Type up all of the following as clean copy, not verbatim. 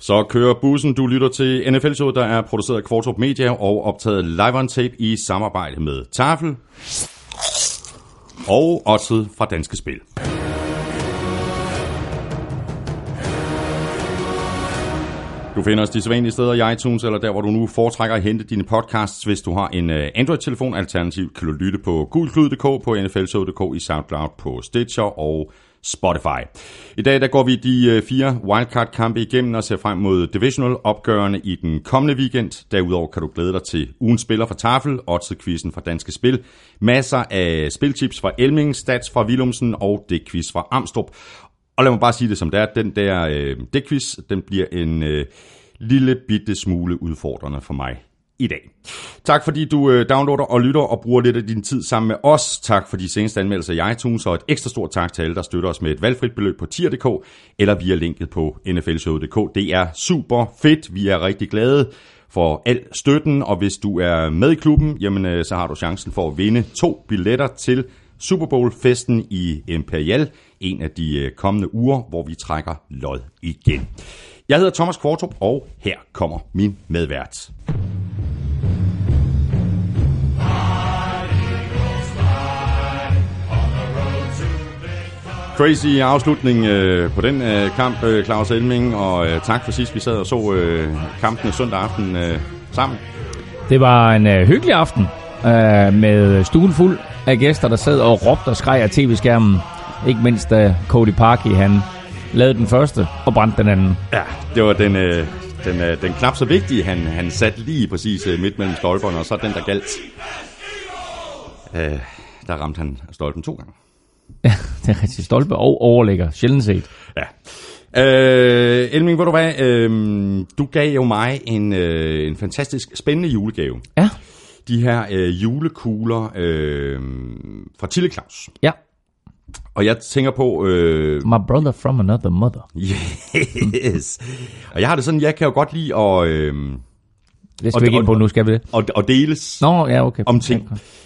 Så kører bussen. Du lytter til NFL-showet, der er produceret af Kvartrup Media og optaget live on tape i samarbejde med Tafel og Oddset fra Danske Spil. Du finder os de sædvanlige steder i iTunes, eller der, hvor du nu foretrækker at hente dine podcasts. Hvis du har en Android-telefon, alternativt kan du lytte på gulklud.dk, på nflshow.dk, i SoundCloud, på Stitcher og Spotify. I dag der går vi de 4 wildcard-kampe igennem og ser frem mod divisional-opgørende i den kommende weekend. Derudover kan du glæde dig til ugens spiller fra Tafel, Odds-quizzen fra Danske Spil, masser af spiltips fra Elming, stats fra Willumsen og dækquiz fra Amstrup. Og lad mig bare sige det som det er, den der dækquiz, den bliver en lille bitte smule udfordrende for mig i dag. Tak fordi du downloader og lytter og bruger lidt af din tid sammen med os. Tak for de seneste anmeldelser i iTunes, og et ekstra stort tak til alle, der støtter os med et valgfrit beløb på tier.dk eller via linket på nflshow.dk. Det er super fedt. Vi er rigtig glade for al støtten, og hvis du er med i klubben, jamen, så har du chancen for at vinde 2 billetter til Super Bowl-festen i Imperial, en af de kommende uger, hvor vi trækker lod igen. Jeg hedder Thomas Kvartrup, og her kommer min medvært. Crazy afslutning på den kamp, Claus Elming, og tak for sidst vi sad og så kampene søndag aften sammen. Det var en hyggelig aften med stuen fuld af gæster, der sad og råbte og skreg af tv-skærmen. Ikke mindst da Cody Parkey, han lavede den første og brændte den anden. Ja, det var den knap så vigtige, han satte lige præcis midt mellem stolperne, og så den, der galt. Der ramte han stolpen 2 gange. Ja, det er rigtig stolpe og overlægger. Sjældent set. Ja. Elming, ved du hvad? Du gav jo mig en fantastisk spændende julegave. Ja. De her julekugler fra Tille Claus. Ja. Og jeg tænker på... My brother from another mother. Yes. Og jeg har det sådan, jeg kan jo godt lide at... det skal vi ikke ind på nu, skal vi det? Og deles. Nå, ja, okay. Om ting.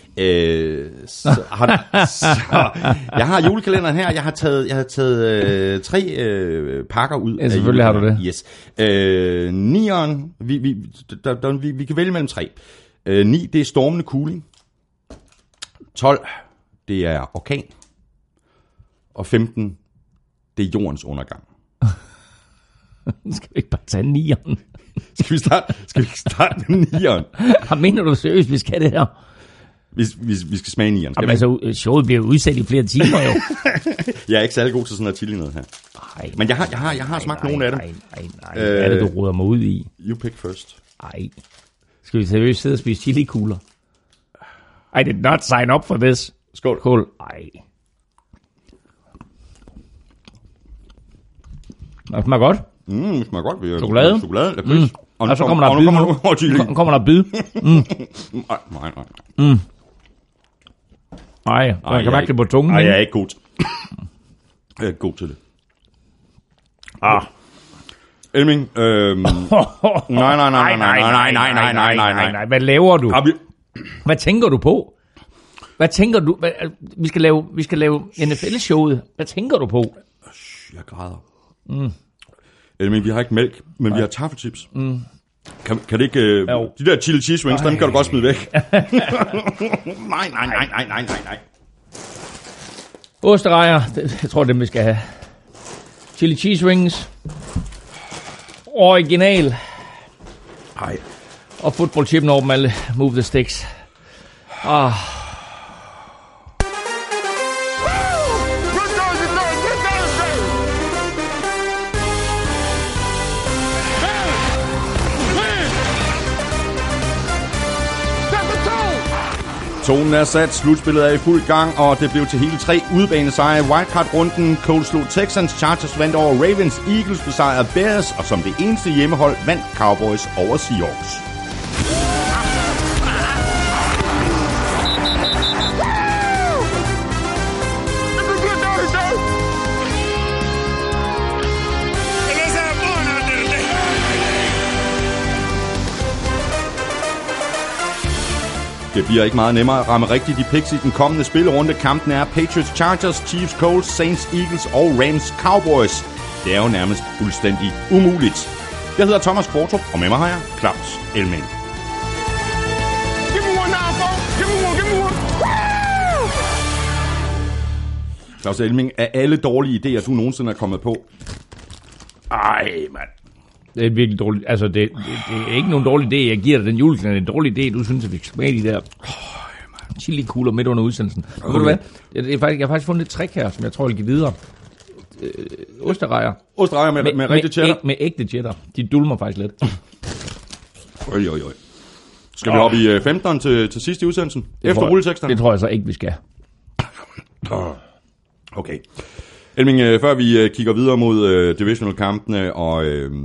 Jeg har julekalenderen her. Jeg har taget 3 pakker ud. Ja, selvfølgelig har du det. Yes. 9'eren, vi kan vælge mellem 3. 9, det er stormende kuling. 12, det er orkan. Og 15, det er jordens undergang. Skal vi ikke bare tage 9'eren? Skal vi starte med 9'eren? Mener du seriøst, vi skal det her? Vi skal smage 9'eren. Jamen, altså, showet bliver udsat i flere timer jo. Jeg er ikke særlig god til sådan noget chili noget her. Nej. Men jeg har smagt nogle af dem. Nej. Hvad er det, du roder mig ud i? You pick first. Nej. Skal vi seriøst sidde og spise chili-kugler? I did not sign up for this. Skål. Skål. Ej. Det smager godt. Det smager godt. Chokolade. Chokolade. Og så kommer der bid. Nej. Nej, jeg kan mærke det på tungen. Nej, jeg er ikke god til. Jeg er ikke god til det. Elming. Nej. Hvad laver du? Hvad tænker du på? Hvad tænker du? Vi skal lave NFL-showet. Hvad tænker du på? Jeg græder. Elming, vi har ikke mælk, men vi har taffelchips. Kan det ikke... de der chili cheese wings, dem kan du godt smide væk. Nej. Osterejer, jeg tror dem vi skal have. Chili cheese wings. Original. Ej. Og football chippen over dem alle. Move the sticks. Tonen er sat, slutspillet er i fuld gang, og det blev til hele 3 udebanesejre i wildcard-runden. Colts slog Texans, Chargers vandt over Ravens, Eagles besejrede Bears, og som det eneste hjemmehold vandt Cowboys over Seahawks. Det bliver ikke meget nemmere at ramme rigtigt de picks i den kommende spillerunde. Kampen er Patriots, Chargers, Chiefs, Colts, Saints, Eagles og Rams, Cowboys. Det er jo nærmest fuldstændig umuligt. Jeg hedder Thomas Kvartrup, og med mig har jeg Claus Elming. Claus Elming, af alle dårlige idéer, du nogensinde er kommet på? Ej, mand. Det er virkelig dårligt. Altså, det er ikke nogen dårlig idé, jeg giver dig den julekalender. Det er en dårlig idé, du synes, at vi skal smage de der chili-kugler midt under udsendelsen. Okay. Ved du hvad? Jeg har faktisk fundet et trick her, som jeg tror, jeg vil give videre. Osterejer. Osterejer med rigtig cheddar? Med ægte cheddar. De dulmer faktisk lidt. Oj. Skal vi op i 15 til sidst i udsendelsen? Efter rulleteksterne? Det tror jeg så ikke, vi skal. Okay. Elming, før vi kigger videre mod divisional-kampene og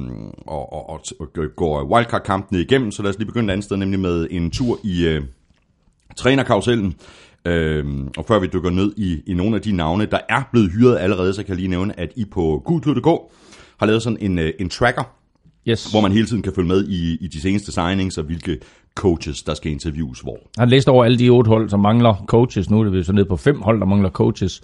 går wildcard-kampene igennem, så lad os lige begynde et andet sted, nemlig med en tur i trænerkarusellen. Og før vi dykker ned i nogle af de navne, der er blevet hyret allerede, så kan jeg lige nævne, at I på gulklud.dk har lavet sådan en tracker, yes, hvor man hele tiden kan følge med i de seneste signings og hvilke coaches, der skal interviews hvor. Han læste over alle de 8 hold, som mangler coaches. Nu er det så ned på 5 hold, der mangler coaches.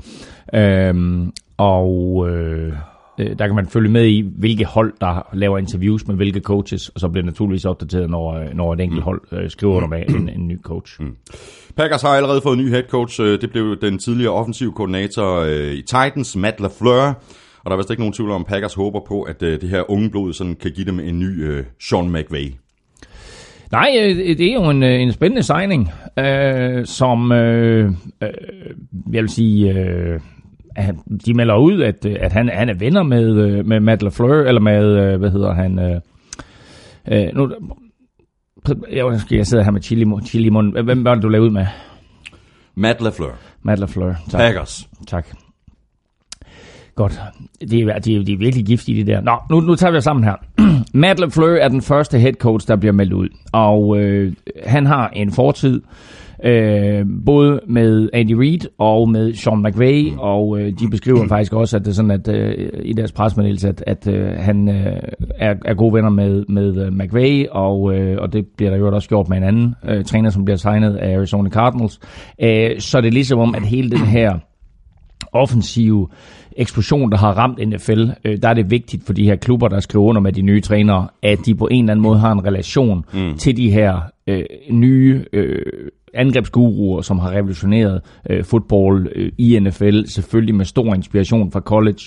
Der kan man følge med i, hvilke hold, der laver interviews med hvilke coaches, og så bliver det naturligvis opdateret, når et enkelt hold skriver under med en ny coach. Packers har allerede fået en ny head coach. Det blev den tidligere offensiv koordinator i Titans, Matt LaFleur. Og der er vist ikke nogen tvivl om, Packers håber på, at det her unge blod sådan kan give dem en ny Sean McVay. Nej, det er jo en spændende signing, som jeg vil sige, de melder ud, at han er venner med Matt LaFleur, eller med, hvad hedder han, nu, jeg sidder her med chili i munden. Hvem var det, du lavede ud med? Matt LaFleur. Matt LaFleur, tak. Packers. Tak. Godt. De er virkelig giftige, de der. Nå, nu tager vi os sammen her. Matt LaFleur er den første head coach, der bliver meldt ud. Og han har en fortid, både med Andy Reid og med Sean McVay, og de beskriver faktisk også, at det er sådan, at i deres pressemeddelelse, at han er gode venner med McVay, og det bliver der jo også gjort med en anden træner, som bliver signet af Arizona Cardinals. Så det er ligesom om, at hele den her offensive eksplosion, der har ramt NFL, der er det vigtigt for de her klubber, der skriver under med de nye trænere, at de på en eller anden måde har en relation til de her nye angrebsguruer, som har revolutioneret fodbold i NFL, selvfølgelig med stor inspiration fra college.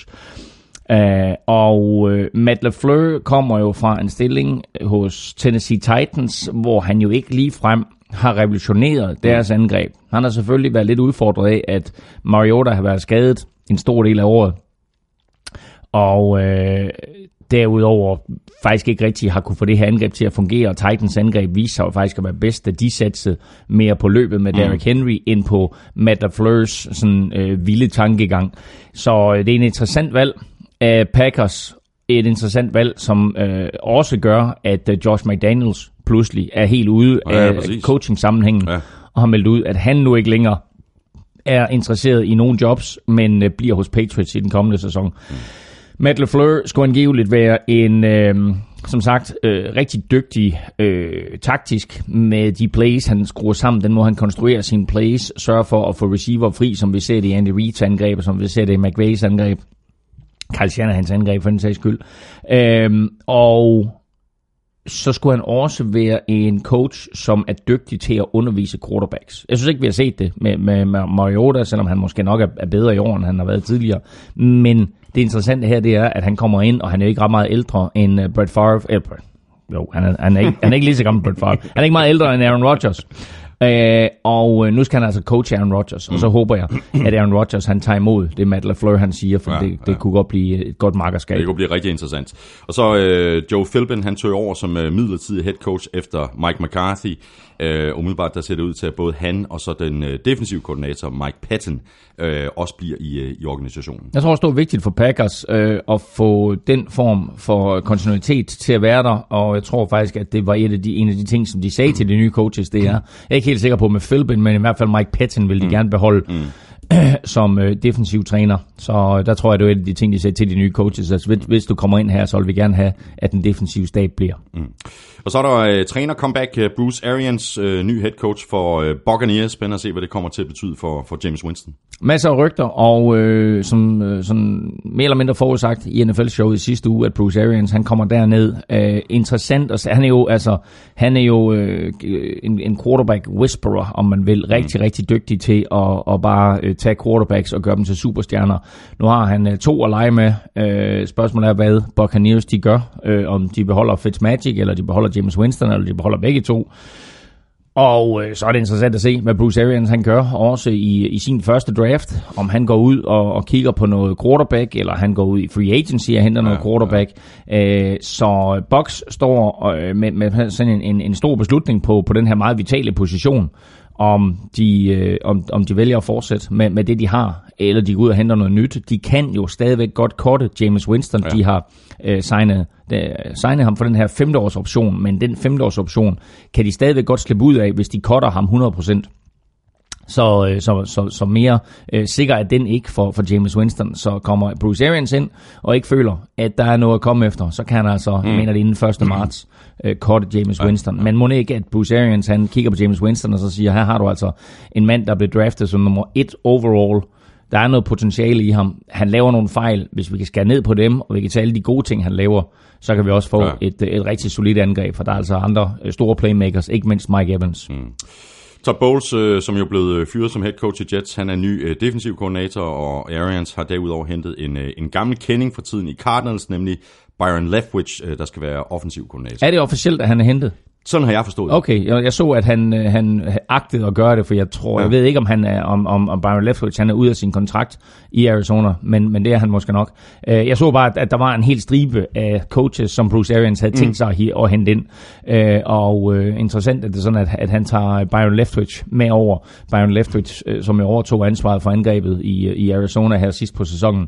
Matt LaFleur kommer jo fra en stilling hos Tennessee Titans, hvor han jo ikke ligefrem har revolutioneret deres angreb. Han har selvfølgelig været lidt udfordret af, at Mariota har været skadet en stor del af året, og derudover faktisk ikke rigtig har kunne få det her angreb til at fungere, og Titans angreb viser sig jo faktisk at være bedst, da de satsede mere på løbet med Derrick Henry, end på Matt LaFleurs sådan vilde tankegang. Så det er en interessant valg af Packers, et interessant valg, som også gør, at Josh McDaniels pludselig er helt ude af coaching-sammenhængen, og har meldt ud, at han nu ikke længere er interesseret i nogle jobs, men bliver hos Patriots i den kommende sæson. Matt LaFleur skulle angiveligt være en, som sagt, rigtig dygtig taktisk med de plays, han skruer sammen, den måde han konstruerer sine plays, sørger for at få receiver fri, som vi ser det i Andy Reid's angreb, og som vi ser det i McVays angreb, Kyle Shanahans angreb for den sags skyld. Og så skulle han også være en coach, som er dygtig til at undervise quarterbacks. Jeg synes ikke, vi har set det med Mariota, selvom han måske nok er bedre i år, end han har været tidligere. Men det interessante her, det er, at han kommer ind, og han er ikke ret meget ældre end Brett Favre. Han er ikke lige så gammel Brett Favre. Han er ikke meget ældre end Aaron Rodgers. Og nu skal han altså coache Aaron Rodgers, og så håber jeg, at Aaron Rodgers han tager imod det Matt LaFleur han siger, for det kunne godt blive et godt makkerskab. Det kunne blive rigtig interessant. Og så Joe Philbin, han tog over som midlertidig head coach efter Mike McCarthy. Umiddelbart der ser det ud til, at både han og så den defensive koordinator Mike Patton også bliver i organisationen. Jeg tror også, det er vigtigt for Packers at få den form for kontinuitet til at være der, og jeg tror faktisk, at det var en af de ting, som de sagde til de nye coaches, det er. Jeg er ikke helt sikker på med Philbin, men i hvert fald Mike Patton vil de gerne beholde. som defensiv træner. Så der tror jeg, det er et af de ting, de siger til de nye coaches. Altså, hvis du kommer ind her, så vil vi gerne have, at den defensive stab bliver. Og så er der træner-comeback. Bruce Arians, ny head coach for Buccaneers. Spændende at se, hvad det kommer til at betyde for James Winston. Masser af rygter, og som sådan mere eller mindre forudsagt i NFL-showet i sidste uge, at Bruce Arians, han kommer derned. Interessant, og han er jo en quarterback whisperer, om man vil. Rigtig dygtig til at bare tage quarterbacks og gøre dem til superstjerner. Nu har han 2 at lege med. Spørgsmålet er, hvad Buccaneers de gør. Om de beholder Fitzmagic, eller de beholder James Winston, eller de beholder begge to. Og så er det interessant at se, hvad Bruce Arians han gør, også i sin første draft. Om han går ud og kigger på noget quarterback, eller han går ud i free agency og henter noget quarterback. Så Bucs står med sådan en stor beslutning på den her meget vitale position. Om de vælger at fortsætte med det, de har, eller de går ud og henter noget nyt. De kan jo stadigvæk godt cutte James Winston. Ja. De har signet ham for den her 5-års option, men den 5-års option kan de stadigvæk godt slippe ud af, hvis de cutter ham 100%. Så mere sikker er den ikke for James Winston. Så kommer Bruce Arians ind og ikke føler, at der er noget at komme efter, så kan han altså, mener det inden 1. marts, cutte James Winston. Men må ikke, at Bruce Arians han kigger på James Winston og så siger, her har du altså en mand, der blev draftet som nummer 1 overall. Der er noget potentiale i ham. Han laver nogle fejl. Hvis vi kan skære ned på dem, og vi kan tage alle de gode ting, han laver, så kan vi også få et rigtig solidt angreb, for der er altså andre store playmakers, ikke mindst Mike Evans. Todd Bowles, som jo blev fyret som head coach i Jets, han er ny defensiv koordinator, og Arians har derudover hentet en gammel kending fra tiden i Cardinals, nemlig Byron Leftwich, der skal være offensiv koordinator. Er det officielt, at han er hentet? Sådan har jeg forstået. Okay, jeg så, at han agtede at gøre det, for jeg ved ikke, om han er om Byron Leftwich han er ude af sin kontrakt i Arizona, men det er han måske nok. Jeg så bare, at der var en hel stribe af coaches, som Bruce Arians havde tænkt sig at hente ind. Og interessant, at det er sådan, at han tager Byron Leftwich med over. Byron Leftwich, som jo overtog ansvaret for angrebet i Arizona her sidst på sæsonen.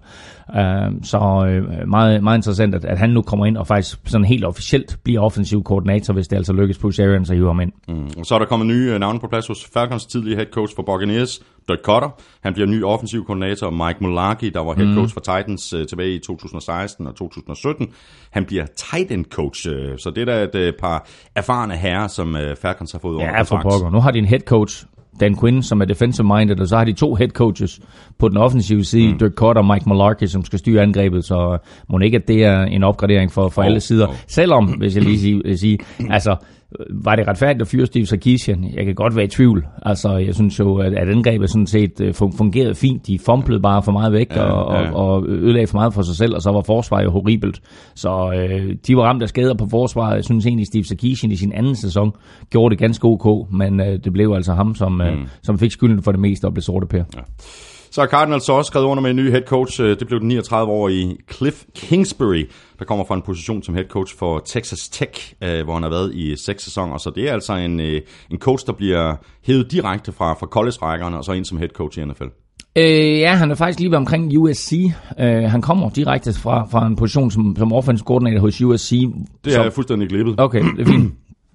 Så meget, meget interessant, at han nu kommer ind og faktisk sådan helt officielt bliver offensiv koordinator, hvis det altså lykkes Bruce Arians at hive ham ind. Og så er der kommet nye navne på plads hos Falcons tidligere head coach for Buccaneers, Dirk Koetter. Han bliver ny offensiv koordinator, og Mike Mularkey, der var head coach for Titans tilbage i 2016 og 2017. Han bliver tight end coach, så det er da et par erfarne herrer, som Falcons har fået under kontrakt. Ja, for pokker. Nu har de en head coach, Dan Quinn, som er defensive-minded, og så har de 2 head coaches på den offensive side, Dirk Koetter og Mike Mularkey, som skal styre angrebet, så må ikke, at det er en opgradering for alle sider. Selvom, hvis jeg lige sige, altså, var det retfærdigt at fyre Steve Sarkisian? Jeg kan godt være i tvivl. Altså, jeg synes jo, at angrebet sådan set fungerede fint. De fumblede bare for meget væk og ødelagde for meget for sig selv, og så var forsvaret jo horribelt. Så de var ramt af skader på forsvaret. Jeg synes egentlig, Steve Sarkisian i sin anden sæson gjorde det ganske ok, men det blev altså ham, som fik skylden for det meste og blev sortepær. Ja. Så har Cardinals også skrevet under med en ny head coach. Det blev den 39-årige Cliff Kingsbury, der kommer fra en position som head coach for Texas Tech, hvor han har været i 6 sæsoner. Så det er altså en coach, der bliver hævet direkte fra college-rækkerne og så ind som head coach i NFL. Ja, han er faktisk lige ved omkring USC. Han kommer direkte fra en position som offensive coordinator hos USC. Det er fuldstændig glippet. Okay, det er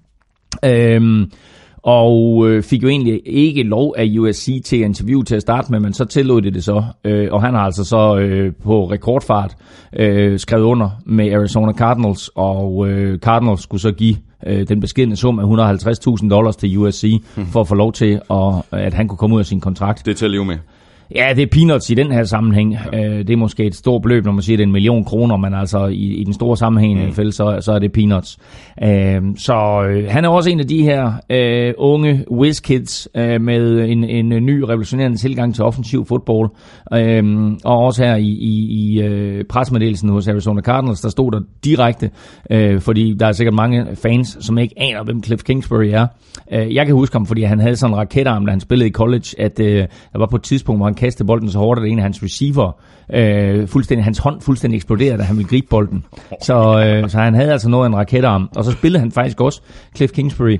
fint. Og fik jo egentlig ikke lov af USC til at interviewe til at starte med, men så tillod det så. Og han har altså så på rekordfart skrevet under med Arizona Cardinals, og Cardinals skulle så give den beskedne sum af $150,000 til USC for at få lov til, at han kunne komme ud af sin kontrakt. Det er til at leve med. Ja, det er peanuts i den her sammenhæng. Det er måske et stort beløb, når man siger, at det er 1 million kroner, men altså i den store sammenhæng i hvert fald, så er det peanuts. Så han er også en af de her unge whiz-kids med en ny revolutionerende tilgang til offensiv fodbold. Og også her i pressemeddelelsen hos Arizona Cardinals, der stod der direkte, fordi der er sikkert mange fans, som ikke aner, hvem Cliff Kingsbury er. Jeg kan huske ham, fordi han havde sådan en raketarm, da han spillede i college, at der var på et tidspunkt, hvor han kastede bolden så hårdt, at en af hans receiver, hans hånd fuldstændig eksploderede, da han ville gribe bolden. Så han havde altså noget af en raketarm. Og så spillede han faktisk også Cliff Kingsbury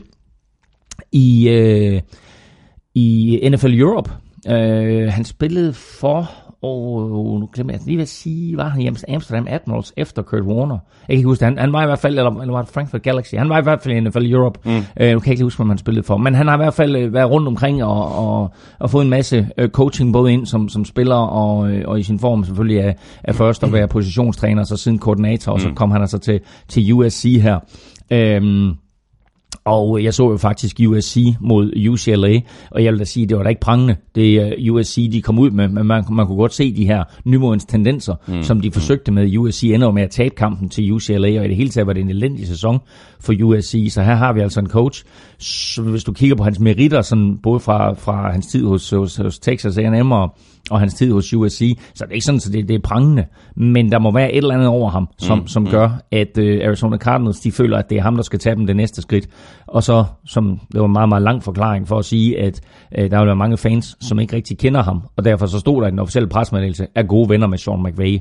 i NFL Europe. Han spillede for nu glemmer jeg lige hvad sige, var han i Amsterdam Admirals efter Kurt Warner? Jeg kan ikke huske det. Han var i hvert fald, eller var det Frankfurt Galaxy? Han var i hvert fald i NFL Europe. Nu kan jeg ikke huske, hvad han spillede for. Men han har i hvert fald været rundt omkring og fået en masse coaching, både ind som spiller og i sin form selvfølgelig af først at være positionstræner, så siden koordinator, og så kom han altså til USC her. Og jeg så jo faktisk USC mod UCLA, og jeg vil da sige, det var da ikke prangende, det USC de kom ud med, men man kunne godt se de her nymodens tendenser, som de forsøgte med. USC ender med at tabe kampen til UCLA, og i det hele taget var det en elendig sæson for USC, så her har vi altså en coach, så hvis du kigger på hans meritter, sådan både fra hans tid hos Texas A&M og hans tid hos USC, så det er ikke sådan, at det er prangende, men der må være et eller andet over ham, som gør, at Arizona Cardinals, de føler, at det er ham, der skal tage dem det næste skridt. Og så, som det var en meget, meget lang forklaring for at sige, at der vil være mange fans, som ikke rigtig kender ham, og derfor så stod der i den officielle pressemeddelelse, er gode venner med Sean McVay.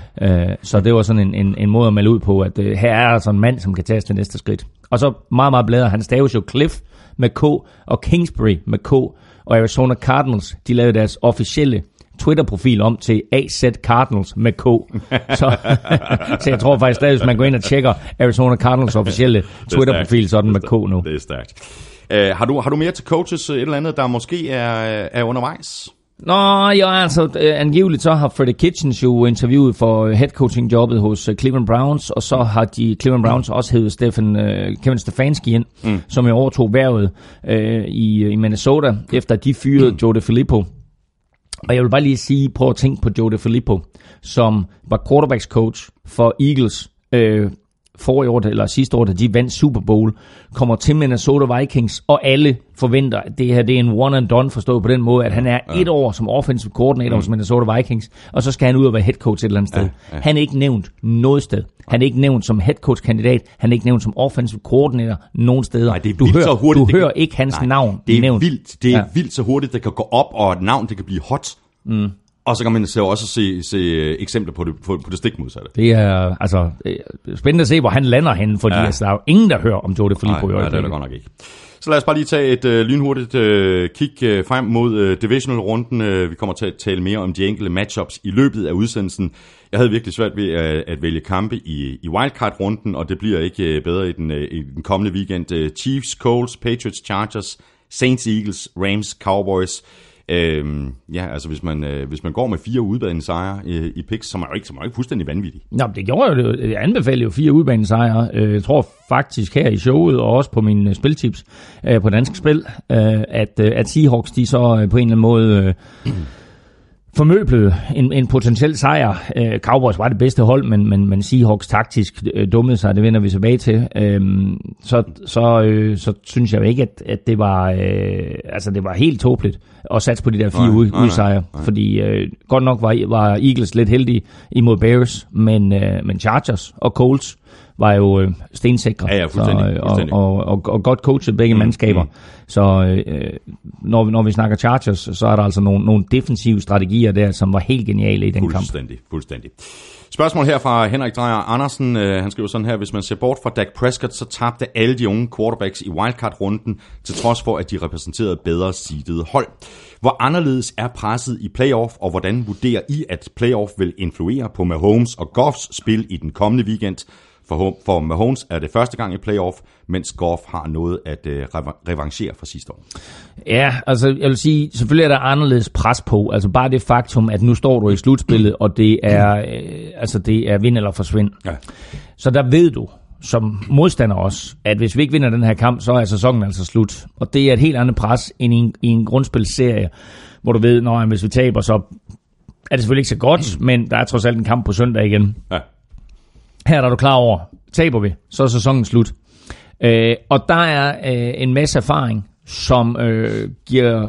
Så det var sådan en måde at melde ud på, at her er altså en mand, som kan tage det næste skridt. Og så meget, meget bladret, han staves jo Cliff med K, og Kingsbury med K, og Arizona Cardinals, de lavede deres officielle Twitter-profil om til AZ Cardinals med K. Så jeg tror faktisk stadig, hvis man går ind og tjekker Arizona Cardinals officielle Twitter-profil, så er den med K nu. Det er stærkt. Har du mere til coaches, et eller andet, der måske er undervejs? Nå, ja, altså angiveligt så har Freddie Kitchens jo interviewet for head coaching jobbet hos Cleveland Browns, og så har de Cleveland Browns også hævet Kevin Stefanski ind, som jo overtog hvervet i Minnesota, efter de fyrede Joe DeFilippo. Og jeg vil bare lige sige, prøv at tænke på Joe DeFilippo, som var quarterbacks coach for Eagles forrige år, eller sidste år, da de vandt Super Bowl, kommer til Minnesota Vikings, og alle forventer, at det her det er en one and done, forstået på den måde, at han er et år som offensive coordinator hos Minnesota Vikings, og så skal han ud og være head coach et eller andet sted. Han er ikke nævnt noget sted. Han er ikke nævnt som head coach kandidat. Han er ikke nævnt som offensive coordinator nogen steder. Nej, du hører ikke hans navn. Det er vildt. Det er vildt så hurtigt, det kan gå op, og et navn, det kan blive hot. Og så kan man så også se eksempler på det stik modsatte. Det er altså spændende at se, hvor han lander henne, fordi der er jo ingen, der hører om Joe DeFilippo i øjeblikket. Nej, det er der godt nok ikke. Så lad os bare lige tage et lynhurtigt kig frem mod divisional-runden. Vi kommer til at tale mere om de enkelte matchups i løbet af udsendelsen. Jeg havde virkelig svært ved at vælge kampe i wildcard-runden, og det bliver ikke bedre i den kommende weekend. Chiefs, Colts, Patriots, Chargers, Saints, Eagles, Rams, Cowboys. Altså hvis man går med 4 udbanesejre i picks, så er man jo ikke fuldstændig vanvittig. Nå, det gjorde jo det. Jeg anbefaler jo 4 udbanesejre. Jeg tror faktisk her i showet, og også på mine spiltips på Dansk Spil, at Seahawks, de så på en eller anden måde formøblede en potentiel sejr. Cowboys var det bedste hold, men Seahawks taktisk dummede sig, det vender vi tilbage til. Så synes jeg jo ikke, at det var det var helt tåbeligt at satse på de der 4 udsejre, fordi godt nok var Eagles lidt heldige imod Bears, men Chargers og Colts var jo stensikre. Ja, fuldstændig. Og godt coachet begge mandskaber. Så når vi snakker Chargers, så er der altså nogle defensive strategier der, som var helt geniale i den kamp. Fuldstændig. Spørgsmål her fra Henrik Dreyer Andersen. Han skriver sådan her: hvis man ser bort fra Dak Prescott, så tabte alle de unge quarterbacks i wildcard-runden, til trods for, at de repræsenterede bedre seedede hold. Hvor anderledes er presset i playoff, og hvordan vurderer I, at playoff vil influere på Mahomes og Goffs spil i den kommende weekend? For Mahomes er det første gang i playoff, mens Goff har noget at revanchere fra sidste år. Ja, altså jeg vil sige, selvfølgelig er der anderledes pres på. Altså bare det faktum, at nu står du i slutspillet, og det er vind eller forsvind. Ja. Så der ved du som modstander også, at hvis vi ikke vinder den her kamp, så er sæsonen altså slut. Og det er et helt andet pres end i en grundspilsserie, hvor du ved, hvis vi taber, så er det selvfølgelig ikke så godt, men der er trods alt en kamp på søndag igen. Ja. Her er du klar over, taber vi, så er sæsonen slut. Og der er en masse erfaring, som giver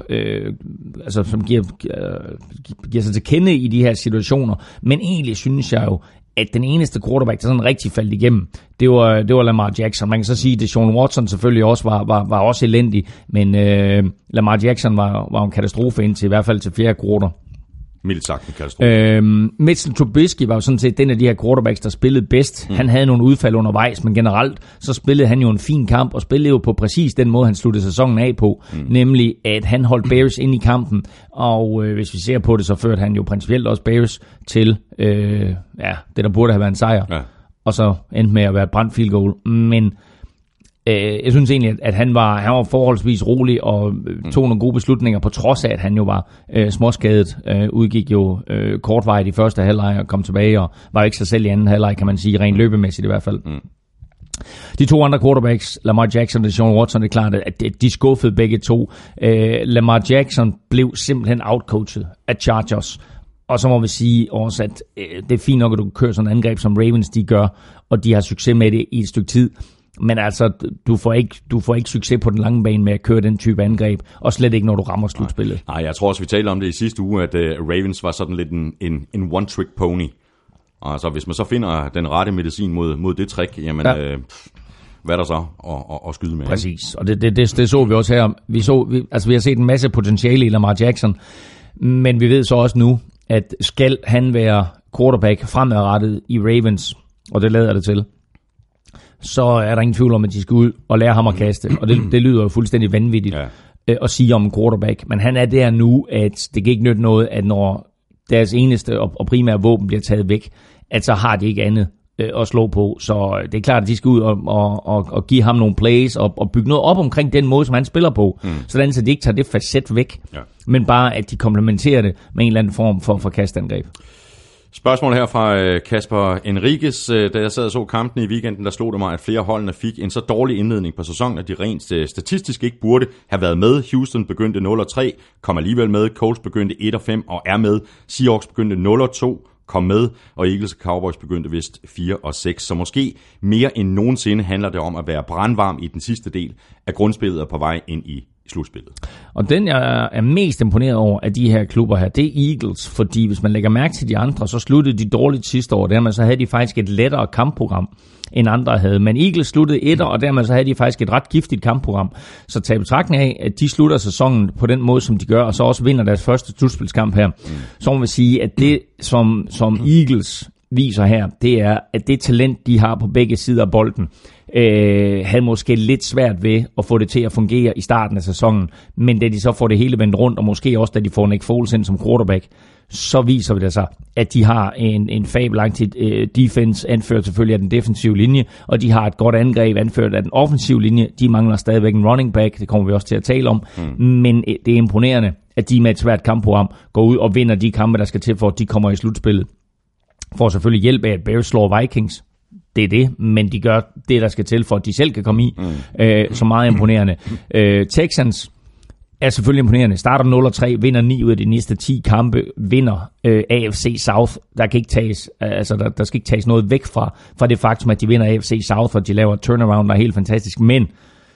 sig til kende i de her situationer. Men egentlig synes jeg jo, at den eneste quarterback, der sådan rigtig faldt igennem, det var Lamar Jackson. Man kan så sige, at Deshaun Watson selvfølgelig også var også elendig, men Lamar Jackson var en katastrofe indtil i hvert fald til 4. quarter. mildt sagt en katastrofe. Mitchell Trubisky var jo sådan set den af de her quarterbacks, der spillede bedst. Han havde nogle udfald undervejs, men generelt så spillede han jo en fin kamp, og spillede jo på præcis den måde, han sluttede sæsonen af på. Nemlig, at han holdt Bears ind i kampen, og hvis vi ser på det, så førte han jo principielt også Bears til det, der burde have været en sejr. Ja. Og så endte med at være et brændt field goal. Men jeg synes egentlig, at han var forholdsvis rolig og tog nogle gode beslutninger, på trods af, at han jo var småskadet. Udgik jo kortvarigt i første halvleg og kom tilbage, og var ikke sig selv i anden halvleg, kan man sige, rent løbemæssigt i hvert fald. De to andre quarterbacks, Lamar Jackson og Deshaun Watson, det er klart, at de skuffede begge to. Lamar Jackson blev simpelthen outcoachet af Chargers. Og så må vi sige også, at det er fint nok, at du kører sådan et angreb, som Ravens de gør, og de har succes med det i et stykke tid. Men altså, du får ikke succes på den lange bane med at køre den type angreb, og slet ikke, når du rammer slutspillet. Nej, jeg tror også, vi talte om det i sidste uge, at Ravens var sådan lidt en one-trick pony. Altså, hvis man så finder den rette medicin mod det trick, jamen, hvad er der så at skyde med? Præcis, og det så vi også her. Vi har set en masse potentiale i Lamar Jackson, men vi ved så også nu, at skal han være quarterback fremadrettet i Ravens, og det lader det til, så er der ingen tvivl om, at de skal ud og lære ham at kaste. Og det lyder jo fuldstændig vanvittigt at sige om en quarterback. Men han er der nu, at det kan ikke nytte noget, at når deres eneste og primære våben bliver taget væk, at så har de ikke andet at slå på. Så det er klart, at de skal ud og give ham nogle plays og bygge noget op omkring den måde, som han spiller på. Sådan så de ikke tager det facet væk, men bare at de komplementerer det med en eller anden form for kastangreb. Spørgsmål her fra Kasper Enriquez. Da jeg sad og så kampen i weekenden, der slog det mig, at flere holdene fik en så dårlig indledning på sæsonen, at de rent statistisk ikke burde have været med. Houston begyndte 0-3, kom alligevel med. Colts begyndte 1-5 og er med. Seahawks begyndte 0-2, kom med. Og Eagles og Cowboys begyndte vist 4-6. Så måske mere end nogensinde handler det om at være brandvarm i den sidste del af grundspillet og på vej ind i slutspillet. Og den, jeg er mest imponeret over af de her klubber her, det er Eagles, fordi hvis man lægger mærke til de andre, så sluttede de dårligt sidste år. Dermed så havde de faktisk et lettere kampprogram, end andre havde. Men Eagles sluttede etter, og dermed så havde de faktisk et ret giftigt kampprogram. Så tag betragtning af, at de slutter sæsonen på den måde, som de gør, og så også vinder deres første slutspilskamp her. Så må vi sige, at det, som Eagles viser her, det er, at det talent, de har på begge sider af bolden, havde måske lidt svært ved at få det til at fungere i starten af sæsonen, men da de så får det hele vendt rundt, og måske også da de får Nick Foles ind som quarterback, så viser det sig, at de har en fabelagtig defense, anført selvfølgelig af den defensive linje, og de har et godt angreb, anført af den offensive linje. De mangler stadigvæk en running back, det kommer vi også til at tale om, men det er imponerende, at de med et svært kampprogram går ud og vinder de kampe, der skal til for, at de kommer i slutspillet. Får selvfølgelig hjælp af, at Bears slår Vikings. Det er det, men de gør det, der skal til, for at de selv kan komme i. Så meget imponerende. Texans er selvfølgelig imponerende. Starter 0-3, vinder 9 ud af de næste 10 kampe, vinder AFC South. Der kan ikke tages, der skal ikke tages noget væk fra det faktum, at de vinder AFC South, og de laver et turnaround, der er helt fantastisk. Men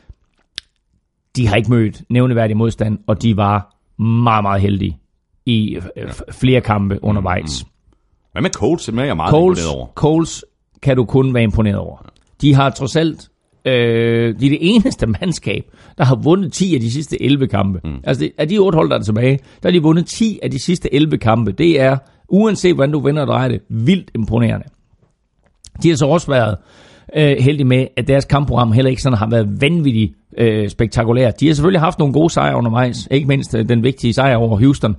de har ikke mødt nævneværdig modstand, og de var meget, meget heldige i flere kampe undervejs. Hvad med Colts? Det er jeg meget imponeret over. Colts kan du kun være imponeret over. De har trods alt, de er det eneste mandskab, der har vundet 10 af de sidste 11 kampe. Altså af de 8 hold, der er tilbage, der har de vundet 10 af de sidste 11 kampe. Det er, uanset hvordan du vender og drejer det, vildt imponerende. De har så også været heldige med, at deres kampprogram heller ikke sådan har været vanvittigt spektakulært. De har selvfølgelig haft nogle gode sejre undervejs, ikke mindst den vigtige sejr over Houston.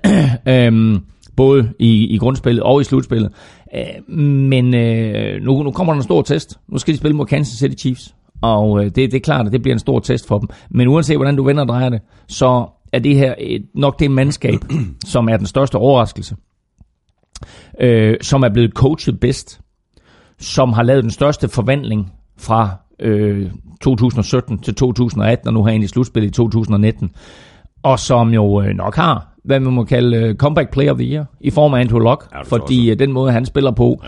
Både i grundspillet og i slutspillet. Men nu kommer der en stor test. Nu skal de spille mod Kansas City Chiefs. Og det er klart, at det bliver en stor test for dem. Men uanset hvordan du vender og drejer det, så er det her nok det mandskab, som er den største overraskelse. Som er blevet coachet bedst. Som har lavet den største forvandling fra 2017 til 2018, og nu har ind i slutspillet i 2019. Og som jo nok har, hvad man må kalde comeback player of the year, i form af Andrew Luck, fordi den måde, han spiller på,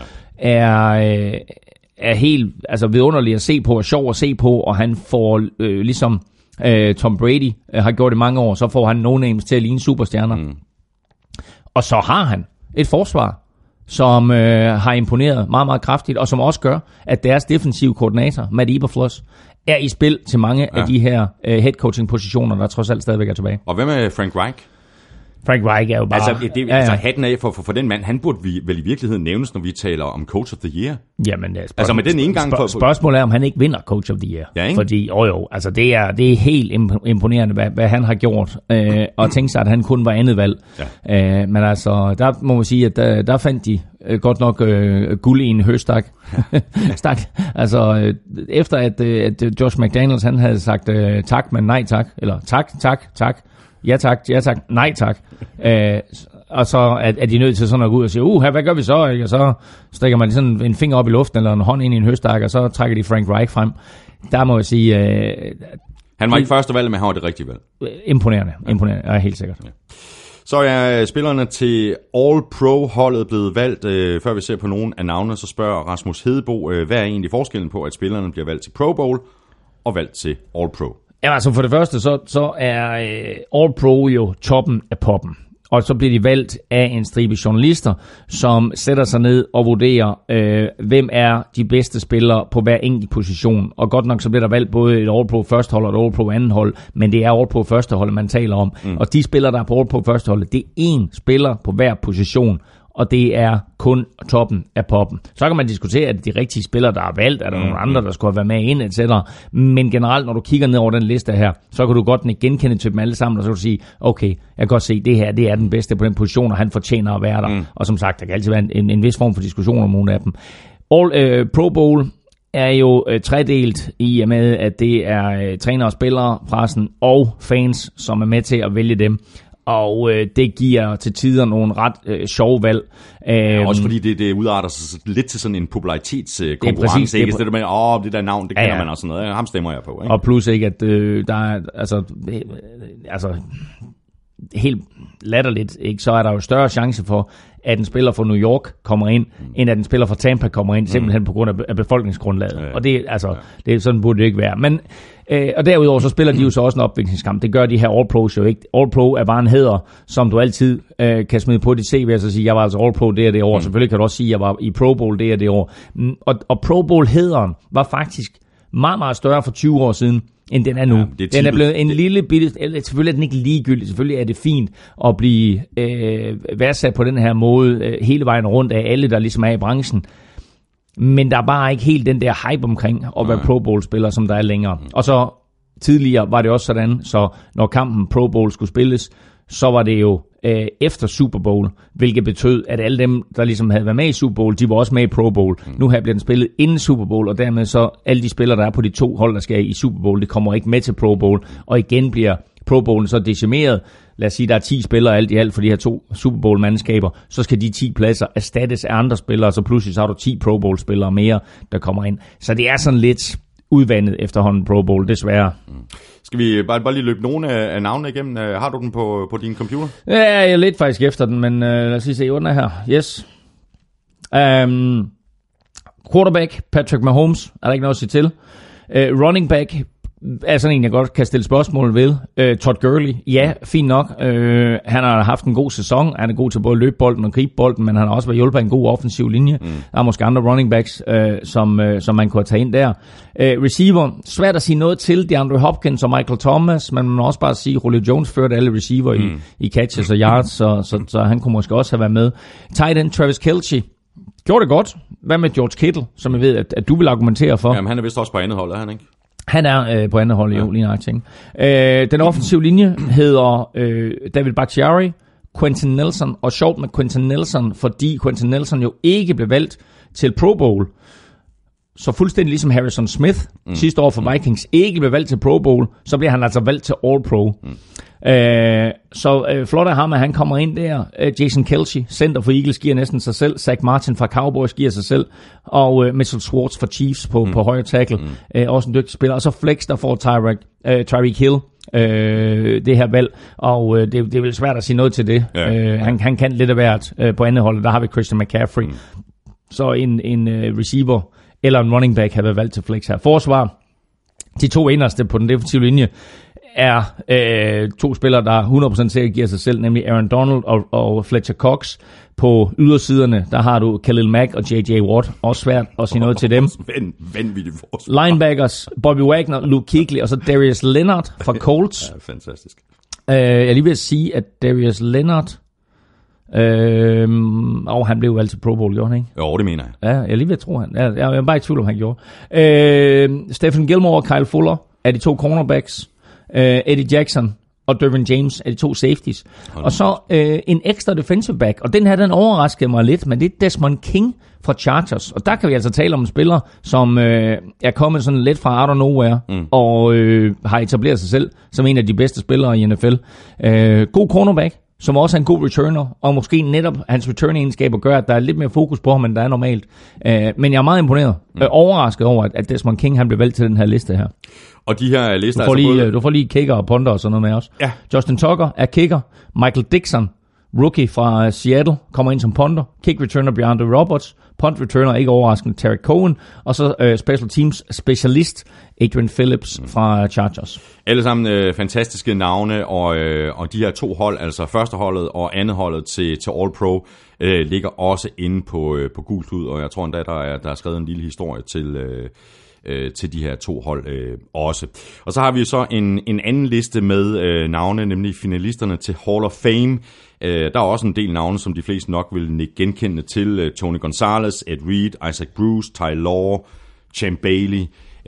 er helt vidunderlig at se på, og sjov at se på, og han får ligesom Tom Brady har gjort i mange år, så får han no-names til at ligne superstjerner. Og så har han et forsvar, som har imponeret meget, meget kraftigt, og som også gør, at deres defensive koordinator, Matt Eberflus, er i spil til mange af de her head coaching positioner, der trods alt stadigvæk er tilbage. Og hvad med Frank Reich? Frank Reich er jo bare... Altså hatten af for den mand, han burde vi vel i virkeligheden nævnes, når vi taler om Coach of the Year. Jamen, altså med den indgang... Spørgsmålet er, om han ikke vinder Coach of the Year. Ja, ikke? Fordi, altså det er helt imponerende, hvad han har gjort. Og tænke sig, at han kun var andet valg. Ja. Men altså, der må man sige, at der fandt de godt nok guld i en høstak. Stak. Altså, efter at Josh McDaniels, han havde sagt tak, men nej tak. Eller tak. Ja tak, nej tak. Og så er de nødt til sådan at gå ud og sige, hvad gør vi så? Og så stikker man sådan en finger op i luften, eller en hånd ind i en høstak, og så trækker de Frank Reich frem. Der må jeg sige... han var ikke første valg, men han var det rigtige valg. Imponerende, ja, helt sikkert. Ja. Så er spillerne til All-Pro-holdet blevet valgt. Før vi ser på nogle af navnene, så spørger Rasmus Hedebo, hvad er egentlig forskellen på, at spillerne bliver valgt til Pro Bowl og valgt til All-Pro? Ja, altså for det første, så er All-Pro jo toppen af poppen. Og så bliver de valgt af en stribe journalister, som sætter sig ned og vurderer, hvem er de bedste spillere på hver enkelt position. Og godt nok så bliver der valgt både et All-Pro første hold og et All-Pro anden hold, men det er All-Pro første hold, man taler om. Og de spillere, der er på All-Pro første hold, det er én spiller på hver position. Og det er kun toppen af poppen. Så kan man diskutere, at de rigtige spillere, der er valgt, er der nogle andre, der skulle have været med ind, etc. Men generelt, når du kigger ned over den liste her, så kan du godt genkende til dem alle sammen, og så kan du sige, okay, jeg kan godt se, det her, det er den bedste på den position, og han fortjener at være der. Og som sagt, der kan altid være en vis form for diskussion om nogle af dem. Pro Bowl er jo tredelt i og med, at det er trænere og spillere, pressen og fans, som er med til at vælge dem. Og det giver til tider nogle ret sjove valg. Også fordi det udarter sig lidt til sådan en popularitetskonkurrence. Det er det med, det der navn, det kender man også sådan noget. Ham stemmer jeg på. Ikke? Og plus ikke, at der er altså helt latterligt, ikke, så er der jo større chance for, at en spiller fra New York kommer ind, end at en spiller fra Tampa kommer ind, simpelthen på grund af befolkningsgrundlaget. Ja. Og det, det er sådan burde det ikke være. Men, og derudover så spiller de jo så også en opviklingskamp. Det gør de her All-Pros jo ikke. All-Pro er bare en hæder, som du altid kan smide på dit CV og så sige, jeg var altså All-Pro det og det år. Selvfølgelig kan du også sige, jeg var i Pro Bowl det og det år. Og Pro Bowl-hæderen var faktisk meget, meget større for 20 år siden, end den er nu. Ja, den er blevet en lille bitte... Selvfølgelig er den ikke ligegyldig. Selvfølgelig er det fint at blive værdsat på den her måde hele vejen rundt af alle, der ligesom er i branchen. Men der er bare ikke helt den der hype omkring at være Pro Bowl-spiller, som der er længere. Og så tidligere var det også sådan, så når kampen Pro Bowl skulle spilles, så var det jo efter Super Bowl, hvilket betød, at alle dem, der ligesom havde været med i Super Bowl, de var også med i Pro Bowl. Nu her bliver den spillet inden Super Bowl, og dermed så alle de spillere, der er på de to hold, der skal i Super Bowl, det kommer ikke med til Pro Bowl, og igen bliver Pro Bowlen så decimeret. Lad os sige, der er 10 spillere alt i alt for de her 2 Super Bowl-mandskaber, så skal de 10 pladser erstattes af andre spillere, så pludselig så har du 10 Pro Bowl-spillere mere, der kommer ind. Så det er sådan lidt udvandet efterhånden Pro Bowl, desværre. Skal vi bare lige løbe nogle af navnene igennem? Har du den på din computer? Ja, jeg er lidt faktisk efter den, men lad os lige se under her. Yes. Quarterback, Patrick Mahomes, er der ikke noget at sige til. Running back er sådan en, jeg godt kan stille spørgsmål ved. Todd Gurley, ja, fint nok. Han har haft en god sæson. Han er god til både løbe bolden og gribe bolden, men han har også været hjulpet af en god offensiv linje. Der er måske andre running backs, som man kunne tage ind der. Receiver, svært at sige noget til. DeAndre Hopkins og Michael Thomas, men man må også bare sige, Julio Jones førte alle receiver i catches og yards, så han kunne måske også have været med. Tight end Travis Kelce, gjorde det godt. Hvad med George Kittle, som jeg ved, at du vil argumentere for? Jamen, han er vist også på andet hold, er han ikke? Han er på andet hold, jo, lige nøjagtigt. Den offensive linje hedder David Bakhtiari, Quentin Nelson, og sjovt med Quentin Nelson, fordi Quentin Nelson jo ikke blev valgt til Pro Bowl. Så fuldstændig ligesom Harrison Smith sidste år for Vikings ikke blev valgt til Pro Bowl, så bliver han altså valgt til All-Pro. Så flot af ham, at han kommer ind der. Jason Kelce, center for Eagles, giver næsten sig selv. Zach Martin fra Cowboys giver sig selv. Og Mitchell Schwartz fra Chiefs på højre tackle. Også en dygtig spiller. Og så flex, der får Tyreek Hill det her valg. Og det er vel svært at sige noget til det. Han kan lidt af hvert på andet hold. Der har vi Christian McCaffrey. Så en receiver eller en running back har været valgt til flex her. Forsvar. De 2 inderste på den defensive linje er 2 spillere, der 100% sikkert giver sig selv, nemlig Aaron Donald og Fletcher Cox. På ydersiderne, der har du Khalil Mack og J.J. Watt. Også svært at sige noget til dem. Vanvittigt forsvar. Linebackers, Bobby Wagner, Luke Kuechly og så Darius Leonard fra Colts. Ja, fantastisk. Jeg er lige ved at sige, at Darius Leonard, han blev valgt til Pro Bowl, gjorde han ikke? Jo, det mener jeg. Ja, jeg er lige ved at tro, han. Jeg er bare i tvivl, om han gjorde. Stephen Gilmore og Kyle Fuller er de 2 cornerbacks. Eddie Jackson og Derwin James er de 2 safeties. Og så en ekstra defensive back, og den overraskede mig lidt, men det er Desmond King fra Chargers. Og der kan vi altså tale om en spiller, som er kommet sådan lidt fra out of nowhere, og har etableret sig selv som en af de bedste spillere i NFL. God cornerback, som også er en god returner, og måske netop hans return-egenskaber gør, at der er lidt mere fokus på ham, end der er normalt. Men jeg er meget imponeret, overrasket over, at Desmond King han blev valgt til den her liste her. Og de her lister du får lige kicker og punter og sådan noget med også. Ja. Justin Tucker er kicker. Michael Dixon, rookie fra Seattle, kommer ind som punter. Kick returner Beyond Roberts. Punt returner, ikke overraskende, Tarek Cohen. Og så special teams specialist Adrian Phillips fra Chargers. Alle sammen fantastiske navne, og de her 2 hold, altså første holdet og andet holdet til All Pro, ligger også inde på Gul Klud, og jeg tror endda, der er skrevet en lille historie til de her 2 hold også. Og så har vi så en anden liste med navne, nemlig finalisterne til Hall of Fame. Der er også en del navne, som de fleste nok vil genkende til. Tony Gonzalez, Ed Reed, Isaac Bruce, Ty Law, Champ Bailey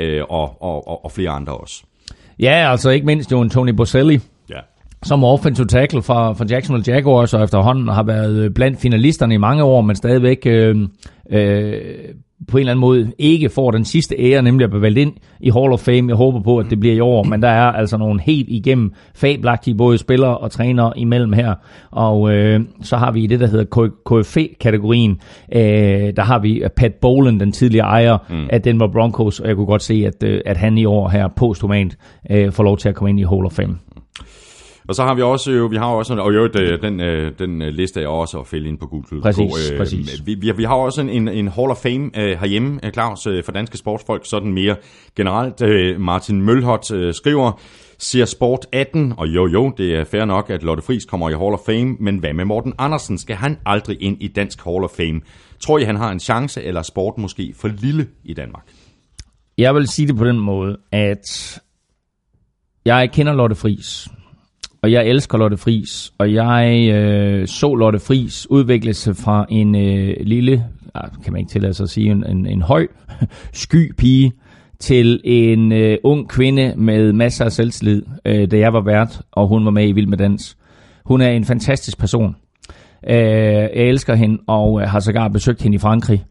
og flere andre også. Ja, altså ikke mindst jo en Tony Boselli, som offensive tackle fra Jacksonville Jaguars, og efterhånden har været blandt finalisterne i mange år, men stadigvæk på en eller anden måde ikke får den sidste ære, nemlig at blive valgt ind i Hall of Fame. Jeg håber på, at det bliver i år, men der er altså nogle helt igennem fabelagtige både spillere og trænere imellem her. Og så har vi det, der hedder KFA-kategorien. Der har vi Pat Bowlen, den tidligere ejer af Denver Broncos, og jeg kunne godt se, at han i år her posthumant får lov til at komme ind i Hall of Fame. Og så har vi også, den liste er også at fælde ind på Gul Klud. Præcis. Vi har også en Hall of Fame herhjemme, Claus, for danske sportsfolk, sådan mere generelt. Martin Mølhot skriver, ser Sport 18, og det er fair nok, at Lotte Friis kommer i Hall of Fame, men hvad med Morten Andersen? Skal han aldrig ind i dansk Hall of Fame? Tror I, han har en chance, eller Sport måske for lille i Danmark? Jeg vil sige det på den måde, at jeg kender Lotte Friis, og jeg elsker Lotte Friis, og jeg så Lotte Friis udvikle sig fra en lille, kan man ikke tillade sig at sige, en høj, sky pige, til en ung kvinde med masser af selvtillid, da jeg var vært, og hun var med i Vild med Dans. Hun er en fantastisk person. Jeg elsker hende, og har sågar besøgt hende i Frankrig,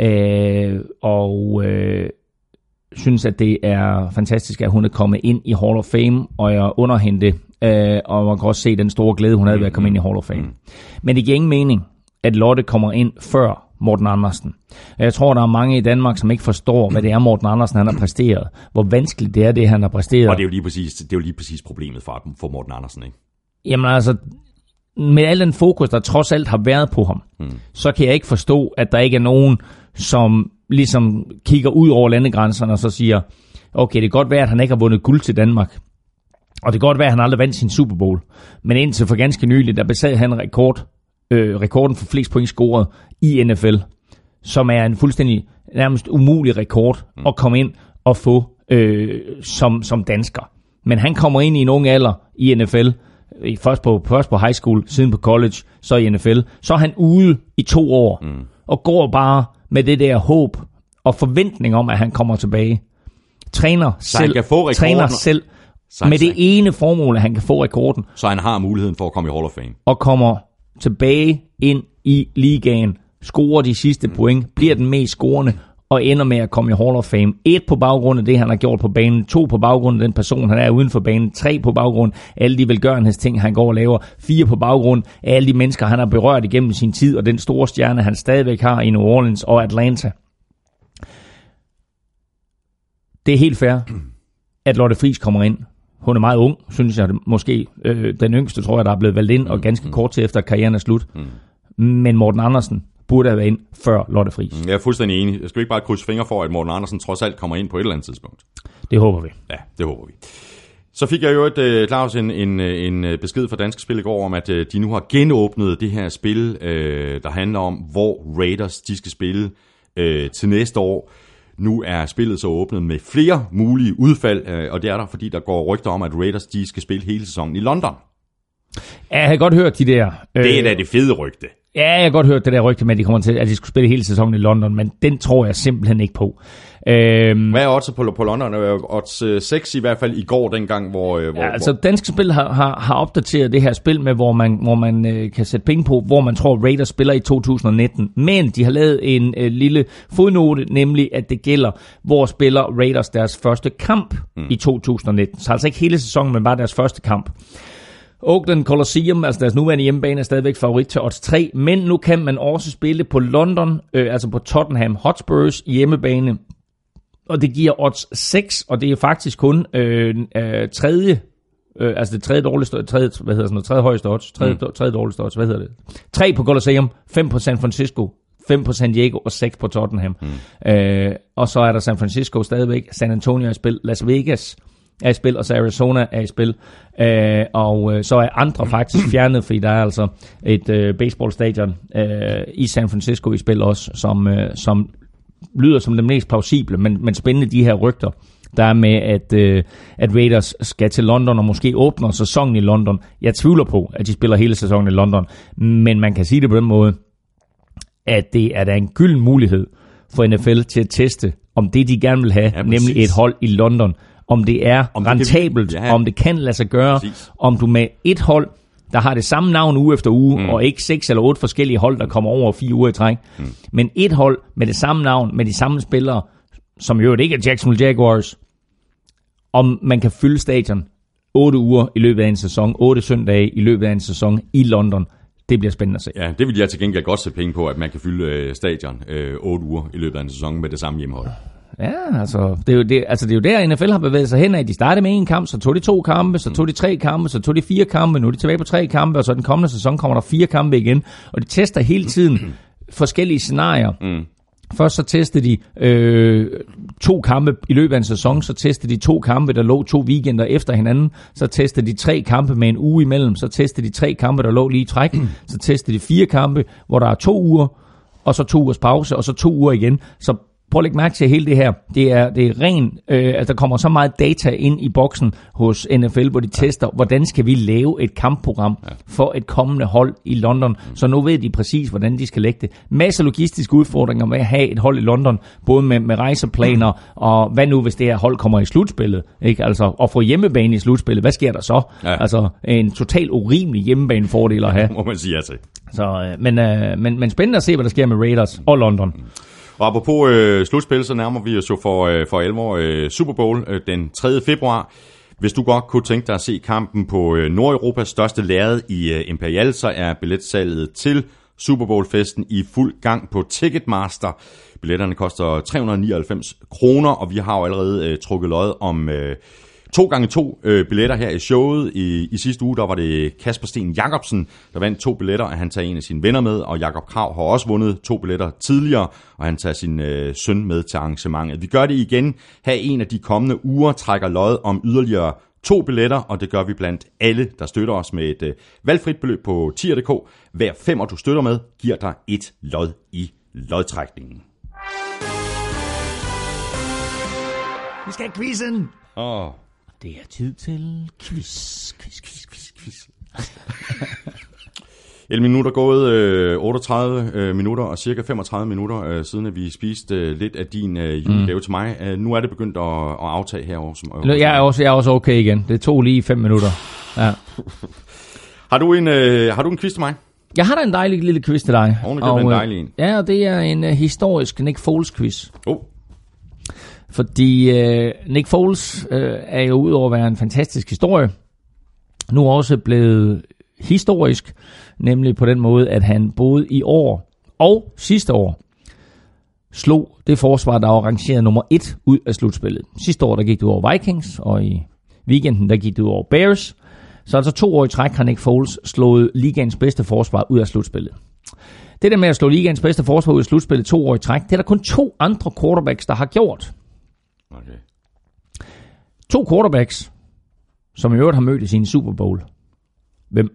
og synes, at det er fantastisk, at hun er kommet ind i Hall of Fame, og jeg under hende det. Og man kan også se den store glæde, hun havde ved at komme ind i Hall of Fame. Men det giver ingen mening, at Lotte kommer ind før Morten Andersen. Jeg tror, der er mange i Danmark, som ikke forstår, hvad det er, Morten Andersen han har præsteret. Hvor vanskeligt det er, det han har præsteret. Og det er jo lige præcis problemet for Morten Andersen, ikke? Jamen altså, med al den fokus, der trods alt har været på ham, så kan jeg ikke forstå, at der ikke er nogen, som ligesom kigger ud over landegrænserne og så siger, okay, det kan godt være, at han ikke har vundet guld til Danmark. Og det kan godt være, at han aldrig vandt sin Super Bowl. Men indtil for ganske nylig, der besad han rekorden for flest point scoret i NFL, som er en fuldstændig nærmest umulig rekord at komme ind og få som dansker. Men han kommer ind i en ung alder i NFL, først på high school, siden på college, så i NFL. Så er han ude i 2 år, og går bare med det der håb og forventning om, at han kommer tilbage. Træner selv med det ene formål, at han kan få rekorden. Så han har muligheden for at komme i Hall of Fame. Og kommer tilbage ind i ligaen, scorer de sidste point, bliver den mest scorende, og ender med at komme i Hall of Fame. 1 på baggrund af det, han har gjort på banen. 2 på baggrund af den person, han er uden for banen. 3 på baggrund af alle de velgørenhedsting, han går og laver. 4 på baggrund af alle de mennesker, han har berørt igennem sin tid, og den store stjerne, han stadigvæk har i New Orleans og Atlanta. Det er helt fair, at Lotte Friis kommer ind. Hun er meget ung, synes jeg, måske den yngste, tror jeg, der er blevet valgt ind, og ganske kort til efter karrieren er slut. Men Morten Andersen burde have været ind før Lotte Friis. Jeg er fuldstændig enig. Jeg skal ikke bare krydse fingre for, at Morten Andersen trods alt kommer ind på et eller andet tidspunkt. Det håber vi. Ja, det håber vi. Så fik jeg jo Claus, en besked fra Danske Spil i går om, at de nu har genåbnet det her spil, der handler om, hvor Raiders de skal spille til næste år. Nu er spillet så åbnet med flere mulige udfald, og det er der, fordi der går rygter om, at Raiders de skal spille hele sæsonen i London. Ja, jeg havde godt hørt de der... Det er da det fede rygte. Ja, jeg har godt hørt det der rygte med, at de kommer til, at de skulle spille hele sæsonen i London, men den tror jeg simpelthen ikke på. Hvad er odds på London? Odds 6 i hvert fald i går dengang, hvor... Altså Danske Spil har opdateret det her spil med, hvor man kan sætte penge på, hvor man tror Raiders spiller i 2019. Men de har lavet en lille fodnote, nemlig at det gælder, hvor spiller Raiders deres første kamp i 2019. Så altså ikke hele sæsonen, men bare deres første kamp. Oakland Coliseum, altså deres nuværende hjemmebane, er stadigvæk favorit til odds 3, men nu kan man også spille på London, altså på Tottenham Hotspurs hjemmebane, og det giver odds 6, og det er faktisk kun tredje, altså det tredje dårligste, tredje højeste odds, tredje dårligste odds, 3 på Coliseum, 5 på San Francisco, 5 på San Diego og 6 på Tottenham. Og så er der San Francisco stadigvæk, San Antonio er i spil, Las Vegas er i spil, og så Arizona er i spil. Og så er andre faktisk fjernet, fordi der er altså et baseballstadion i San Francisco i spil også, som lyder som det mest plausible, men spændende de her rygter, der er med, at Raiders skal til London og måske åbner sæsonen i London. Jeg tvivler på, at de spiller hele sæsonen i London, men man kan sige det på den måde, at det er da en gylden mulighed for NFL til at teste, om det de gerne vil have, nemlig et hold i London, om det er rentabelt, om det kan lade sig gøre, om du med et hold, der har det samme navn uge efter uge, og ikke 6 eller 8 forskellige hold, der kommer over 4 uger i træk, men et hold med det samme navn, med de samme spillere, som jo ikke er Jacksonville Jaguars, om man kan fylde stadion 8 uger i løbet af en sæson, 8 søndage i løbet af en sæson i London. Det bliver spændende at se. Ja, det vil jeg til gengæld godt sætte penge på, at man kan fylde stadion 8 uger i løbet af en sæson med det samme hjemmehold. Ja, altså det er jo der, NFL har bevæget sig hen af. De startede med 1 kamp, så tog de 2 kampe, så tog de 3 kampe, så tog de 4 kampe, nu er de tilbage på 3 kampe, og så den kommende sæson kommer der 4 kampe igen. Og de tester hele tiden forskellige scenarier. Først så testede de 2 kampe i løbet af en sæson, så testede de 2 kampe, der lå 2 weekender efter hinanden, så testede de 3 kampe med en uge imellem, så testede de 3 kampe, der lå lige i træk, så testede de 4 kampe, hvor der er 2 uger, og så 2 ugers pause, og så 2 uger igen. Så prøv at lægge mærke til hele det her. Det er ren, altså der kommer så meget data ind i boksen hos NFL, hvor de tester, hvordan skal vi lave et kampprogram for et kommende hold i London. Så nu ved de præcis, hvordan de skal lægge det. Masser af logistiske udfordringer med at have et hold i London, både med rejseplaner, og hvad nu, hvis det her hold kommer i slutspillet, ikke? Altså, at få hjemmebane i slutspillet, hvad sker der så? Ja. Altså, en total urimelig hjemmebanefordel at have. Må man sige ja til. Så, men spændende at se, hvad der sker med Raiders og London. Og apropos slutspil, så nærmer vi os jo for alvor Super Bowl den 3. februar. Hvis du godt kunne tænke dig at se kampen på Nordeuropas største lærred i Imperial, så er billetsalget til Super Bowl-festen i fuld gang på Ticketmaster. Billetterne koster 399 kroner, og vi har jo allerede trukket lod om 2x2 billetter her i showet. I sidste uge, der var det Kasper Sten Jacobsen, der vandt 2 billetter, og han tager en af sine venner med, og Jakob Krag har også vundet 2 billetter tidligere, og han tager sin søn med til arrangementet. Vi gør det igen her en af de kommende uger, trækker lod om yderligere 2 billetter, og det gør vi blandt alle, der støtter os med et valgfrit beløb på tier.dk. Hver 5, du støtter med, giver dig et lod i lodtrækningen. Vi skal have quizzen! Det er tid til quiz. Elmin, nu er der gået 38 minutter og cirka 35 minutter siden, at vi spiste lidt af din julegave til mig. Nu er det begyndt at aftage herovre. Jeg er også okay igen. Det tog lige 5 minutter. Ja. Har du en quiz til mig? Jeg har da en dejlig lille quiz til dig. En dejlig en. Ja, og det er en historisk Nick Foles quiz. Fordi Nick Foles er jo udover at være en fantastisk historie, nu også blevet historisk, nemlig på den måde, at han både i år og sidste år slog det forsvar, der var rangeret nummer 1 ud af slutspillet. Sidste år, der gik det ud over Vikings, og i weekenden, der gik det ud over Bears. Så altså 2 år i træk har Nick Foles slået ligaens bedste forsvar ud af slutspillet. Det der med at slå ligaens bedste forsvar ud af slutspillet 2 år i træk, det er der kun 2 andre quarterbacks, der har gjort. Okay. 2 quarterbacks, som i øvrigt har mødt i sin Super Bowl. Hvem?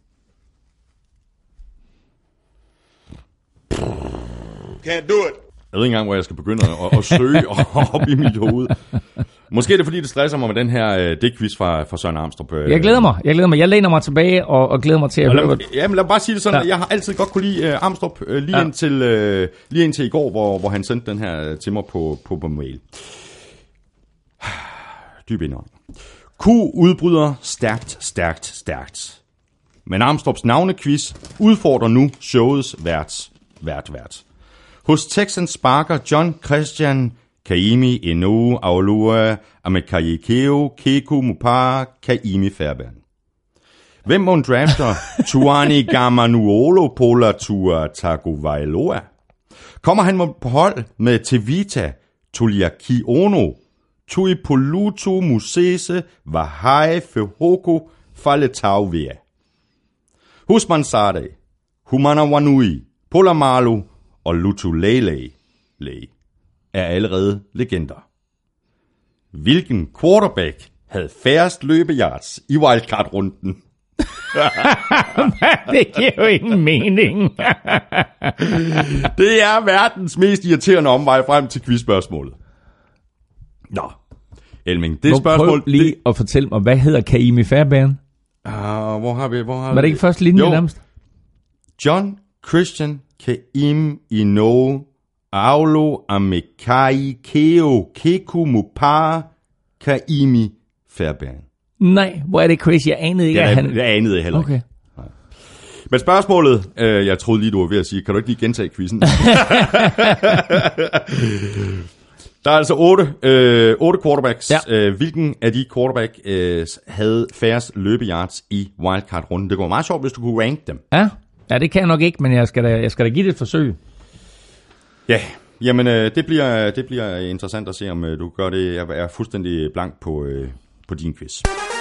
Can't do it. Jeg ved ikke engang, hvor jeg skal begynde at søge op i mit hoved. Måske er det, fordi det stresser mig med den her digtquiz fra Søren Amstrup. Jeg glæder mig. Jeg læner mig tilbage og glæder mig til at høre. Jamen lad mig bare sige det sådan, at jeg har altid godt kunne lide Amstrup, lige indtil i går, hvor han sendte den her til mig på mail. Dyb indånding. Q udbryder stærkt. Men Amstrups navnequiz udfordrer nu showets vært. Hos Texans sparker John Christian Kaimi Inoue Aolua Amekayikeo Keku Mupara Kaimi Fairbairn. Hvem mon drafter Tuani Gamanuolo Polatua Tagovailoa? Kommer han på hold med Tevita Tuliaki Ono, Tuipolutu Musese Vahai Fehoko Faletauwea? Husman Sade, Humana Wanui, Polamalu og Lutulele er allerede legender. Hvilken quarterback havde færrest løbeyards i wildcard-runden? Det giver jo ingen mening. Det er verdens mest irriterende omvej frem til quizspørgsmålet. Nå, Elming, det spørgsmål... Prøv lige at fortælle mig, hvad hedder Kaimi Fairbairn? Hvor har vi? Var det ikke første linje nærmest? John Christian Kaimi Inoue Aolo Amekai Keo Keku Mupara Kaimi Fairbairn. Nej, hvor er det crazy. Jeg anede ikke, at han... Jeg anede det heller ikke. Okay. Nej. Men spørgsmålet, jeg troede lige, du var ved at sige, kan du ikke lige gentage quizzen? Der er altså 8 quarterbacks. Ja. Hvilken af de quarterbacks havde færrest løbeyards i wildcard-runden? Det går meget sjovt, hvis du kunne rank dem. Ja, det kan jeg nok ikke, men jeg skal da give det et forsøg. Ja, jamen det bliver interessant at se, om du gør det. Jeg er fuldstændig blank på din quiz.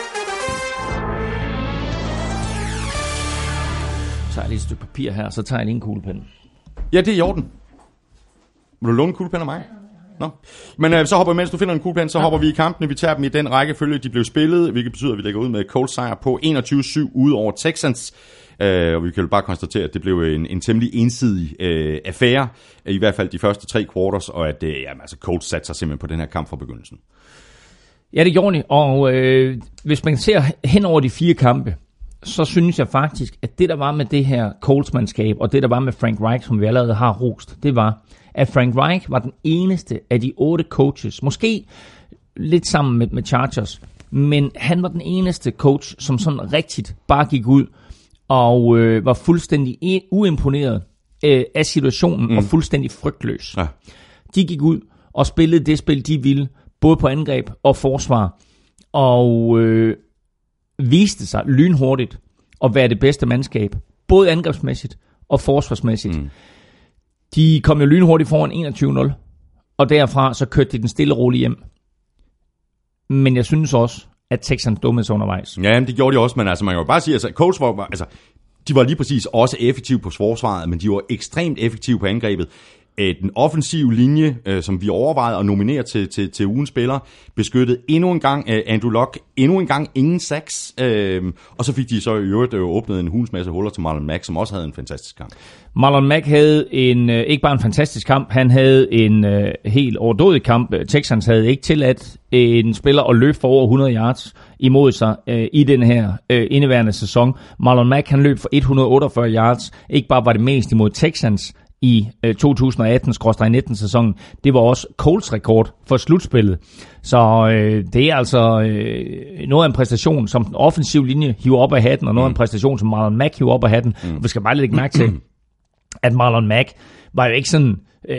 Så tager jeg lige et stykke papir her, så tager jeg lige en kuglepen. Ja, det er i orden. Vil du låne en kuglepen af mig? Nå. Men så hopper mens du finder en kuglepen, så hopper vi i kampene. Vi tager dem i den rækkefølge, de blev spillet, hvilket betyder, at vi lægger ud med Colts sejr på 21-7 ude over Texans. Og vi kan jo bare konstatere, at det blev en temmelig ensidig affære, i hvert fald de første 3 quarters, og at Colts satte sig simpelthen på den her kamp fra begyndelsen. Ja, det gjorde de, og hvis man ser hen over de 4 kampe, så synes jeg faktisk, at det der var med det her Colts-mandskab, og det der var med Frank Reich, som vi allerede har rost, det var, at Frank Reich var den eneste af de 8 coaches, måske lidt sammen med Chargers, men han var den eneste coach, som sådan rigtigt bare gik ud og var fuldstændig uimponeret af situationen og fuldstændig frygtløs. Ja. De gik ud og spillede det spil, de ville, både på angreb og forsvar, og viste sig lynhurtigt at være det bedste mandskab, både angrebsmæssigt og forsvarsmæssigt. De kom jo lynhurtigt foran 21-0, og derfra så kørte de den stille og roligt hjem. Men jeg synes også, at Texans dummede sig undervejs. Ja, det gjorde de også, men altså, man kan jo bare sige, at Colts var, altså, de var lige præcis også effektive på forsvaret, men de var ekstremt effektive på angrebet. Den offensive linje, som vi overvejede at nominere til ugens spiller, beskyttede endnu en gang Andrew Luck, endnu en gang ingen sacks, og så fik de så i øvrigt åbnet en hulens masse huller til Marlon Mack, som også havde en fantastisk kamp. Marlon Mack havde ikke bare en fantastisk kamp, han havde en helt overdådig kamp. Texans havde ikke tilladt en spiller at løbe for over 100 yards imod sig i den her indeværende sæson. Marlon Mack han løb for 148 yards, ikke bare var det mest imod Texans i 2018-19 sæsonen. Det var også Colts rekord for slutspillet. Så det er altså noget af en præstation, som den offensive linje hiver op af hatten, og noget af en præstation, som Marlon Mack hiver op af hatten. Vi skal bare lægge mærke til, at Marlon Mack var jo ikke sådan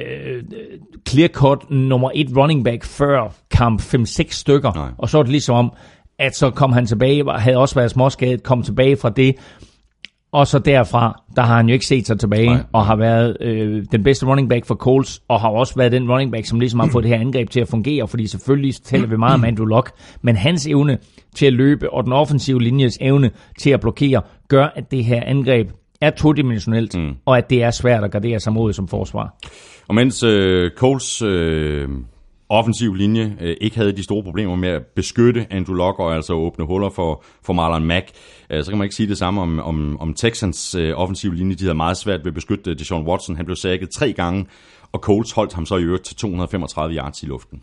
clear-cut nummer 1 running back før kamp 5-6 stykker. Nej. Og så var det ligesom om, at så kom han tilbage, havde også været småskadet, kom tilbage fra det. Og så derfra, der har han jo ikke set sig tilbage, og har været den bedste running back for Colts, og har også været den running back, som ligesom har fået det her angreb til at fungere, fordi selvfølgelig taler vi meget om Andrew Luck, men hans evne til at løbe, og den offensive linjes evne til at blokere, gør, at det her angreb er todimensionelt, og at det er svært at gardere sig mod som forsvar. Og mens Colts offensiv linje ikke havde de store problemer med at beskytte Andrew Luck og altså åbne huller for Marlon Mack, så kan man ikke sige det samme om Texans offensiv linje. De havde meget svært ved at beskytte Deshaun Watson. Han blev sækket 3 gange, og Colts holdt ham så i øvrigt til 235 yards i luften.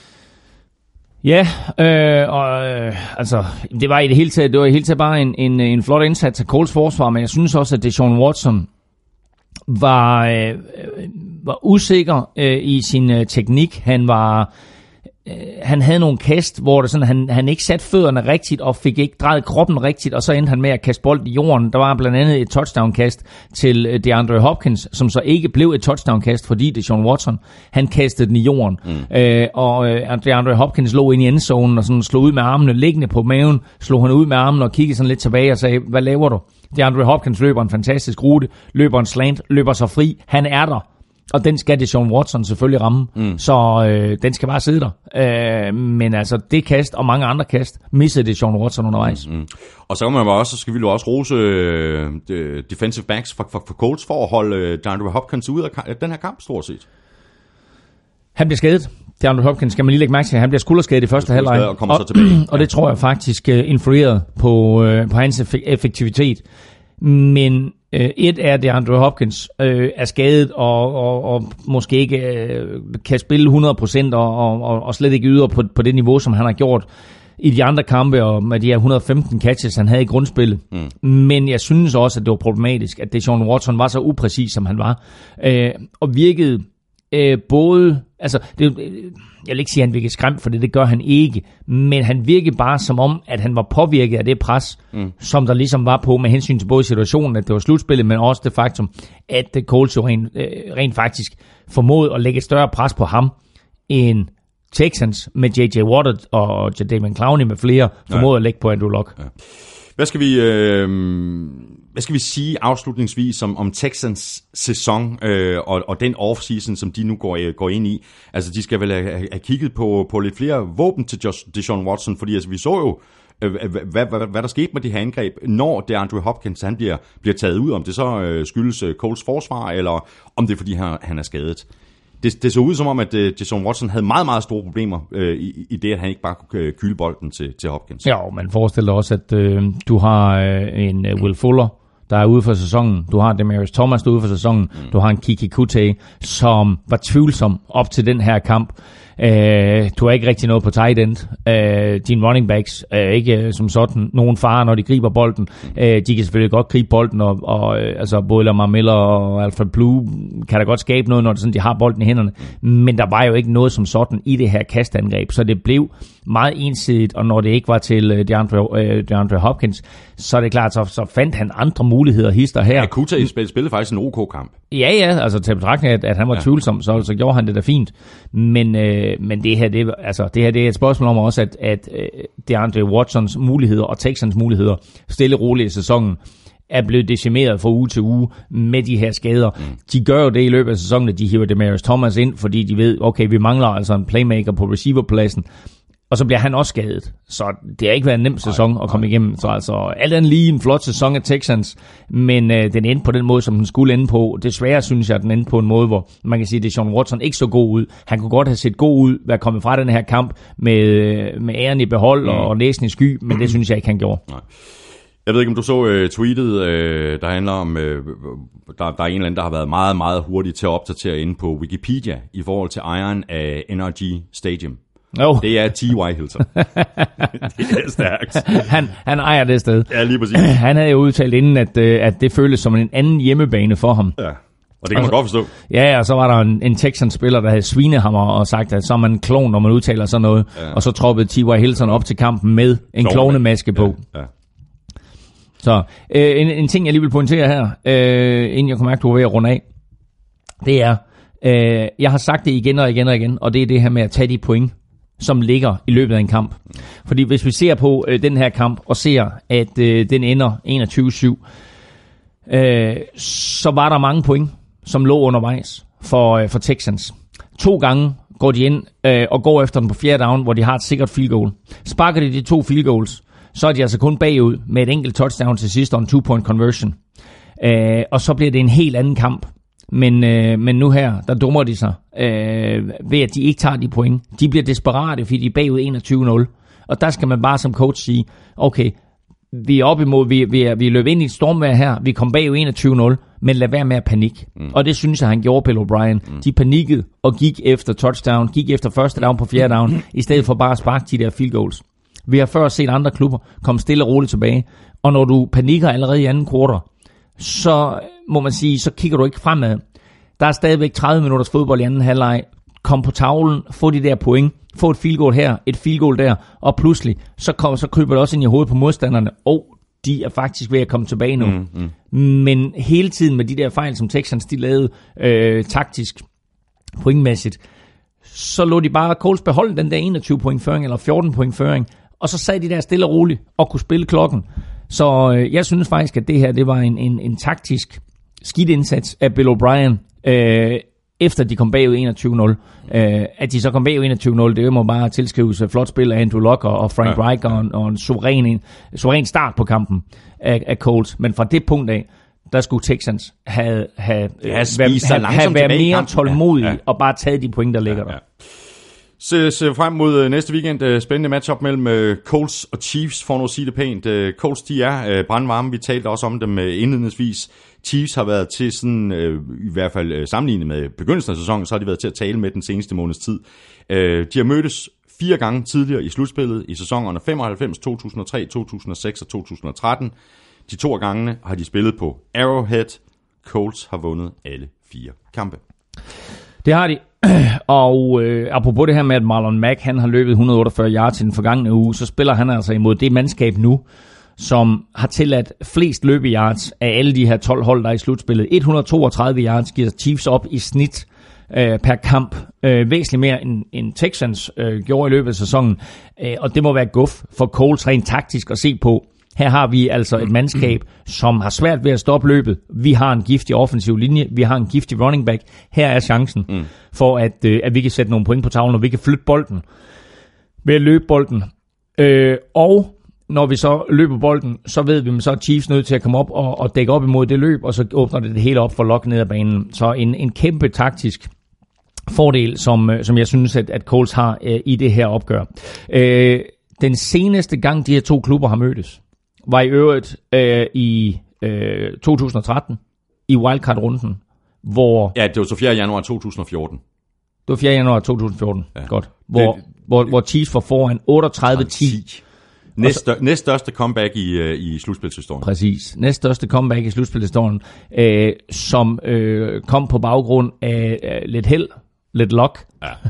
Ja, altså det var i det hele taget bare en flot indsats af Colts forsvar, men jeg synes også, at Deshaun Watson var usikker i sin teknik. Han havde nogle kast, hvor det sådan, han ikke satte fødderne rigtigt og fik ikke drejet kroppen rigtigt, og så endte han med at kaste bolden i jorden. Der var blandt andet et touchdown-kast til DeAndre Hopkins, som så ikke blev et touchdown-kast, fordi Deshaun Watson, han kastede den i jorden. Og DeAndre Hopkins lå inde i endzonen og sådan slog ud med armene, liggende på maven, slog han ud med armene og kiggede sådan lidt tilbage og sagde, hvad laver du? DeAndre Hopkins løber en fantastisk rute, løber en slant, løber sig fri, han er der. Og den skal Deshaun Watson selvfølgelig ramme, så den skal bare sidde der. Men altså det kast og mange andre kast missede Deshaun Watson undervejs. Og så skal vi jo også rose defensive backs for Colts for at holde DeAndre Hopkins ud af den her kamp stort set. Han bliver skadet. DeAndre Hopkins skal man lige lægge mærke til. Han bliver skulderskadet i første halvleg. Og kommer så tilbage. Og det tror jeg faktisk influerede på hans effektivitet. Men et er, at DeAndre Hopkins er skadet og måske ikke kan spille 100% og slet ikke yder på det niveau, som han har gjort i de andre kampe, og med de her 115 catches, han havde i grundspillet. Men jeg synes også, at det var problematisk, at Deshaun Watson var så upræcis, som han var. Og virkede både... Altså, jeg vil ikke sige, at han virkede skræmt, for det gør han ikke, men han virkede bare som om, at han var påvirket af det pres, som der ligesom var på med hensyn til både situationen, at det var slutspillet, men også det faktum, at Colts jo rent faktisk formåede at lægge et større pres på ham, end Texans med J.J. Watt og Jadeveon Clowney med flere formåede at lægge på Andrew Luck. Ja. Hvad skal vi sige afslutningsvis om Texans sæson og den offseason, som de nu går ind i? Altså, de skal vel have kigget på lidt flere våben til Deshaun Watson, fordi altså, vi så jo, hvad der skete med de her angreb, når DeAndre Hopkins han bliver taget ud, om det så skyldes Colts forsvar, eller om det er, fordi han er skadet. Det så ud som om, at Deshaun Watson havde meget, meget store problemer i det, at han ikke bare kunne kyle bolden til Hopkins. Ja, man forestiller også, at du har en Will Fuller, der er ude for sæsonen. Du har Demaryius Thomas, der er ude for sæsonen. Du har en Kiki Kute, som var tvivlsom op til den her kamp. Du har ikke rigtig noget på tight end. Dine running backs er ikke som sådan nogen fare, når de griber bolden. De kan selvfølgelig godt gribe bolden, og altså både Lamar Miller og Alfred Blue kan da godt skabe noget, når det sådan, de har bolden i hænderne. Men der var jo ikke noget som sådan i det her kastangreb, så det blev meget ensidigt, og når det ikke var til DeAndre Hopkins, så er det klart, så fandt han andre muligheder hister her. Ja, Kute spillede faktisk en OK-kamp. Ja, altså til betragtning, at han var tvivlsom, så gjorde han det da fint. Men det her, det er et spørgsmål om også, at DeAndre Watsons muligheder og Texans muligheder stille roligt i sæsonen er blevet decimeret fra uge til uge med de her skader. De gør jo det i løbet af sæsonen, at de hiver Demaryius Thomas ind, fordi de ved, okay, vi mangler altså en playmaker på receiverpladsen. Og så bliver han også skadet. Så det har ikke været en nem sæson at komme igennem. Så altså alt andet lige en flot sæson af Texans, men den endte på den måde, som den skulle ende på. Desværre synes jeg, at den endte på en måde, hvor man kan sige, at Deshaun Watson ikke så god ud. Han kunne godt have set god ud, være kommet fra den her kamp med æren i behold og næsen i sky, men det synes jeg ikke, han gjorde. Nej. Jeg ved ikke, om du så tweetet, der handler om, der er en eller anden, der har været meget, meget hurtig til at opdatere inde på Wikipedia i forhold til ejeren af NRG Stadium. Oh. Det er T.Y. Hilton. Det er stærkt. Han ejer det sted. Ja, lige præcis. Han havde jo udtalt inden, at det føltes som en anden hjemmebane for ham. Ja, og det kan man godt forstå. Ja, og så var der en Texans-spiller, der havde svinet ham og sagt, at så er man en klon, når man udtaler sådan noget. Ja. Og så troppede T.Y. Hilton op til kampen med en klovnemaske på. Ja. Så en ting, jeg lige vil pointere her, inden jeg kommer mærke, du er ved at runde af, det er, jeg har sagt det igen og igen og igen, og det er det her med at tage de point, som ligger i løbet af en kamp. Fordi hvis vi ser på den her kamp, og ser, at den ender 21-7, så var der mange point, som lå undervejs for Texans. 2 gange går de ind og går efter den på 4. down, hvor de har et sikkert field goal. Sparker de 2 field goals, så er de altså kun bagud med et enkelt touchdown til sidst og en 2-point conversion. Og så bliver det en helt anden kamp, Men nu her, der dummer de sig ved, at de ikke tager de point. De bliver desperate, fordi de er bagud 21-0. Og der skal man bare som coach sige, okay, vi er op imod, vi løb ind i et stormvejr her, vi kom bagud 21-0, men lad være med at panik. Og det synes jeg, han gjorde, Bill O'Brien. De panikkede og gik efter touchdown, gik efter første down på fjerde down, i stedet for bare at sparke de der field goals. Vi har før set andre klubber komme stille og roligt tilbage, og når du panikker allerede i anden kvartal, så må man sige, så kigger du ikke fremad. Der er stadigvæk 30 minutters fodbold i anden halvleg. Kom på tavlen, få de der point, få et field goal her, et field goal der, og pludselig, så kryber det også ind i hovedet på modstanderne, og de er faktisk ved at komme tilbage nu. Men hele tiden med de der fejl, som Texans de lavede taktisk, pointmæssigt, så lå de bare Colts beholde den der 21 point føring, eller 14 point føring, og så sad de der stille og roligt, og kunne spille klokken. Så jeg synes faktisk, at det her, det var en taktisk skidt indsats af Bill O'Brien, efter de kom bagud 21-0. At de så kom bagud 21-0, det må bare tilskrives flot spil af Andrew Luck og Frank Reich og en suveræn start på kampen af Colts. Men fra det punkt af, der skulle Texans have været mere tålmodige og bare taget de point, der ligger der. Se frem mod næste weekend. Spændende matchup mellem Colts og Chiefs, for nu at sige det pænt. Colts, de er brandvarme. Vi talte også om dem indledningsvis. Chiefs har været til sådan, i hvert fald sammenlignet med begyndelsen af sæsonen, så har de været til at tale med den seneste måneds tid. De har mødtes 4 gange tidligere i slutspillet i sæsonerne 95, 2003, 2006 og 2013. De 2 gange har de spillet på Arrowhead. Colts har vundet alle 4 kampe. Det har de. Og apropos det her med, at Marlon Mack han har løbet 148 yards i den forgangne uge, så spiller han altså imod det mandskab nu, som har tilladt flest løbeyards af alle de her 12 hold, der er i slutspillet. 132 yards giver Chiefs op i snit per kamp. Væsentligt mere end Texans gjorde i løbet af sæsonen. Og det må være guf for Colts rent taktisk at se på. Her har vi altså et mandskab, som har svært ved at stoppe løbet. Vi har en giftig offensiv linje. Vi har en giftig running back. Her er chancen for, at vi kan sætte nogle point på tavlen, og vi kan flytte bolden ved at løbe bolden. Og når vi så løber bolden, så ved vi, at så er Chiefs nødt til at komme op og dække op imod det løb, og så åbner det hele op for Luck ned ad banen. Så en kæmpe taktisk fordel, som jeg synes, at Colts har i det her opgør. Den seneste gang, de her 2 klubber har mødtes, var i øvrigt i 2013 i wildcard-runden, hvor... Ja, det var så 4. januar 2014. Det var 4. januar 2014, ja. Godt. Hvor Chiefs var foran 38-10. Næststørste comeback i slutspilshistorien. Præcis. Næststørste comeback i slutspilshistorien, som kom på baggrund af lidt held, lidt luck.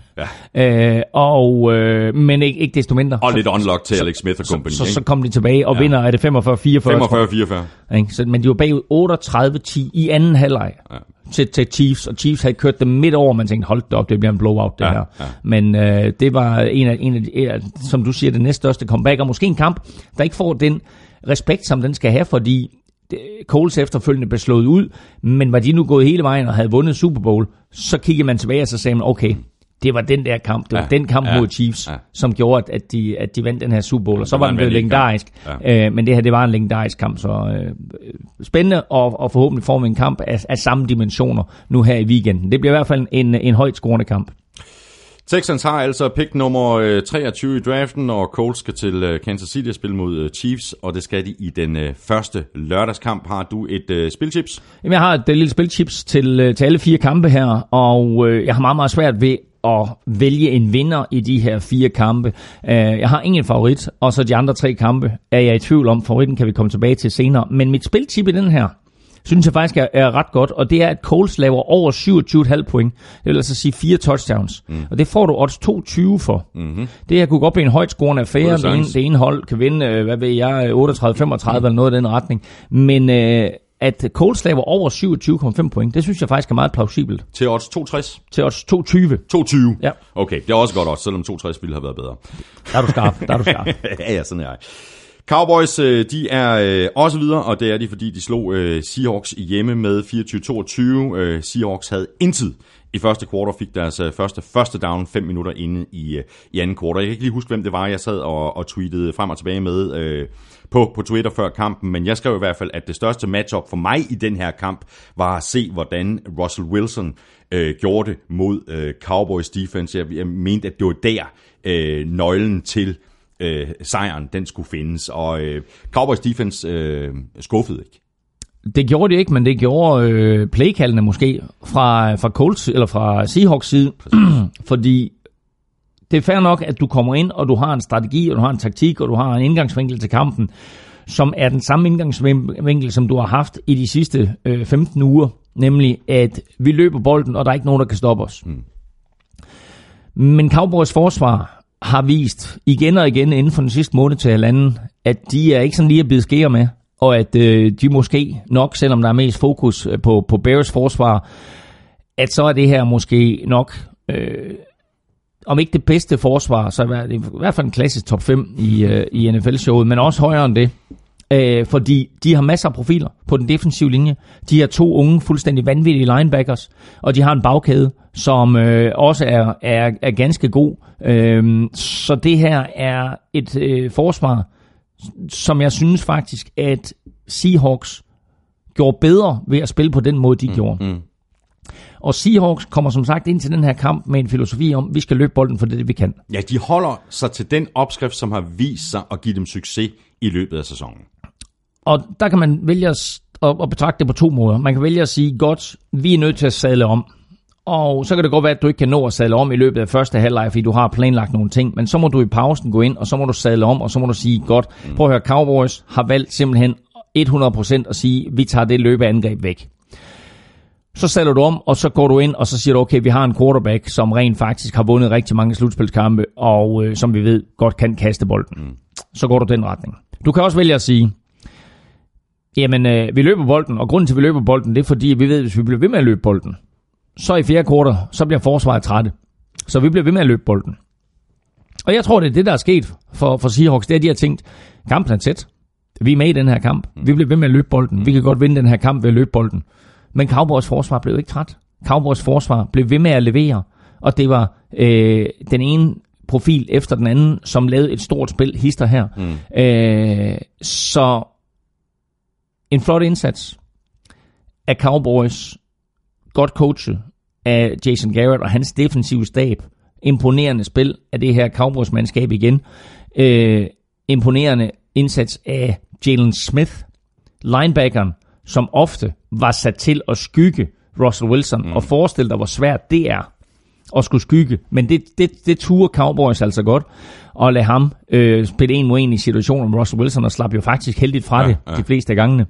Ja. Men ikke desto mindre. Og lidt unlock til Alex Smith og company. Så kom de tilbage og vinder, er det 45-44? Men de var bagud 38-10 i anden halvleg til Chiefs, og Chiefs havde kørt dem midt over, man tænkte, hold da op, det bliver en blowout det her. Ja. Men det var en af, som du siger, det næststørste comeback, og måske en kamp, der ikke får den respekt, som den skal have, fordi Colts efterfølgende blev slået ud, men var de nu gået hele vejen og havde vundet Super Bowl, så kiggede man tilbage og så sagde man, okay, det var den der kamp, det var den kamp mod Chiefs, som gjorde, at de vandt den her Super Bowl, og så var den blevet legendarisk. Men det her, det var en legendarisk kamp, så spændende, og forhåbentlig får vi en kamp af samme dimensioner nu her i weekenden. Det bliver i hvert fald en højt scorende kamp. Texans har altså pick nummer 23 i draften, og Colts skal til Kansas City og spille mod Chiefs, og det skal de i den første lørdagskamp. Har du et spilchips? Jamen, jeg har et lille spilchips til alle 4 kampe her, og jeg har meget, meget svært ved at vælge en vinder i de her 4 kampe. Jeg har ingen favorit, og så de andre 3 kampe er jeg i tvivl om. Favoritten kan vi komme tilbage til senere, men mit spiltip i den her, synes jeg faktisk er ret godt, og det er, at Colts laver over 27,5 point. Det vil altså sige 4 touchdowns. Og det får du odds 2,20 for. Det her kunne godt blive en højt scorende affære. Det ene hold kan vinde, 38-35 eller noget af den retning. Men at Colts laver over 27,5 point, det synes jeg faktisk er meget plausibelt. Til odds 2,60? Til odds 2,20. 2,20? Ja. Okay, det er også godt odds, selvom 2,60 ville have været bedre. Der er du skarp. Ja, sådan er jeg. Cowboys, de er også videre, og det er de, fordi de slog Seahawks hjemme med 24-22. Seahawks havde intet i første kvartal, fik deres første down 5 minutter inde i anden kvartal. Jeg kan ikke lige huske, hvem det var, jeg sad og tweetede frem og tilbage med på Twitter før kampen, men jeg skrev i hvert fald, at det største matchup for mig i den her kamp var at se, hvordan Russell Wilson gjorde det mod Cowboys defense. Jeg mente, at det var der nøglen til sejren, den skulle findes, og Cowboys defense skuffede ikke. Det gjorde de ikke, men det gjorde playkaldene måske fra Colts eller fra Seahawks side, fordi det er fair nok, at du kommer ind, og du har en strategi, og du har en taktik, og du har en indgangsvinkel til kampen, som er den samme indgangsvinkel, som du har haft i de sidste 15 uger, nemlig at vi løber bolden, og der er ikke nogen, der kan stoppe os. Men Cowboys forsvar har vist igen og igen inden for den sidste måned til halvanden, at de er ikke sådan lige at bide skære med, og at de måske nok, selvom der er mest fokus på Bears forsvar, at så er det her måske nok, om ikke det bedste forsvar, så er det i hvert fald en klassisk top 5 i NFL-showet, men også højere end det. Fordi de har masser af profiler på den defensive linje. De har 2 unge, fuldstændig vanvittige linebackers, og de har en bagkæde, som også er ganske god. Så det her er et forsvar, som jeg synes faktisk, at Seahawks gjorde bedre ved at spille på den måde, de gjorde. Og Seahawks kommer som sagt ind til den her kamp med en filosofi om, at vi skal løbe bolden for det vi kan. Ja, de holder sig til den opskrift, som har vist sig at give dem succes i løbet af sæsonen. Og der kan man vælge at betragte det på 2 måder. Man kan vælge at sige, godt, vi er nødt til at sadle om. Og så kan det godt være, at du ikke kan nå at sadle om i løbet af første halvleg, fordi du har planlagt nogle ting. Men så må du i pausen gå ind, og så må du sadle om, og så må du sige, godt, prøv at høre, Cowboys har valgt simpelthen 100% at sige, vi tager det løbeangreb væk. Så sadler du om, og så går du ind, og så siger du, okay, vi har en quarterback, som rent faktisk har vundet rigtig mange slutspilskampe, og som vi ved, godt kan kaste bolden. Så går du den retning. Du kan også vælge at sige, jamen, vi løber bolden, og grunden til, at vi løber bolden, det er fordi, vi ved, at hvis vi bliver ved med at løbe bolden, så i fjerde kvartal, så bliver forsvaret trætte. Så vi bliver ved med at løbe bolden. Og jeg tror, det er det, der er sket for Seahawks. Det er, de har tænkt, kampen er tæt. Vi er med i den her kamp. Vi bliver ved med at løbe bolden. Vi kan godt vinde den her kamp ved at løbe bolden. Men Cowboys forsvar blev ikke træt. Cowboys forsvar blev ved med at levere. Og det var den ene profil efter den anden, som lavede et stort spil hister her. Så en flot indsats af Cowboys, godt coachet af Jason Garrett og hans defensive stab. Imponerende spil af det her Cowboys-mandskab igen. Imponerende indsats af Jalen Smith, linebackeren, som ofte var sat til at skygge Russell Wilson, og forestil dig, hvor svært det er at skulle skygge. Men det turde Cowboys altså godt, og lade ham spille 1 mod 1 i situationen med Russell Wilson, og slap jo faktisk heldigt fra det de fleste af gangene.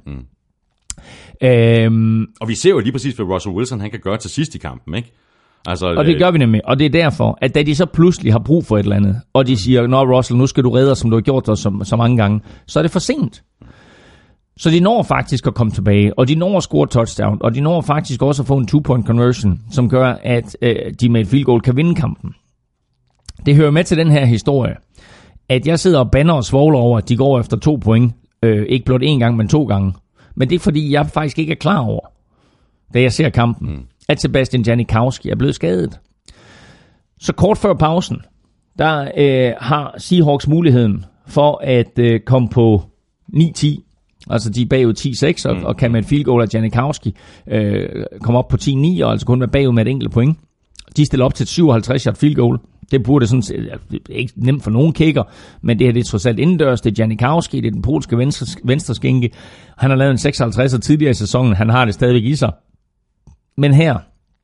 Og vi ser jo lige præcis, hvad Russell Wilson han kan gøre til sidst i kampen, ikke? Altså, og det gør vi nemlig, og det er derfor, at da de så pludselig har brug for et eller andet, og de siger, nå Russell, nu skal du redde os, som du har gjort dig så mange gange, så er det for sent. Så de når faktisk at komme tilbage, og de når at score touchdown, og de når faktisk også at få en 2-point conversion, som gør, at de med et field goal kan vinde kampen. Det hører med til den her historie, at jeg sidder og bander og svogler over, at de går efter 2 point, ikke blot 1 gang, men 2 gange. Men det er fordi, jeg faktisk ikke er klar over, da jeg ser kampen, at Sebastian Janikowski er blevet skadet. Så kort før pausen, der har Seahawks muligheden for at komme på 9-10. Altså de er bagud 10-6, og kan med et field goal af Janikowski komme op på 10-9, og altså kun være bagud med et enkelt point. De stiller op til et 57-yard field goal. Det burde sådan set, ikke nemt for nogen kicker, men det her det er trods alt indendørs. Det er Janikowski, det er den polske venstre skænke. Han har lavet en 56'er tidligere i sæsonen, han har det stadigvæk i sig. Men her,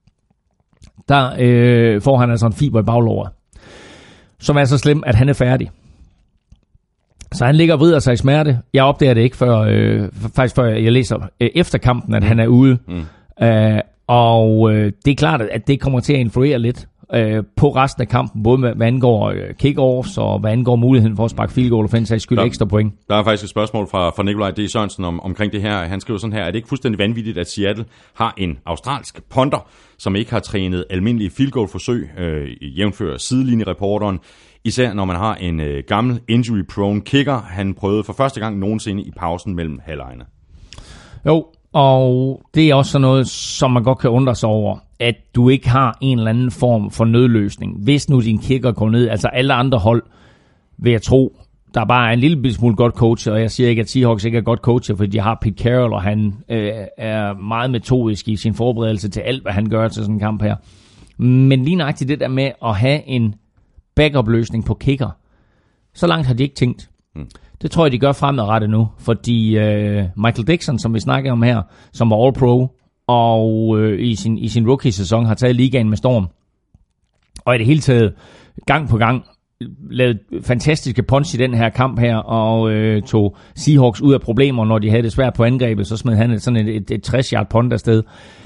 der får han altså en fiber i baglåret, som er så slem, at han er færdig. Så han ligger og vrider sig i smerte. Jeg opdager det ikke, før jeg læser efter kampen, at han er ude. Og det er klart, at det kommer til at influere lidt. på resten af kampen, både hvad angår kick-offs og hvad angår muligheden for at sparke field goal og finde sig skyld ekstra point. Der er faktisk et spørgsmål fra Nikolaj D. Sørensen omkring det her. Han skriver sådan her: er det ikke fuldstændig vanvittigt, at Seattle har en australsk punter, som ikke har trænet almindelige field goal forsøg, jævnfører sidelinjereporteren, især når man har en gammel injury-prone kicker. Han prøvede for første gang nogensinde i pausen mellem halvlejene. Jo, og det er også sådan noget, som man godt kan undre sig over, at du ikke har en eller anden form for nødløsning. Hvis nu din kicker går ned, altså alle andre hold, vil jeg tro, der bare er en lille smule godt coach, og jeg siger ikke, at Seahawks ikke er godt coacher, fordi de har Pete Carroll, og han er meget metodisk i sin forberedelse til alt, hvad han gør til sådan en kamp her. Men lige nøjagtigt det der med at have en backup-løsning på kicker, så langt har de ikke tænkt. Det tror jeg, de gør fremadrettet nu, fordi Michael Dixon, som vi snakker om her, som var All-Pro, og i sin rookie-sæson har taget ligaen med storm, og i det hele taget gang på gang lavede fantastiske punch i den her kamp her, og tog Seahawks ud af problemer, når de havde det svært på angrebet, så smed han sådan et 60-yard punt afsted.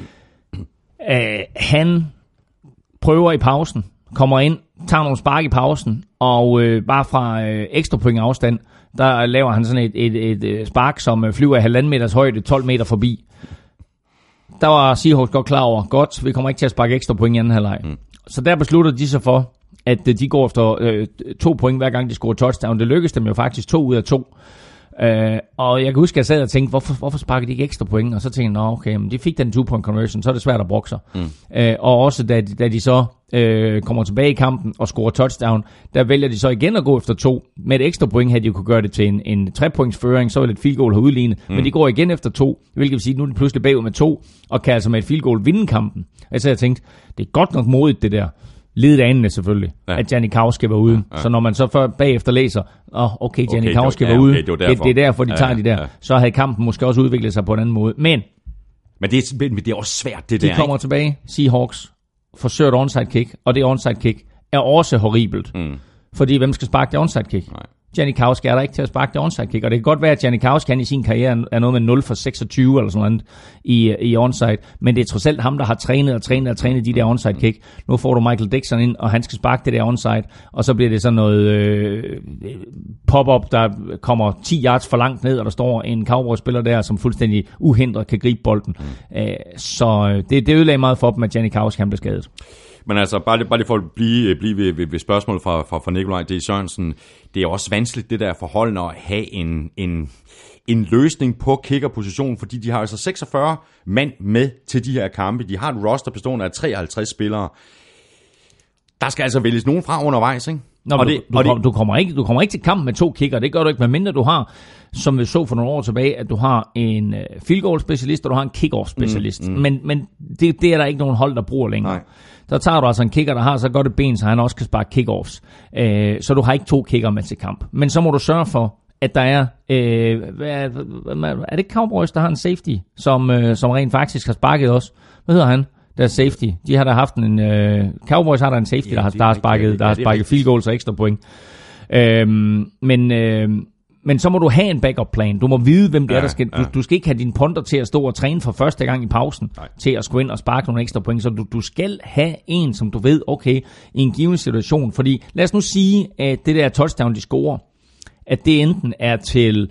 Han prøver i pausen, kommer ind, tager nogle spark i pausen, og bare fra ekstra point afstand, der laver han sådan et spark, som flyver i 1,5 meters højde, 12 meter forbi. Der var Seahawks godt klar over, godt, vi kommer ikke til at sparke ekstra point i anden halvleg. Så der beslutter de sig for, at de går efter 2 point, hver gang de scorer touchdown. Det lykkedes dem jo faktisk 2 ud af 2. Og jeg kan huske, at jeg sad og tænkte, hvorfor sparker de ikke ekstra point? Og så tænkte jeg, okay, men de fik den 2-point conversion, så er det svært at brokke sig. Og også da de så kommer tilbage i kampen og scorer touchdown, der vælger de så igen at gå efter 2. Med et ekstra point havde de jo kunne gøre det til en 3-points føring, så ville et field goal have udlignet. Men de går igen efter 2, hvilket vil sige, at nu er de pludselig bagud med 2, og kan altså med et field goal vinde kampen. Altså jeg tænkte, det er godt nok modigt det der. Ledet anende selvfølgelig, at Janikowski var ude. Så når man så bagefter læser, okay, Janikowski var ude, det er derfor, de tager de der, så havde kampen måske også udviklet sig på en anden måde. Men det er også svært, det der. De kommer tilbage, Seahawks forsøger et onside kick, og det onside kick er også horribelt. Fordi hvem skal sparke det onside kick? Nej. Janikowski er der ikke til at sparke det onside kick, og det kan godt være, at Janikowski i sin karriere er noget med 0 for 26 eller sådan noget i onside, men det er trods alt ham, der har trænet de der onside kick. Nu får du Michael Dixon ind, og han skal sparke det der onside, og så bliver det sådan noget pop-up, der kommer 10 yards for langt ned, og der står en Cowboys-spiller der, som fuldstændig uhindret kan gribe bolden. Så det ødelagde meget for dem, at Janikowski han blev skadet. Men altså, bare lige for at blive ved spørgsmålet fra Nikolaj D. Sørensen, det er også vanskeligt det der forholdende at have en løsning på kickerpositionen, fordi de har altså 46 mand med til de her kampe. De har et roster bestående af 53 spillere. Der skal altså vælges nogen fra undervejs, ikke? Du kommer ikke til kamp med 2 kicker. Det gør du ikke, medmindre du har, som vi så for nogle år tilbage, at du har en field goal specialist, og du har en kick-off specialist. Men det er der ikke nogen hold, der bruger længere. Nej. Så tager du altså en kicker, der har så godt et ben, så han også kan sparke kick-offs. Så du har ikke 2 kicker med til kamp. Men så må du sørge for, at der er... er det Cowboys, der har en safety, som rent faktisk har sparket også? Hvad hedder han? Der er safety. De har der haft en... Cowboys har der en safety, der har sparket field goals og ekstra point. Men så må du have en backup plan. Du må vide, hvem det er, der skal... Du skal ikke have din punter til at stå og træne for første gang i pausen, til at skulle ind og sparke nogle ekstra point. Så du skal have en, som du ved, okay, i en given situation. Fordi lad os nu sige, at det der touchdown, de scorer, at det enten er til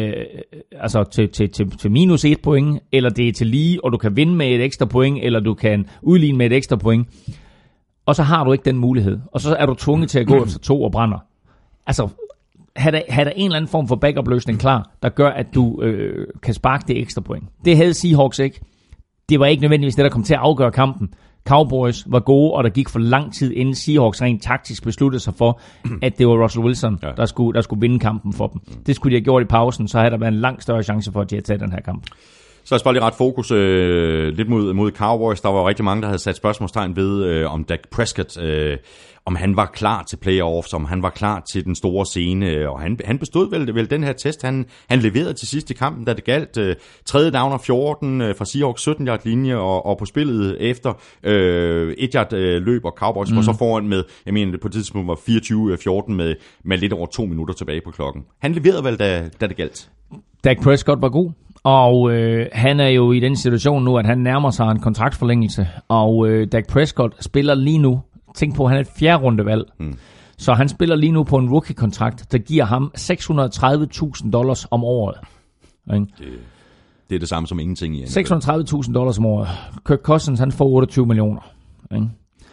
minus 1 point, eller det er til lige, og du kan vinde med et ekstra point, eller du kan udligne med et ekstra point. Og så har du ikke den mulighed. Og så er du tvunget til at gå efter 2 og brænder. Altså, have der en eller anden form for backup-løsning klar, der gør, at du kan sparke det ekstra point. Det havde Seahawks ikke. Det var ikke nødvendigvis det, der kom til at afgøre kampen. Cowboys var gode, og der gik for lang tid, inden Seahawks rent taktisk besluttede sig for, at det var Russell Wilson, der skulle vinde kampen for dem. Det skulle de have gjort i pausen, så havde der været en langt større chance for, at de havde taget den her kamp. Så lad os bare lige ret fokus lidt mod Cowboys. Der var rigtig mange, der havde sat spørgsmålstegn ved, om Dak Prescott, om han var klar til playoffs, om han var klar til den store scene. Og han bestod vel den her test. Han leverede til sidst i kampen, da det galt. 3. down og 14 fra Seahawks 17-yard linje, og på spillet efter 1-yard løb, og Cowboys var så foran med, jeg mener på det tidspunkt var 24-14 med lidt over 2 minutter tilbage på klokken. Han leverede vel, da det galt. Dak Prescott var god. Og han er jo i den situation nu, at han nærmer sig en kontraktforlængelse. Og Dak Prescott spiller lige nu tænk på, at han er et 4. rundevalg. Så han spiller lige nu på en rookie-kontrakt, der giver ham $630,000 om året. Ikke? Det er det samme som ingenting i. $630,000 om året. Kirk Cousins, han får 28 millioner. Ikke?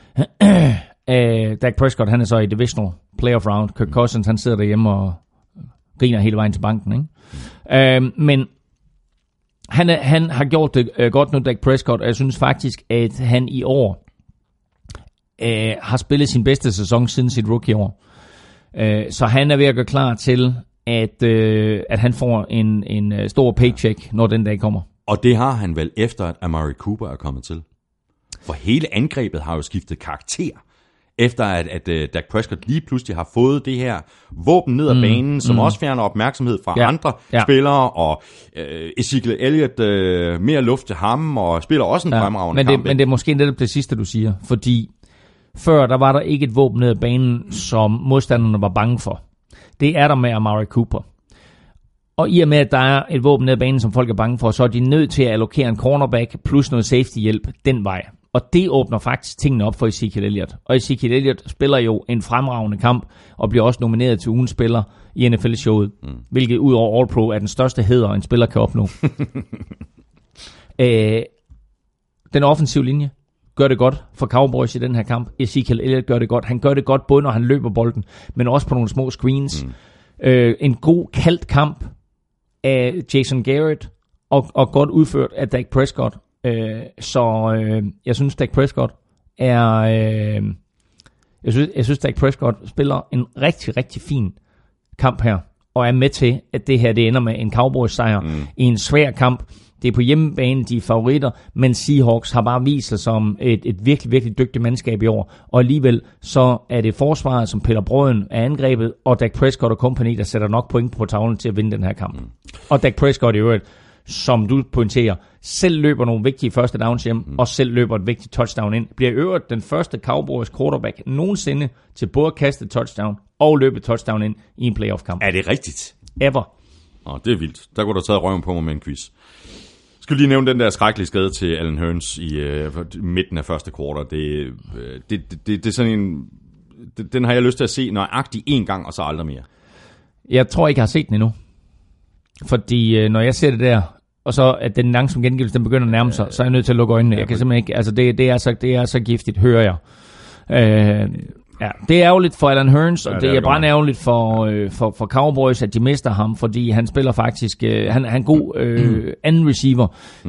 Dak Prescott, han er så i divisional playoff round. Kirk Cousins, han sidder derhjemme og griner hele vejen til banken. Ikke? Men han har gjort det godt nu, Dak Prescott, og jeg synes faktisk, at han i år har spillet sin bedste sæson siden sit rookie-år. Så han er ved at gøre klar til, at han får en stor paycheck, når den dag kommer. Og det har han vel efter, at Amari Cooper er kommet til. For hele angrebet har jo skiftet karakter, efter at Dak Prescott lige pludselig har fået det her våben ned ad banen, som også fjerner opmærksomhed fra andre spillere, og Ezekiel Elliott mere luft til ham, og spiller også en fremragende kamp. Men det er måske netop det sidste, du siger, fordi før der var der ikke et våben ned ad banen, som modstanderne var bange for. Det er der med Amari Cooper. Og i og med, at der er et våben ned ad banen, som folk er bange for, så er de nødt til at allokere en cornerback plus noget safety-hjælp den vej. Og det åbner faktisk tingene op for Ezekiel Elliott. Og Ezekiel Elliott spiller jo en fremragende kamp, og bliver også nomineret til ugens spiller i NFL-showet, hvilket ud over All-Pro er den største hæder, en spiller kan opnå. Den offensive linje gør det godt for Cowboys i den her kamp. Ezekiel Elliott gør det godt. Han gør det godt både, når han løber bolden, men også på nogle små screens. En god, kaldt kamp af Jason Garrett, og godt udført af Dak Prescott. Så jeg synes, Dak Prescott er... Jeg synes, Dak Prescott spiller en rigtig, rigtig fin kamp her, og er med til, at det her det ender med en Cowboys-sejr i en svær kamp. Det er på hjemmebane, de er favoritter, men Seahawks har bare vist sig som et virkelig, virkelig dygtigt mandskab i år. Og alligevel så er det forsvaret, som piller brøden af angrebet, og Dak Prescott og company, der sætter nok point på tavlen til at vinde den her kamp. Og Dak Prescott i øvrigt, som du pointerer, selv løber nogle vigtige første downs hjem, og selv løber et vigtigt touchdown ind. Bliver i øvrigt den første Cowboys quarterback nogensinde til både at kaste touchdown og løbe touchdown ind i en playoff-kamp. Er det rigtigt? Ever. Det er vildt. Der kunne du have taget røven på mig med en quiz. Skal lige nævne den der skrækkelige skade til Allen Hurns i midten af første kvartal. Det er sådan en... Den har jeg lyst til at se nøjagtigt en gang, og så aldrig mere. Jeg tror ikke, jeg har set den endnu. Fordi når jeg ser det der, og så at den langsomme gengivelse, den begynder at nærme sig, så er jeg nødt til at lukke øjnene. Jeg kan simpelthen ikke... Altså, det er så giftigt, hører jeg. Det er ærgerligt for Allen Hurns, og det er bare ærgerligt for Cowboys, at de mister ham, fordi han spiller faktisk... Han er en god anden receiver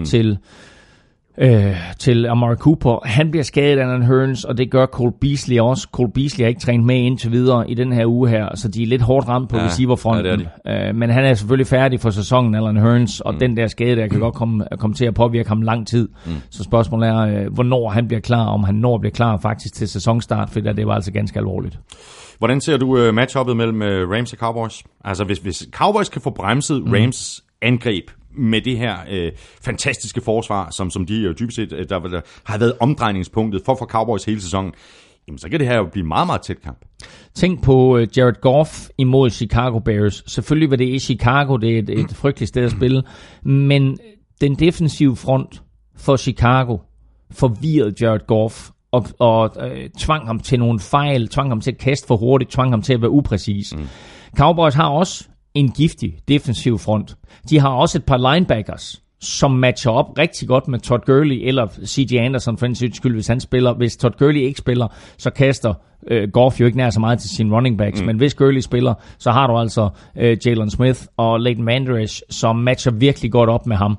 til Amari Cooper. Han bliver skadet af Allen Hurns, og det gør Cole Beasley også. Cole Beasley har ikke trænet med indtil videre i den her uge her, så de er lidt hårdt ramt på receiverfronten. Men han er selvfølgelig færdig for sæsonen, Allen Hurns, og den der skade der kan godt komme til at påvirke ham lang tid. Så spørgsmålet er, hvornår han bliver klar, om han når bliver klar faktisk til sæsonstart, for det var altså ganske alvorligt. Hvordan ser du matchuppet mellem Rams og Cowboys? Altså hvis Cowboys kan få bremset Rams angreb med det her fantastiske forsvar, som de jo dybest set, der har været omdrejningspunktet for Cowboys hele sæsonen, jamen så kan det her jo blive meget, meget tæt kamp. Tænk på Jared Goff imod Chicago Bears. Selvfølgelig var det i Chicago, det er et frygteligt sted at spille, men den defensive front for Chicago forvirrede Jared Goff og tvang ham til nogle fejl, tvang ham til at kaste for hurtigt, tvang ham til at være upræcis. Cowboys har også en giftig defensiv front. De har også et par linebackers, som matcher op rigtig godt med Todd Gurley eller C.J. Anderson for en sygt skyld, hvis han spiller. Hvis Todd Gurley ikke spiller, så kaster Goff jo ikke nær så meget til sine running backs. Men hvis Gurley spiller, så har du altså Jalen Smith og Leighton Vander Esch, som matcher virkelig godt op med ham.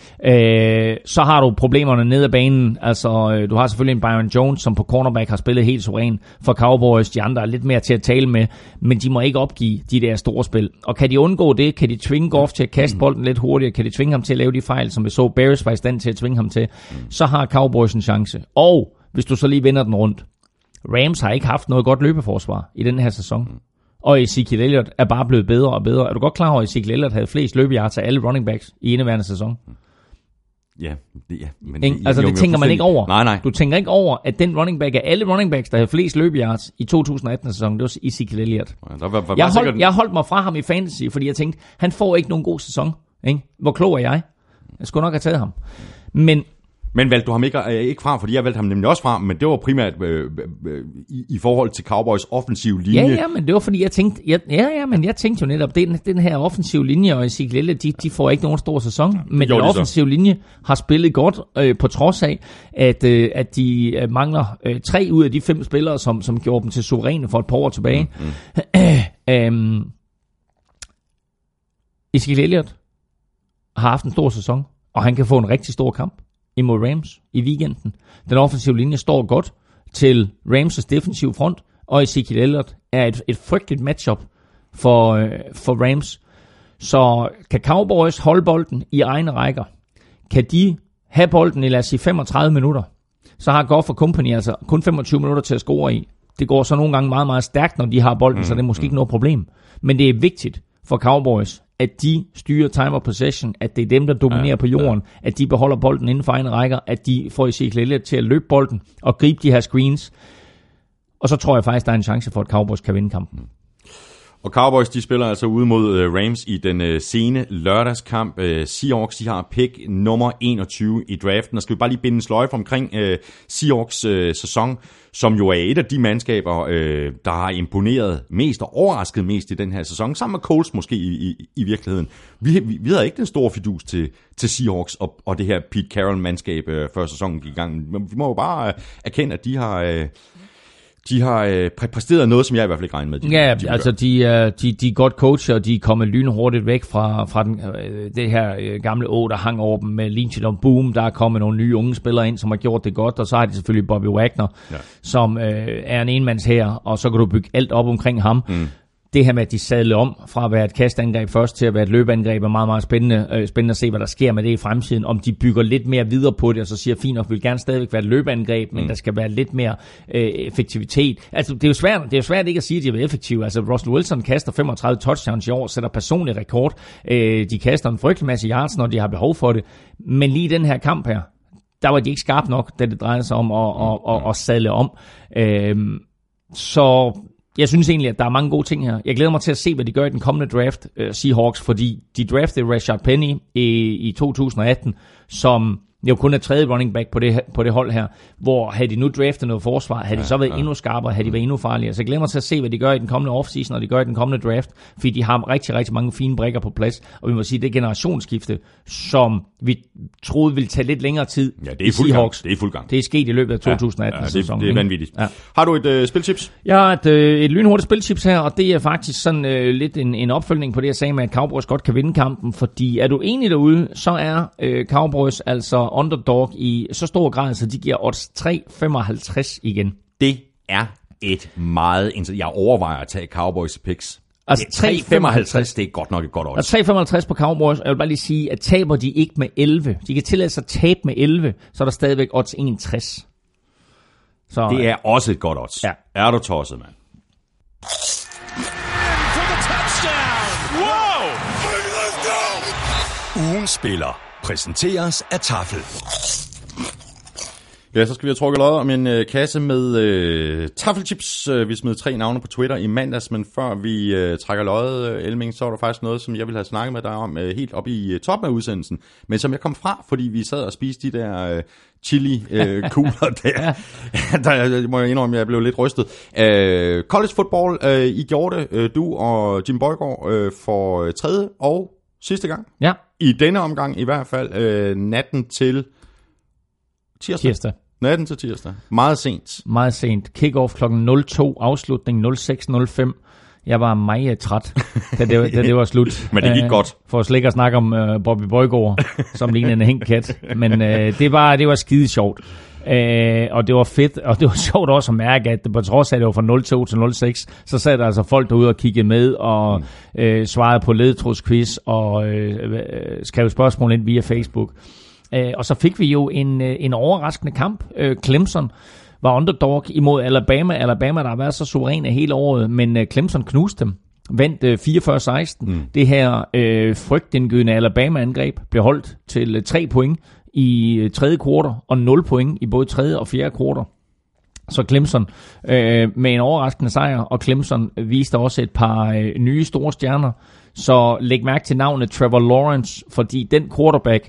Så har du problemerne ned ad banen. Altså, du har selvfølgelig en Byron Jones, som på cornerback har spillet helt suveræn for Cowboys. De andre er lidt mere til at tale med, men de må ikke opgive de der store spil. Og kan de undgå det? Kan de tvinge Goff til at kaste bolden lidt hurtigere? Kan de tvinge ham til at lave de fejl, som vi så Bears var i stand til at tvinge ham til? Så har Cowboys en chance. Og hvis du så lige vender den rundt, Rams har ikke haft noget godt løbeforsvar i den her sæson. Og Ezekiel Elliott er bare blevet bedre og bedre. Er du godt klar over, at Ezekiel Elliott havde flest løbeyards af alle running backs i indeværende sæson? Ja. Men altså det tænker man ikke over. Nej. Du tænker ikke over, at den running back af alle running backs, der havde flest løbeyards i 2018-sæsonen, det var Ezekiel Elliott. Jeg holdt mig fra ham i fantasy, fordi jeg tænkte, han får ikke nogen god sæson. Ikke? Hvor klog er jeg? Jeg skulle nok have taget ham. Men Men valgte du ham ikke fra, fordi jeg valgte ham nemlig også fra, men det var primært i forhold til Cowboys offensive linje. Ja, men det var fordi, jeg tænkte, jeg tænkte jo netop, den her offensive linje, og Ezekiel Elliott, de får ikke nogen stor sæson, men den offensive linje har spillet godt, på trods af, at de mangler 3 ud af de 5 spillere, som gjorde dem til suveræne for et par år tilbage. Ezekiel Elliott har haft en stor sæson, og han kan få en rigtig stor kamp imod Rams i weekenden. Den offensive linje står godt til Rams' defensive front, og Ezekiel Elliott er et frygteligt matchup for Rams. Så kan Cowboys holde bolden i egne rækker? Kan de have bolden i, lad os sige, 35 minutter? Så har Goff og company altså kun 25 minutter til at score i. Det går så nogle gange meget, meget stærkt, når de har bolden, så det er måske ikke noget problem. Men det er vigtigt for Cowboys, at de styrer time of possession, at det er dem, der dominerer på jorden, at de beholder bolden inden for egne rækker, at de får Ezekiel Elliott til at løbe bolden og gribe de her screens. Og så tror jeg faktisk, der er en chance for, at Cowboys kan vinde kampen. Og Cowboys, de spiller altså ude mod Rams i den sene lørdagskamp. Seahawks, de har pick nummer 21 i draften. Og skal vi bare lige binde en sløjfe omkring Seahawks sæson, som jo er et af de mandskaber, der har imponeret mest og overrasket mest i den her sæson, sammen med Colts måske i virkeligheden. Vi havde ikke den store fidus til Seahawks og det her Pete Carroll-mandskab, før sæsonen gik i gang. Men vi må jo bare erkende, at de har præsteret noget, som jeg i hvert fald ikke regner med. De er godt coacher, og de er kommet lynhurtigt væk fra det her gamle der hang over dem med Legion of Boom. Der er kommet nogle nye unge spillere ind, som har gjort det godt, og så har de selvfølgelig Bobby Wagner, som er en enmandshær, og så kan du bygge alt op omkring ham. Det her med, at de sadler om fra at være et kastangreb først til at være et løbeangreb, er meget, meget spændende. Spændende at se, hvad der sker med det i fremtiden. Om de bygger lidt mere videre på det, og så siger fint nok, vi vil gerne stadigvæk være et løbeangreb, men der skal være lidt mere effektivitet. Altså, det er jo svært ikke at sige, at de er effektive. Altså, Russell Wilson kaster 35 touchdowns i år, sætter personlig rekord. De kaster en frygtelig masse yards, når de har behov for det. Men lige den her kamp her, der var de ikke skarpe nok, da det drejede sig om at sadle om. Så jeg synes egentlig, at der er mange gode ting her. Jeg glæder mig til at se, hvad de gør i den kommende draft, Seahawks, fordi de draftede Rashard Penny i 2018, som jo kun er tredje running back på det hold her, hvor havde de nu draftet noget forsvar, havde de så været endnu skarpere, havde de været endnu farligere. Så jeg glæder mig til at se, hvad de gør i den kommende offseason, og de gør i den kommende draft, fordi de har rigtig, rigtig mange fine brikker på plads, og vi må sige, det er generationsskifte, som vi troede ville tage lidt længere tid. Ja, det er Seahawks. Det er fuld gang. Det er sket i løbet af 2018-sæsonen. Det er vanvittigt. Ja. Har du et spiltips? Jeg har et lynhurtigt spiltips her, og det er faktisk sådan lidt en opfølgning på det, jeg sagde med, at Cowboys godt kan vinde kampen, fordi er du enig derude, så er Cowboys altså underdog i så stor grad, så de giver odds 3,55 igen. Det er et meget... Jeg overvejer at tage Cowboys picks. Altså 3,55, det er godt nok et godt odds. Og 3,55 på Cowboys, jeg vil bare lige sige, at taber de ikke med 11. De kan tillade sig at tabe med 11, så er der stadigvæk odds 1,60. Så det er også et godt odds. Ja. Er du tosset, mand? Ugens spiller præsenteres af Tafel. Ja, så skal vi have trukket lod om en kasse med taffelchips. Vi smed 3 navne på Twitter i mandags, men før vi trækker løjet, Elming, så var der faktisk noget, som jeg ville have snakket med dig om helt op i toppen af udsendelsen, men som jeg kom fra, fordi vi sad og spiste de der chili-kugler der. Der må jeg indrømme, at jeg blev lidt rystet. College football, I gjorde det, du og Jim Bøjgaard, for tredje og sidste gang. Ja. I denne omgang i hvert fald, natten til tirsdag. Natten til tirsdag. Meget sent. Meget sent. Kick-off kl. 02, afslutning 06.05. Jeg var meget træt, da det var slut. Men det gik godt. For at slet ikke at snakke om Bobby Bøjgaard, som lignede en hængkat. Men det var skide sjovt. Og det var fedt, og det var sjovt også at mærke, at på trods af, at det var fra 02 til 06, så sad der altså folk derude og kiggede med, og svarede på ledetrådsquiz, og skrev spørgsmål ind via Facebook. Og så fik vi jo en overraskende kamp. Clemson var underdog imod Alabama. Alabama, der har været så suveræn af hele året, men Clemson knuste dem. Vandt 44-16. Det her frygtindgydende Alabama-angreb blev holdt til 3 point i tredje kvartal, og 0 point i både tredje og fjerde kvartal. Så Clemson med en overraskende sejr, og Clemson viste også et par nye store stjerner. Så læg mærke til navnet Trevor Lawrence, fordi den quarterback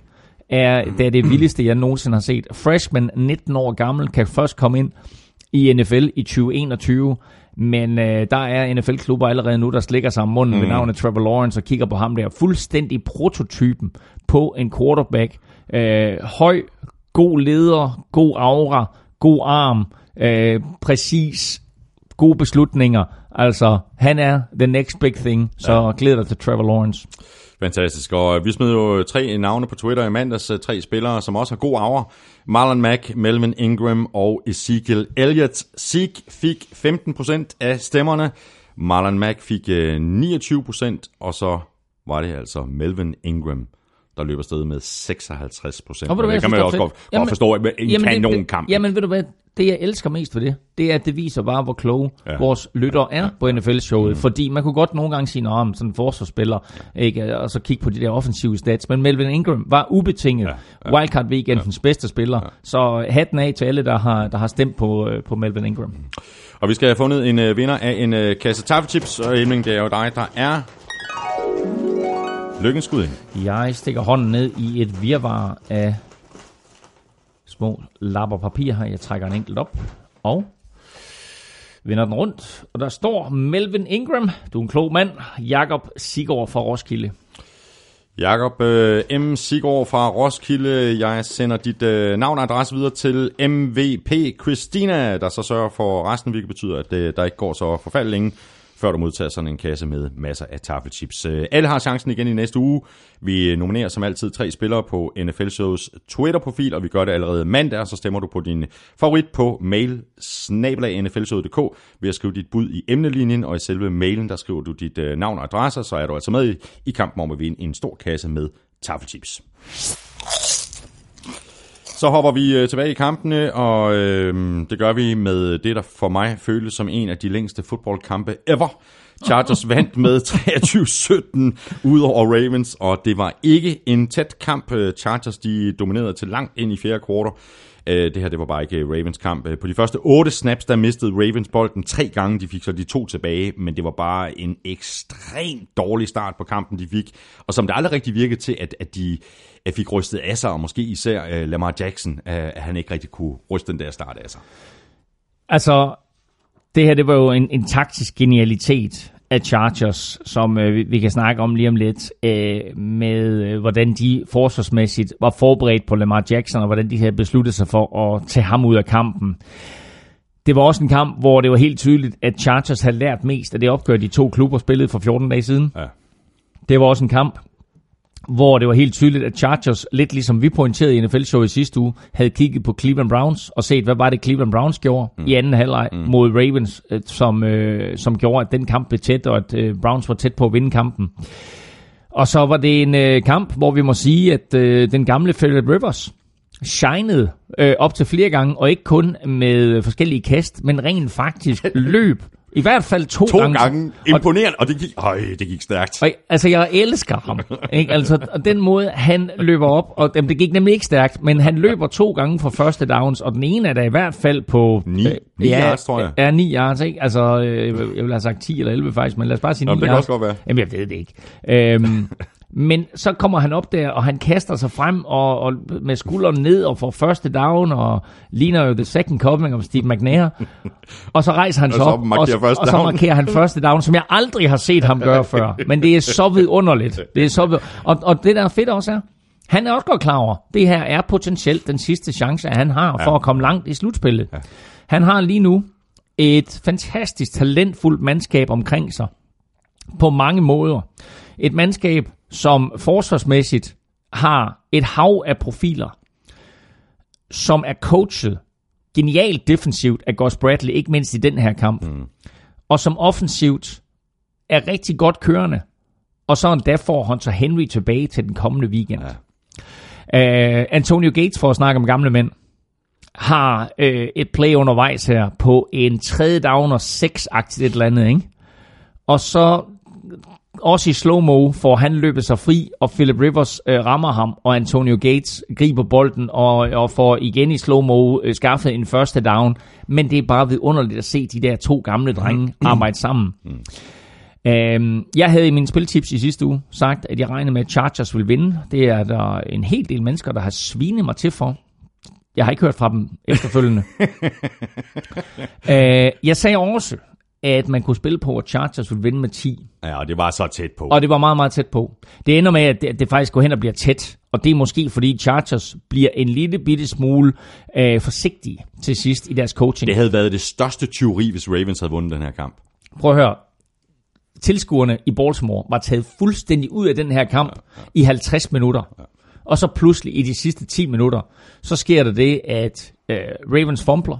er det vildeste, jeg nogensinde har set. Freshman, 19 år gammel, kan først komme ind i NFL i 2021, men der er NFL-klubber allerede nu, der slikker sig om munden ved navnet Trevor Lawrence og kigger på ham der. Fuldstændig prototypen på en quarterback. Høj, god leder, god aura, god arm, præcis, gode beslutninger. Altså, han er the next big thing, så glæder dig til Trevor Lawrence. Fantastisk, og vi smed jo 3 navne på Twitter i mandags, 3 spillere, som også har god aura. Marlon Mack, Melvin Ingram og Ezekiel Elliott. Zeke fik 15% af stemmerne, Marlon Mack fik 29%, og så var det altså Melvin Ingram, der løber afsted med 56%. Det kan man jo også godt forstå, at en kanonkamp. Jamen ved du hvad, det jeg elsker mest ved det er, at det viser bare, hvor kloge vores lyttere er på NFL-showet. Fordi man kunne godt nogle gange sige, om sådan en forsvarsspiller, ikke, og så kigge på de der offensive stats. Men Melvin Ingram var ubetinget Wildcard Weekendens bedste spiller. Så hatten af til alle, der har stemt på Melvin Ingram. Og vi skal have fundet en vinder af en kasse taffelchips, og Emling, det er jo dig, der er lykkens skud. Jeg stikker hånden ned i et virvar af små lapper papir her. Jeg trækker en enkelt op og vender den rundt. Og der står Melvin Ingram. Du er en klog mand. Jakob Siggaard fra Roskilde. Jakob M. Siggaard fra Roskilde. Jeg sender dit navn og adresse videre til MVP Christina, der så sørger for resten, hvilket betyder, at der ikke går så forfærdeligt længe, før du modtager sådan en kasse med masser af taffelchips. Alle har chancen igen i næste uge. Vi nominerer som altid 3 spillere på NFL Shows Twitter-profil, og vi gør det allerede mandag, så stemmer du på din favorit på mail @nflshowet.dk ved at skrive dit bud i emnelinjen, og i selve mailen, der skriver du dit navn og adresse, så er du altså med i kampen om at vinde en stor kasse med taffelchips. Så hopper vi tilbage i kampene, og det gør vi med det, der for mig føles som en af de længste fodboldkampe ever. Chargers vandt med 23-17 ud over Ravens, og det var ikke en tæt kamp. Chargers de dominerede til langt ind i fjerde kvartal. Det her det var bare ikke Ravens kamp. På de første 8 snaps, der mistede Ravens bolden 3 gange. De fik så de 2 tilbage, men det var bare en ekstremt dårlig start på kampen, de fik. Og som det aldrig rigtig virkede til, at de fik rystet af sig, og måske især Lamar Jackson, at han ikke rigtig kunne ryste den der start af sig. Altså, det her det var jo en taktisk genialitet af Chargers, som vi kan snakke om lige om lidt, med hvordan de forsvarsmæssigt var forberedt på Lamar Jackson, og hvordan de havde besluttet sig for at tage ham ud af kampen. Det var også en kamp, hvor det var helt tydeligt, at Chargers havde lært mest af det opgør, de 2 klubber spillede for 14 dage siden. Ja. Det var også en kamp, hvor det var helt tydeligt, at Chargers, lidt ligesom vi pointerede i NFL-showet i sidste uge, havde kigget på Cleveland Browns og set, hvad var det Cleveland Browns gjorde i anden halvleg mod Ravens, som gjorde, at den kamp blev tæt, og at Browns var tæt på at vinde kampen. Og så var det en kamp, hvor vi må sige, at den gamle Philip Rivers shinede op til flere gange, og ikke kun med forskellige kast, men rent faktisk løb. I hvert fald 2 gange. Imponerende, og det gik stærkt. Og, altså, jeg elsker ham. Ikke? Altså, og den måde, han løber op, og det gik nemlig ikke stærkt, men han løber 2 gange for første downs, og den ene er der i hvert fald på 9 yards, tror jeg. Ja, 9 yards, ikke? Altså, jeg ville have sagt 10 eller 11 faktisk, men lad os bare sige 9 yards. Det kan også godt være. Jamen, jeg ved det ikke. Men så kommer han op der, og han kaster sig frem og med skulderen ned og får første down, og ligner jo the second coming of Steve McNair. Og så rejser han sig op, og så markerer han første down, som jeg aldrig har set ham gøre før. Men det er så vidunderligt. Det er så og det der er fedt også er, han er også godt klar over, det her er potentielt den sidste chance, han har for at komme langt i slutspillet. Ja. Han har lige nu et fantastisk talentfuldt mandskab omkring sig, på mange måder. Et mandskab, som forsvarsmæssigt har et hav af profiler, som er coachet genialt defensivt af Gus Bradley, ikke mindst i den her kamp, og som offensivt er rigtig godt kørende, og så endda får Hunter Henry tilbage til den kommende weekend. Ja. Antonio Gates, for at snakke om gamle mænd, har et play undervejs her på en 3. down og 6-agtigt et eller andet, ikke? Og så også i slow-mo får han løbet sig fri, og Philip Rivers rammer ham, og Antonio Gates griber bolden og får igen i slow-mo skaffet en første down. Men det er bare vidunderligt at se de der 2 gamle drenge arbejde sammen. Jeg havde i mine spiltips i sidste uge sagt, at jeg regnede med, at Chargers ville vinde. Det er der en hel del mennesker, der har svinet mig til for. Jeg har ikke hørt fra dem efterfølgende. Jeg sagde også, at man kunne spille på, at Chargers ville vinde med 10. Ja, og det var så tæt på. Og det var meget, meget tæt på. Det ender med, at det faktisk går hen og bliver tæt. Og det er måske, fordi Chargers bliver en lille bitte smule forsigtige til sidst i deres coaching. Det havde været det største tyveri, hvis Ravens havde vundet den her kamp. Prøv at høre. Tilskuerne i Baltimore var taget fuldstændig ud af den her kamp i 50 minutter. Ja. Og så pludselig i de sidste 10 minutter, så sker der det, at Ravens fumbler.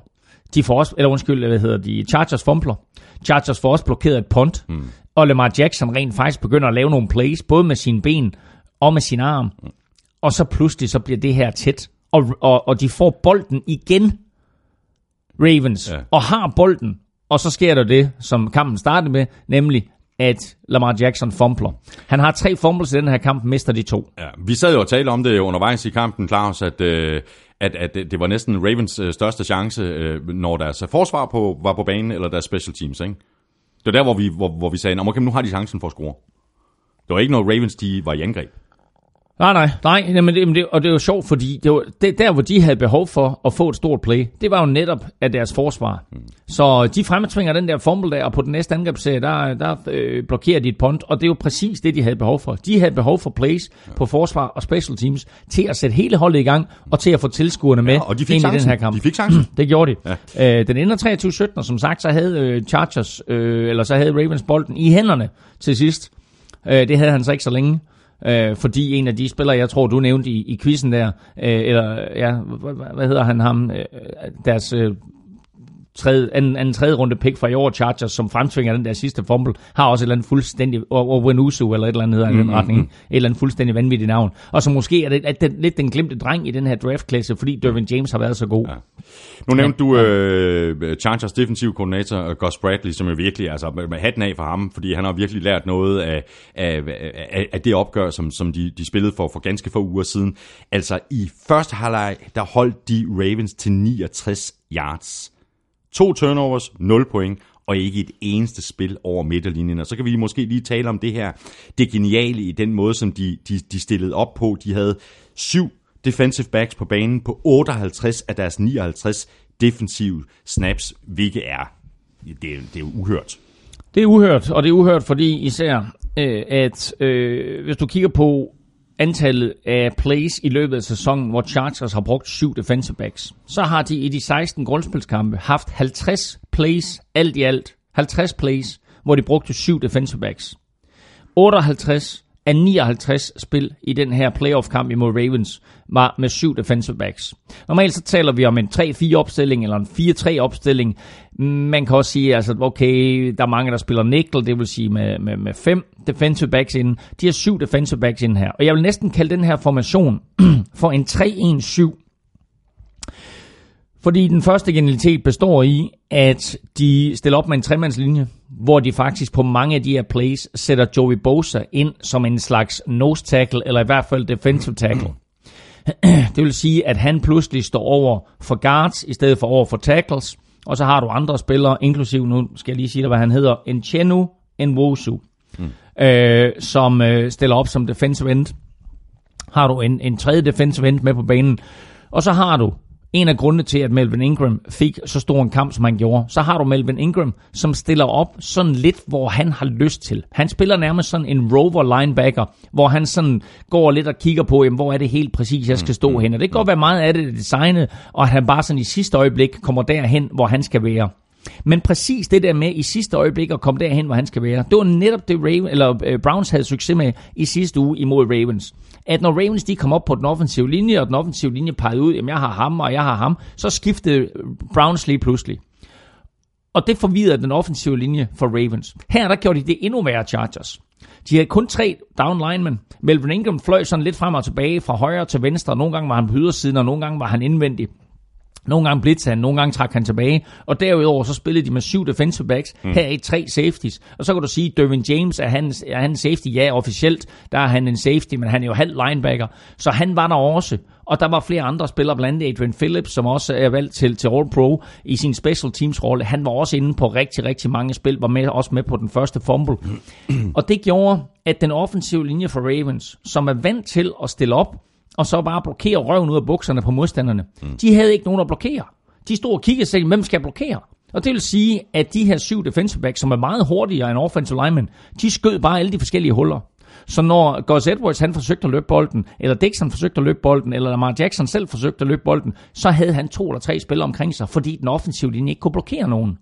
Chargers fumbler. Chargers får også blokeret et punt. Og Lamar Jackson rent faktisk begynder at lave nogle plays, både med sine ben og med sin arm. Og så pludselig så bliver det her tæt. Og de får bolden igen, Ravens, og har bolden. Og så sker der det, som kampen startede med, nemlig at Lamar Jackson fumbler. Han har 3 fumbles i den her kamp, mister de 2. Ja, vi sad jo og talte om det undervejs i kampen, Claus, at det var næsten Ravens største chance, når deres forsvar var på banen, eller deres special teams, ikke? Det var der, hvor vi sagde, okay, nu har de chancen for at score. Det var ikke noget Ravens, de var i angreb. Nej, og det er jo sjovt, fordi det var der, hvor de havde behov for at få et stort play, det var jo netop af deres forsvar. Så de fremtvinger den der fumble der, og på den næste angrebsserie, der blokerer de et punt, og det er jo præcis det, de havde behov for. De havde behov for plays på forsvar og special teams til at sætte hele holdet i gang, og til at få tilskuerne med og de fik ind i den her kamp. De fik chancen. Det gjorde de. Ja. Den ender 23-17, og som sagt, så havde Chargers, eller så havde Ravens bolden i hænderne til sidst. Det havde han så ikke så længe. Fordi en af de spillere, jeg tror, du nævnte i quizzen der, hvad hedder han ham, deres anden tredje runde pick fra i år, Chargers, som fremtvinger den der sidste fumble, har også et eller andet fuldstændig, og Winusu, eller et eller andet hedder i den retning, et eller andet fuldstændig vanvittigt navn. Og så måske er det lidt den glemte dreng i den her draftklasse, fordi Derwin James har været så god. Ja. Nu nævnte du Chargers defensive koordinator, Gus Bradley, som jo virkelig, altså med hatten af for ham, fordi han har virkelig lært noget af det opgør, som de spillede for ganske få uger siden. Altså i første halvleg, der holdt de Ravens til 69 yards. 2 turnovers, 0 point, og ikke et eneste spil over midterlinjen. Og så kan vi måske lige tale om det her, det geniale i den måde, som de stillede op på. De havde 7 defensive backs på banen på 58 af deres 59 defensive snaps, hvilket det er jo uhørt. Det er uhørt, og det er uhørt, fordi især, at hvis du kigger på antallet af plays i løbet af sæsonen, hvor Chargers har brugt 7 defensive backs, så har de i de 16 grundspilskampe haft 50 plays alt i alt. 50 plays, hvor de brugte 7 defensive backs. 58 af 59 spil i den her playoff-kamp imod Ravens var med 7 defensive backs. Normalt så taler vi om en 3-4 opstilling eller en 4-3 opstilling. Man kan også sige, altså, okay, der er mange, der spiller nickel, det vil sige med 5 defensive backs inden. De har 7 defensive backs inden her. Og jeg vil næsten kalde den her formation for en 3-1-7. Fordi den første genialitet består i, at de stiller op med en 3-mandslinje, hvor de faktisk på mange af de her plays sætter Joey Bosa ind som en slags nose tackle, eller i hvert fald defensive tackle. Det vil sige, at han pludselig står over for guards, i stedet for over for tackles. Og så har du andre spillere, inklusive, nu skal jeg lige sige dig, hvad han hedder, Uchenna Nwosu, som stiller op som defensive end. Har du en tredje defensive end med på banen, og så har du en af grundene til, at Melvin Ingram fik så stor en kamp, som han gjorde. Så har du Melvin Ingram, som stiller op sådan lidt, hvor han har lyst til. Han spiller nærmest sådan en rover linebacker, hvor han sådan går lidt og kigger på, jamen, hvor er det helt præcis, jeg skal stå hen. Og det kan godt være meget af det designet, og at han bare sådan i sidste øjeblik kommer derhen, hvor han skal være. Men præcis det der med i sidste øjeblik at komme derhen, hvor han skal være, det var netop det Browns havde succes med i sidste uge imod Ravens. At når Ravens de kom op på den offensive linje, og den offensive linje pegede ud, jamen jeg har ham, og jeg har ham, så skiftede Browns lige pludselig. Og det forvirrede den offensive linje for Ravens. Her der gjorde de det endnu værre Chargers. De havde kun 3 down linemen. Melvin Ingram fløj sådan lidt frem og tilbage fra højre til venstre. Nogle gange var han på ydersiden, og nogle gange var han indvendig. Nogle gange blitzede han, nogle gange trak han tilbage, og derudover så spillede de med 7 defensive backs, her er 3 safeties, og så kan du sige, Derwin James er han safety, ja officielt, der er han en safety, men han er jo halv linebacker, så han var der også, og der var flere andre spillere, blandt andet Adrian Phillips, som også er valgt til All-Pro i sin special teams rolle, han var også inde på rigtig, rigtig mange spil, var også med på den første fumble, og det gjorde, at den offensive linje for Ravens, som er vant til at stille op, og så bare blokere røven ud af bukserne på modstanderne. De havde ikke nogen at blokere. De stod og kiggede og sagde, hvem skal blokere? Og det vil sige, at de her 7 defensive backs, som er meget hurtigere end offensive linemen, de skød bare alle de forskellige huller. Så når Gus Edwards han forsøgte at løbe bolden, eller Dixon forsøgte at løbe bolden, eller Lamar Jackson selv forsøgte at løbe bolden, så havde han 2 eller 3 spillere omkring sig, fordi den offensive linje ikke kunne blokere nogen.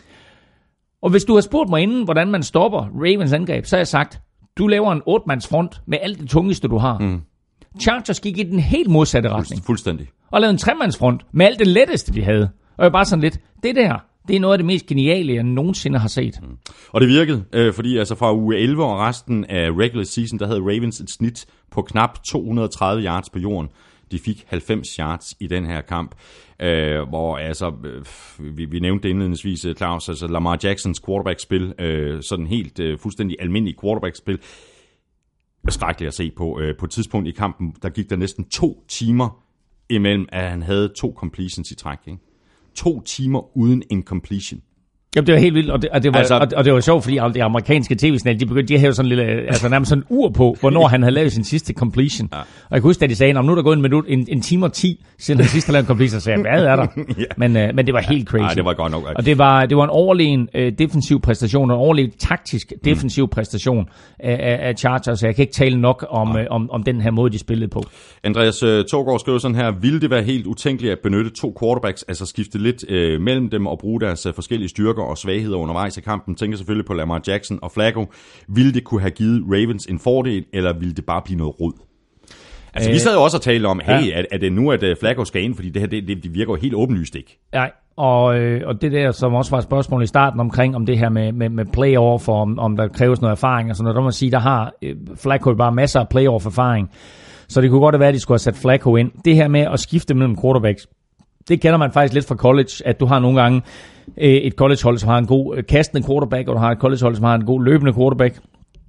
Og hvis du har spurgt mig inden, hvordan man stopper Ravens angreb, så har jeg sagt, du laver en 8-mands front med alt det tungeste, du har. Chargers gik i den helt modsatte retning. Fuldstændig. Og lavede en 3-mandsfront med alt det letteste, de havde. Og jeg bare sådan lidt, det er noget af det mest geniale, jeg nogensinde har set. Og det virkede, fordi altså fra uge 11 og resten af regular season, der havde Ravens et snit på knap 230 yards på jorden. De fik 90 yards i den her kamp, hvor altså, vi nævnte det indledningsvis, Claus, altså Lamar Jacksons quarterback-spil, sådan helt fuldstændig almindelig quarterback-spil, skrækkeligt at se på. På et tidspunkt i kampen, der gik der næsten 2 timer imellem, at han havde 2 completions i træk. Ikke? 2 timer uden en completion. Jamen, det var helt vildt, og det var sjovt, fordi de amerikanske tv-signal, de havde jo sådan en lille, altså nærmest sådan en ur på, hvornår han havde lavet sin sidste completion. Ja. Og jeg kan huske, at de sagde, nu er der gået en minut, en time og 10, siden han sidst har lavet en completion, så jeg sagde, hvad er der? Ja. Men det var helt crazy. Ja, det var godt nok. Og det var en overlegen defensiv præstation, en overlegen taktisk defensiv præstation af Chargers, så jeg kan ikke tale nok om den her måde, de spillede på. Andreas Torgaard skrev sådan her, ville det være helt utænkeligt at benytte 2 quarterbacks, altså skifte lidt mellem dem og bruge deres forskellige styrker og svagheder undervejs i kampen? Tænker selvfølgelig på Lamar Jackson og Flacco. Ville det kunne have givet Ravens en fordel, eller ville det bare blive noget rod? Altså, vi sad jo også og talte om, hey, er det nu, at Flacco skal ind? Fordi det her, det virker jo helt åbenlyst, ikke? Nej, og det der, som også var et spørgsmål i starten omkring, om det her med playoff, og om der kræves noget erfaring og sådan noget, der må man sige, der har Flacco bare masser af playoff-erfaring. Så det kunne godt være, at de skulle have sat Flacco ind. Det her med at skifte mellem quarterbacks, det kender man faktisk lidt fra college, at du har nogle gange et collegehold, som har en god kastende quarterback, og du har et collegehold, som har en god løbende quarterback.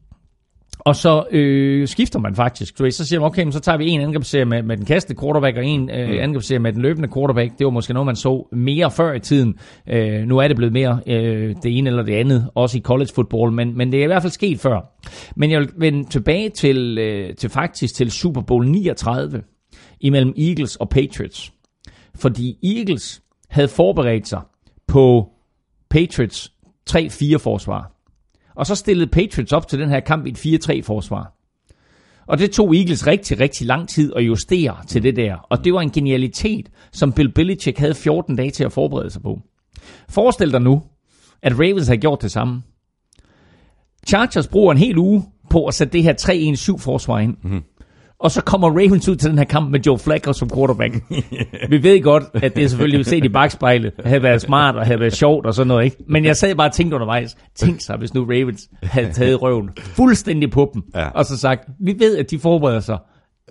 Og så skifter man faktisk. Så siger man, okay, så tager vi en angrebsserie med den kastende quarterback, og en angrebsserie med den løbende quarterback. Det var måske noget, man så mere før i tiden. Nu er det blevet mere det ene eller det andet, også i college football, men det er i hvert fald sket før. Men jeg vil vende tilbage til Super Bowl 39 imellem Eagles og Patriots. Fordi Eagles havde forberedt sig på Patriots 3-4 forsvar. Og så stillede Patriots op til den her kamp i et 4-3 forsvar. Og det tog Eagles rigtig, rigtig lang tid at justere til det der. Og det var en genialitet, som Bill Belichick havde 14 dage til at forberede sig på. Forestil dig nu, at Ravens havde gjort det samme. Chargers bruger en hel uge på at sætte det her 3-1-7 forsvar ind. Mm-hmm. Og så kommer Ravens ud til den her kamp med Joe Flacco som quarterback. Vi ved godt, at det er selvfølgelig set i bagspejlet, havde været smart og havde været sjovt og sådan noget, ikke? Men jeg sad bare og tænkte undervejs, tænk sig, hvis nu Ravens havde taget røven fuldstændig på dem, og så sagt, vi ved, at de forbereder sig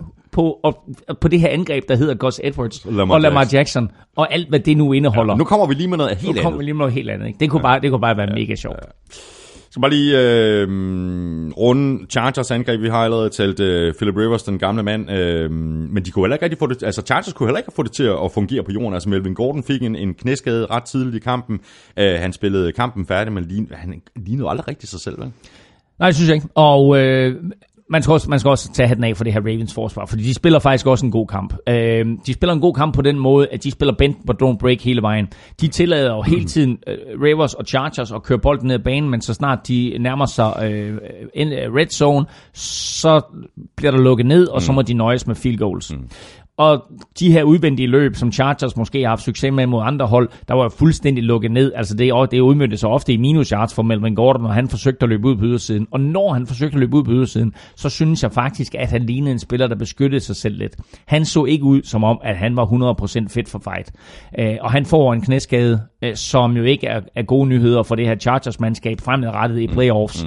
på det her angreb, der hedder Gus Edwards og Lamar Jackson, og alt, hvad det nu indeholder. Nu kommer vi lige med noget helt andet. Ikke? Det kunne bare være mega sjovt. Jeg skal bare lige runde Chargers angreb. Vi har allerede talt Philip Rivers, den gamle mand, men de kunne heller ikke rigtig få det, altså Chargers kunne heller ikke få det til at fungere på jorden. Altså Melvin Gordon fik en knæskade ret tidligt i kampen. Han spillede kampen færdig, men han lignede aldrig rigtig sig selv, vel? Nej, det synes jeg ikke. Og man skal også tage hatten af for det her Ravens forsvar, fordi de spiller faktisk også en god kamp. De spiller en god kamp på den måde, at de spiller bend but don't break hele vejen. De tillader jo hele tiden Ravens og Chargers at køre bolden ned ad banen, men så snart de nærmer sig red zone, så bliver der lukket ned, og så må de nøjes med field goals. Og de her udvendige løb, som Chargers måske har haft succes med mod andre hold, der var fuldstændig lukket ned. Altså det udmøntes så ofte i minus yards for Melvin Gordon, når han forsøgte at løbe ud på ydersiden. Og når han forsøgte at løbe ud på ydersiden, så synes jeg faktisk, at han lignede en spiller, der beskyttede sig selv lidt. Han så ikke ud som om, at han var 100% fit for fight. Og han får en knæskade, som jo ikke er gode nyheder for det her Chargers-mandskab fremadrettet i playoffs.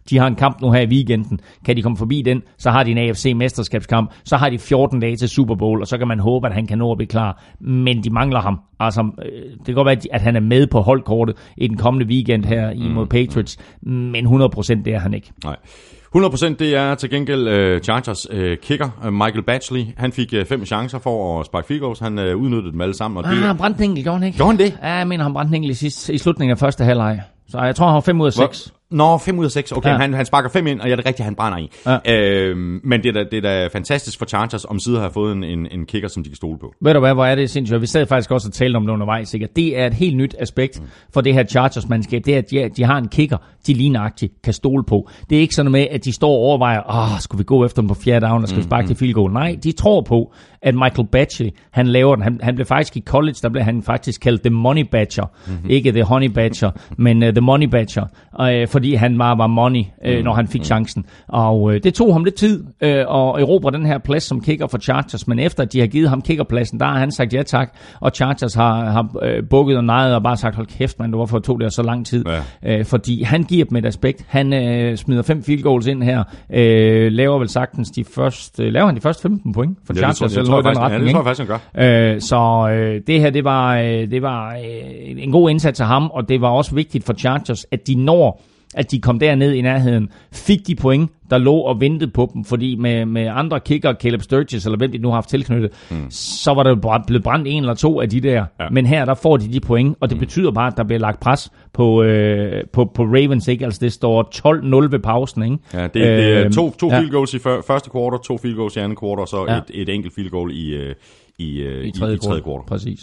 De har en kamp nu her i weekenden. Kan de komme forbi den, så har de en AFC-mesterskabskamp. Så har de 14 dage til Super Bowl, og så kan man håbe, at han kan nå at blive klar. Men de mangler ham. Altså, det kan godt være, at han er med på holdkortet i den kommende weekend her imod Patriots. Men 100% det er han ikke. Nej. 100% det er til gengæld Chargers kicker, Michael Batchley. Han fik 5 chancer for at sparke field goals. Han udnyttede dem alle sammen. Og han brændte en enkelt, gjorde han ikke? Gjorde han det? Ja, jeg mener, han brændte en enkelt i slutningen af første halvleg. Så jeg tror, han var 5 ud af 6. Nå, 5 ud af 6. Okay, ja. Han sparker 5 ind, og jeg er det rigtigt, han brænder i. Ja. Men det er da fantastisk for Chargers, om side har fået en kicker, som de kan stole på. Ved du hvad, hvor er det sindssygt? Vi sad faktisk også og talte om det undervejs, ikke? Det er et helt nyt aspekt for det her Chargers-mandskab. Det er, at de har en kicker, de lignagtigt kan stole på. Det er ikke sådan med, at de står og overvejer, skulle vi gå efter dem på 4. down, og skal vi sparke til field goal? Nej, de tror på, at Michael Batchley, han laver den. Han blev faktisk i college, der blev han faktisk kaldt The Money Badger. Ikke The Honey Badger, men The Money Badger. Fordi han var money, når han fik chancen. Og det tog ham lidt tid at erobre den her plads som kicker for Chargers, men efter at de har givet ham kickerpladsen, der har han sagt ja tak, og Chargers har bukket og nejet og bare sagt, hold kæft mand, hvorfor tog det så lang tid? Ja. Fordi han giver dem et aspekt. Han smider 5 field goals ind her, laver vel sagtens de første 15 point for Chargers. Det tror jeg faktisk, han gør. Så det her, det var en god indsats af ham, og det var også vigtigt for Chargers, at de når at de kom derned i nærheden, fik de point, der lå og ventede på dem, fordi med andre kicker, Caleb Sturgis, eller hvem de nu har haft tilknyttet, så var der blevet brændt 1 eller 2 af de der. Ja. Men her, der får de point, og det betyder bare, at der bliver lagt pres på Ravens, ikke? Altså det står 12-0 ved pausen, ikke? Ja, det er to field goals i første kvartal, 2 field goals i andet kvartal, og så et enkelt field goal i tredje kvartal. Præcis.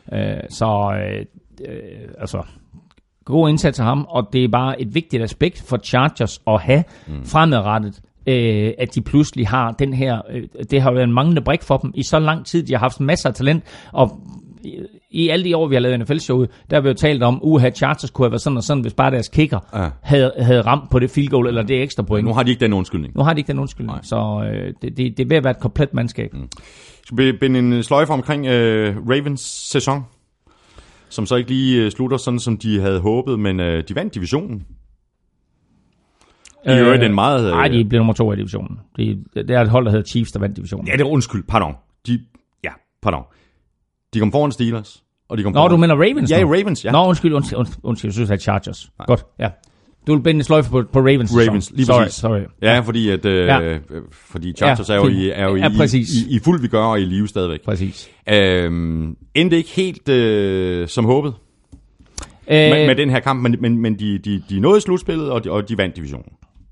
Altså god indsats af ham, og det er bare et vigtigt aspekt for Chargers at have fremadrettet, at de pludselig har den her, det har været en manglende brik for dem i så lang tid. De har haft masser af talent, og i alle de år, vi har lavet NFL-showet, der har vi jo talt om, Chargers kunne have været sådan og sådan, hvis bare deres kicker havde ramt på det field goal, eller det ekstra point. Nu har de ikke den undskyldning. Nej. Så det er ved at være et komplet mandskab. Skal vi binde en sløjfe omkring Ravens sæson, som så ikke lige slutter sådan, som de havde håbet, men de vandt divisionen. Nej, de blev nummer 2 i divisionen. Det er et hold, der hedder Chiefs, der vandt divisionen. Ja, det er undskyld. Pardon. De kom foran Steelers. Og de kom du mener Ravens? Ja, Ravens, ja. Nå, undskyld. Jeg synes, at Chargers. Nej. Godt, ja. Du vil binde en sløjfe på Ravens. Lige præcis. Sorry. Ja, fordi Chargers er jo i fuld vigør og i live stadigvæk. Præcis. Endte ikke helt som håbet med den her kamp, men de nåede slutspillet, og de vandt divisionen.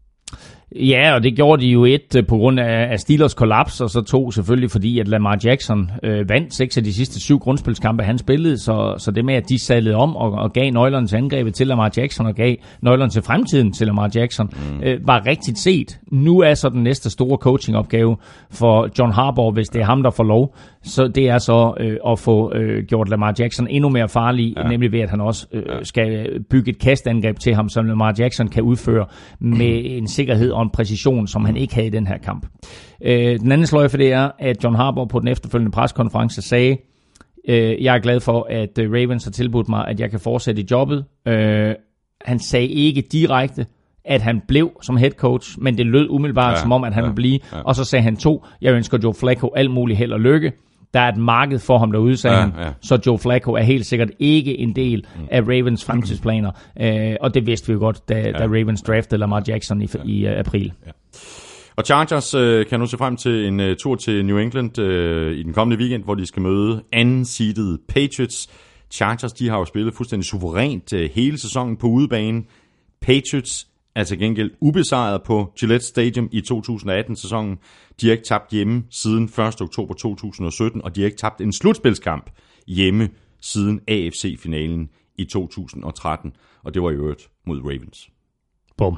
Ja, og det gjorde de jo på grund af Steelers kollaps, og så 2 selvfølgelig, fordi at Lamar Jackson vandt 6 af de sidste 7 grundspilskampe, han spillede, så det med, at de sadlede om og gav nøglerne til angrebet til Lamar Jackson og gav nøglerne til fremtiden til Lamar Jackson, var rigtigt set. Nu er så den næste store coachingopgave for John Harbaugh, hvis det er ham, der får lov, så det er så at få gjort Lamar Jackson endnu mere farlig, nemlig ved, at han også skal bygge et kastangreb til ham, som Lamar Jackson kan udføre med en sikkerhed og en præcision, som han ikke havde i den her kamp. Den anden sløjfe, det er, at John Harbaugh på den efterfølgende preskonference sagde, jeg er glad for, at Ravens har tilbudt mig, at jeg kan fortsætte i jobbet. Han sagde ikke direkte, at han blev som head coach, men det lød umiddelbart som om, at han ville blive. Og så sagde han 2, jeg ønsker Joe Flacco alt muligt held og lykke. Der er et marked for ham derude, sagde han. Så Joe Flacco er helt sikkert ikke en del af Ravens fremtidsplaner. Og det vidste vi jo godt, da Ravens draftede Lamar Jackson i april. Ja. Og Chargers kan nu se frem til en tur til New England i den kommende weekend, hvor de skal møde anden-seedede Patriots. Chargers, de har jo spillet fuldstændig suverænt hele sæsonen på udebane. Patriots er til gengæld ubesejret på Gillette Stadium i 2018-sæsonen. De har ikke tabt hjemme siden 1. oktober 2017, og de har ikke tabt en slutspilskamp hjemme siden AFC-finalen i 2013. Og det var i øvrigt mod Ravens. Bum.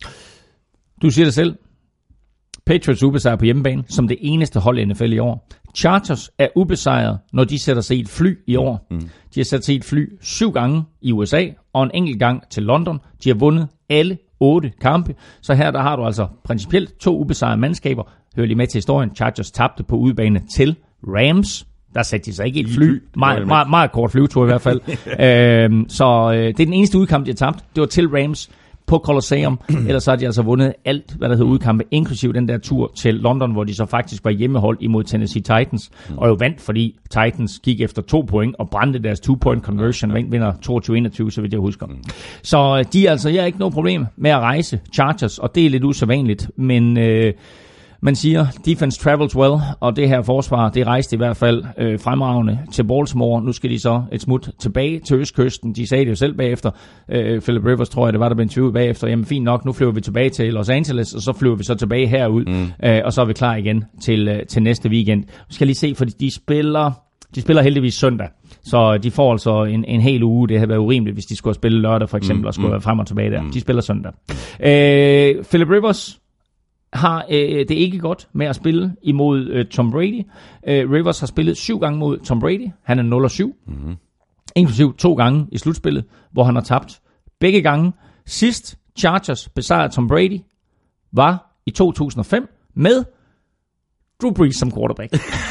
Du siger det selv. Patriots ubesejret på hjemmebane, som det eneste hold i NFL i år. Chargers er ubesejret, når de sætter sig i et fly i år. De har sat sig i et fly 7 gange i USA, og en enkelt gang til London. De har vundet alle 8 kampe. Så her der har du altså principielt 2 ubesejrede mandskaber. Hører lige med til historien. Chargers tabte på udebane til Rams. Der satte de sig ikke i et fly. Meget kort flyvetur i hvert fald. Så det er den eneste udkamp, de har tabt. Det var til Rams. på Colosseum. Ellers har de altså vundet alt, hvad der hedder udkampe, inklusive den der tur til London, hvor de så faktisk var hjemmeholdt imod Tennessee Titans, og jo vandt, fordi Titans gik efter 2 point og brændte deres 2-point conversion, og vinder 22-21, så vidt jeg husker. Så de altså, jeg har ikke noget problem med at rejse Chargers, og det er lidt usædvanligt, men man siger, defense travels well, og det her forsvar, det rejste i hvert fald fremragende til Baltimore. Nu skal de så et smut tilbage til Østkysten. De sagde det jo selv bagefter. Philip Rivers, tror jeg, det var der blev interviewet bagefter. Jamen fint nok, nu flyver vi tilbage til Los Angeles, og så flyver vi så tilbage herud, og så er vi klar igen til næste weekend. Vi skal lige se, fordi de spiller heldigvis søndag, så de får altså en hel uge. Det havde været urimeligt, hvis de skulle have spillet lørdag for eksempel, og skulle være frem og tilbage der. De spiller søndag. Philip Rivers har det ikke godt med at spille imod Tom Brady. Rivers har spillet 7 gange mod Tom Brady. Han er 0-7. Inklusiv 2 gange i slutspillet, hvor han har tabt. Begge gange. Sidst Chargers besejrede Tom Brady var i 2005 med Drew Brees som quarterback.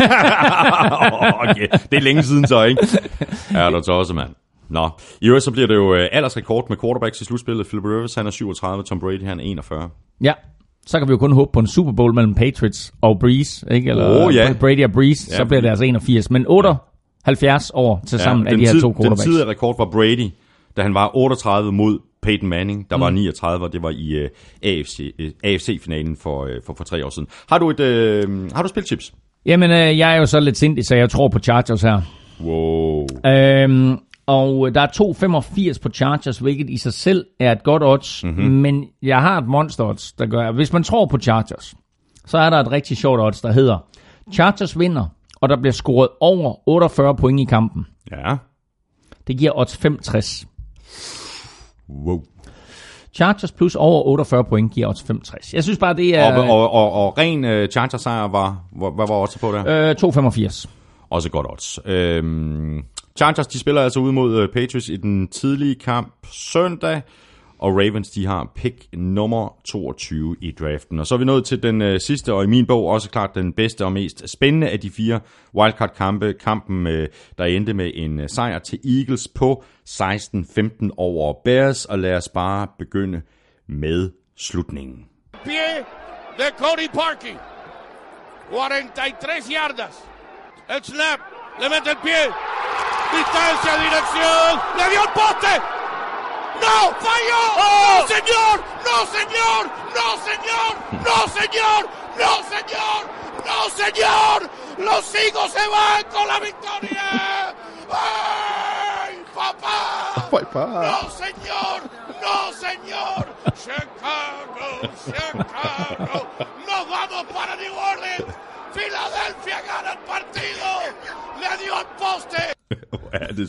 Okay, det er længe siden så, ikke? Ja, det er også, mand. Nå, i øvrigt så bliver det jo aldersrekord med quarterbacks i slutspillet. Philip Rivers, han er 37, Tom Brady, han er 41. Ja. Så kan vi jo kun håbe på en Super Bowl mellem Patriots og Breeze, ikke? Eller Brady og Breeze, så bliver det altså 81. Men 78 år til sammen af de her 2 quarterbacks. Den tidligere rekord var Brady, da han var 38 mod Peyton Manning. Der var 39, og det var i AFC-finalen for 3 år siden. Har du spilchips? Jamen, jeg er jo så lidt sindig, så jeg tror på Chargers her. Wow. Og der er 2,85 på Chargers, hvilket i sig selv er et godt odds. Men jeg har et monster odds, der gør, hvis man tror på Chargers, så er der et rigtig sjovt odds, der hedder Chargers vinder, og der bliver scoret over 48 point i kampen. Ja. Det giver odds 65. Wow. Chargers plus over 48 point giver odds 65. Jeg synes bare, det er... Og ren Chargers-sejr hvad var odds på der? 2,85. Også godt odds. Chargers, de spiller altså ud mod Patriots i den tidlige kamp søndag, og Ravens, de har pick nummer 22 i draften. Og så er vi nået til den sidste, og i min bog også klart den bedste og mest spændende af de 4 wildcard-kampe. Kampen, der endte med en sejr til Eagles på 16-15 over Bears, og lad os bare begynde med slutningen. Pie de Cody Parkey. 43 yardas. El snap. Le mete el pie. Distancia, dirección. Le dio el poste. ¡No! ¡Falló! ¡No, señor! ¡No, señor! ¡No, señor! ¡No, señor! ¡No, señor! ¡No, señor! ¡Los Eagles se van con la victoria! ¡Ay, papá! ¡No, señor! ¡No, señor! ¡Chicago! ¡Chicago! ¡Nos vamos para New Orleans! ¡Filadelfia gana el partido! ¡Le dio el poste! Ja, det er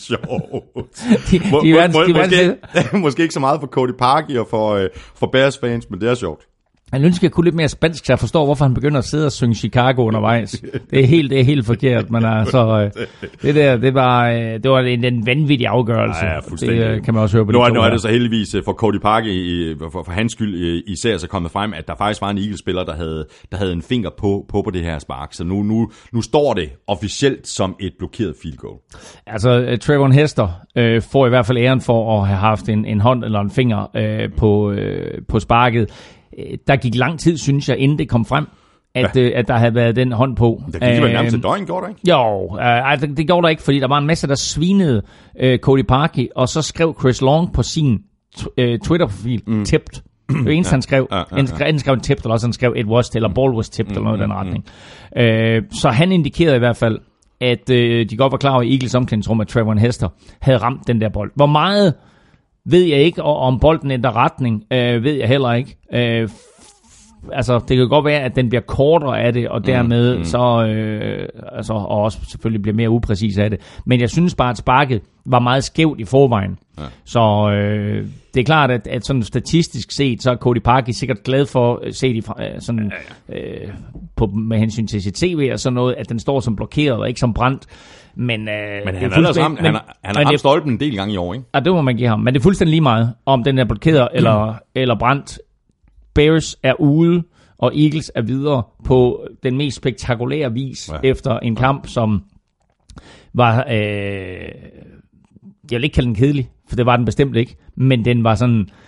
sjovt. Måske ikke så meget for Cody Parkey og for Bears fans, men det er sjovt. Han ønsker, at jeg kunne lidt mere spansk, så jeg forstår, hvorfor han begynder at sidde og synge Chicago undervejs. Det er helt forkert, men altså, det var en vanvittig afgørelse. Ja, det kan man også høre på nu er det så heldigvis for Cody Parkey, for hans skyld især, så kommet frem, at der faktisk var en Eagles-spiller, der havde en finger på det her spark. Så nu står det officielt som et blokeret field goal. Altså, Trevon Hester får i hvert fald æren for at have haft en hånd eller en finger på sparket. Der gik lang tid, synes jeg, inden det kom frem, at der havde været den hånd på. Der gik vel nærmest et døgn, gjorde det ikke? Jo, det gjorde der ikke, fordi der var en masse, der svinede Cody Parkey, og så skrev Chris Long på sin Twitter-profil, tipped. Det var eneste, han skrev. Enten skrev en tipped, eller også han skrev it was, eller ball was tipped, eller noget i den retning. Så han indikerede i hvert fald, at de godt var klar over i Eagles omklædningsrum, at Trevon Hester havde ramt den der bold. Hvor meget ved jeg ikke, og om bolden ændrer retning, ved jeg heller ikke. Altså, det kan godt være, at den bliver kortere af det, og dermed så, og også selvfølgelig bliver mere upræcis af det. Men jeg synes bare, at sparket var meget skævt i forvejen. Ja. Så det er klart, at sådan statistisk set, så er Cody Parkey sikkert glad for at se sådan, med hensyn til sit tv og sådan noget, at den står som blokeret og ikke som brændt. Men han har ramt stolpen en del gange i år, ikke? Ja, det må man give ham. Men det er fuldstændig lige meget, om den er blokeret eller brændt. Bears er ude, og Eagles er videre på den mest spektakulære vis efter en kamp, som var... jeg vil ikke kalde den kedelig, for det var den bestemt ikke. Men den var sådan...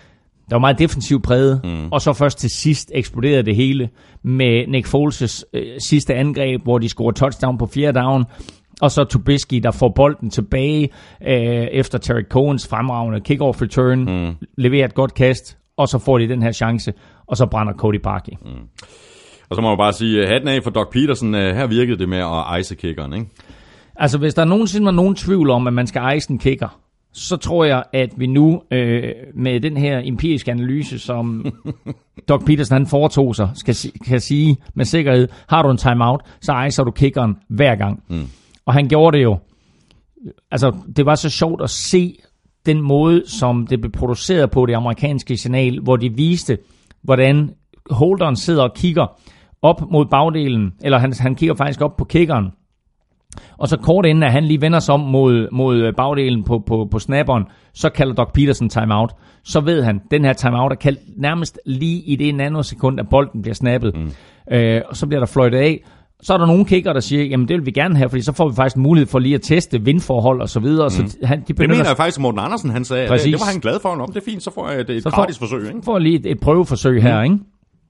der var meget defensivt præget, og så først til sidst eksploderede det hele med Nick Foles' sidste angreb, hvor de scorer touchdown på 4. down, og så Trubisky, der får bolden tilbage efter Terry Cohens fremragende kickoff return, leverer et godt kast, og så får de den her chance, og så brænder Cody Parkey. Og så må man bare sige, hatten af for Doug Peterson, her virkede det med at ice kickeren, ikke? Altså, hvis der nogensinde var nogen tvivl om, at man skal ice en kicker, så tror jeg, at vi nu med den her empiriske analyse, som Doug Peterson han foretog sig, kan sige med sikkerhed, har du en timeout, så icer du kickeren hver gang. Og han gjorde det jo. Altså, det var så sjovt at se den måde, som det blev produceret på det amerikanske signal, hvor de viste, hvordan holderen sidder og kigger op mod bagdelen, eller han kigger faktisk op på kickeren. Og så kort inden, at han lige vender sig om mod bagdelen på snapperen, så kalder Doug Peterson timeout. Så ved han, den her timeout er kaldt nærmest lige i det nanosekund, at bolden bliver snappet. Og så bliver der fløjtet af. Så er der nogle kicker, der siger, jamen det vil vi gerne have, fordi så får vi faktisk en mulighed for lige at teste vindforhold og så videre. Så det mener jeg faktisk, Morten Andersen, han sagde, det var han glad for. Det er fint, så får jeg et gratis forsøg. Ikke? Får lige et prøveforsøg her, ikke?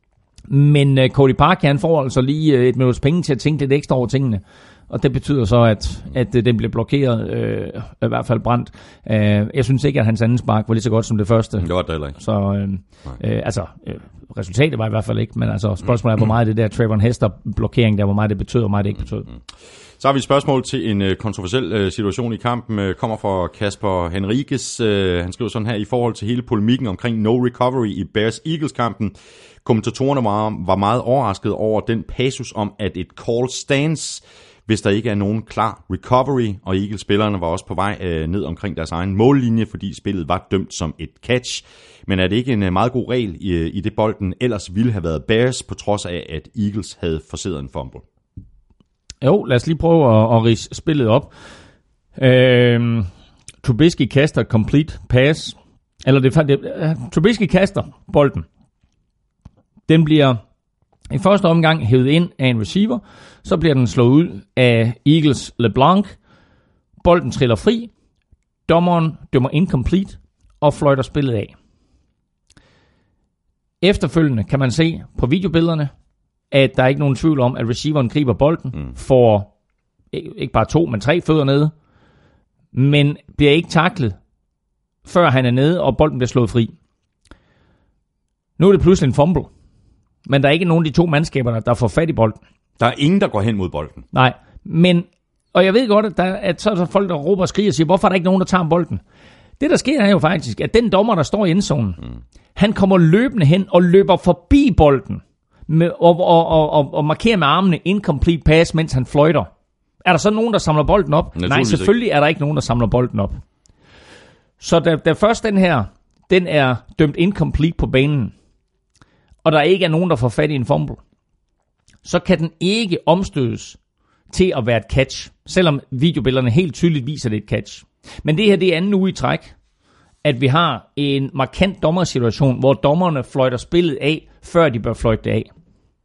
Men Cody Parkey, han får altså lige et minuts penge til at tænke lidt ekstra over tingene. Og det betyder så, at den blev blokeret, i hvert fald brændt. Jeg synes ikke, at hans anden spark var lige så godt som det første. Det var det heller ikke. Så resultatet var i hvert fald ikke, men altså spørgsmålet er, hvor meget det der Trayvon Hester-blokering, der hvor meget det betød, og hvor meget det ikke betød. Så har vi et spørgsmål til en kontroversiel situation i kampen, kommer fra Kasper Henriques. Han skriver sådan her, i forhold til hele polemikken omkring no recovery i Bears-Eagles-kampen. Kommentatorerne var meget overrasket over den passus om, at et call stands, hvis der ikke er nogen klar recovery, og Eagles-spillerne var også på vej ned omkring deres egen mållinje, fordi spillet var dømt som et catch. Men er det ikke en meget god regel i det bolden ellers ville have været Bears, på trods af, at Eagles havde forceret en fumble? Jo, lad os lige prøve at ridse spillet op. Trubisky kaster complete pass. Trubisky kaster bolden. Den bliver i første omgang hævet ind af en receiver. Så bliver den slået ud af Eagles LeBlanc. Bolden triller fri. Dommeren dømmer incomplete og fløjter spillet af. Efterfølgende kan man se på videobillederne, at der er ikke nogen tvivl om, at receiveren griber bolden, får ikke bare 2, men 3 fødder nede, men bliver ikke taklet, før han er nede, og bolden bliver slået fri. Nu er det pludselig en fumble, men der er ikke nogen af de 2 mandskaber, der får fat i bolden. Der er ingen, der går hen mod bolden. Nej, men, og jeg ved godt, at så er der folk, der råber og skriger og siger, hvorfor er der ikke nogen, der tager bolden? Det, der sker, er jo faktisk, at den dommer, der står i endzonen, han kommer løbende hen og løber forbi bolden, og markerer med armene incomplete pass, mens han fløjter. Er der så nogen, der samler bolden op? Nej, selvfølgelig er der ikke nogen, der samler bolden op. Så da først den er dømt incomplete på banen, og der ikke er nogen, der får fat i en fumble, så kan den ikke omstødes til at være et catch, selvom videobillederne helt tydeligt viser, det et catch. Men det her, det er anden uge i træk, at vi har en markant dommersituation, hvor dommerne fløjter spillet af, før de bør fløjte det af.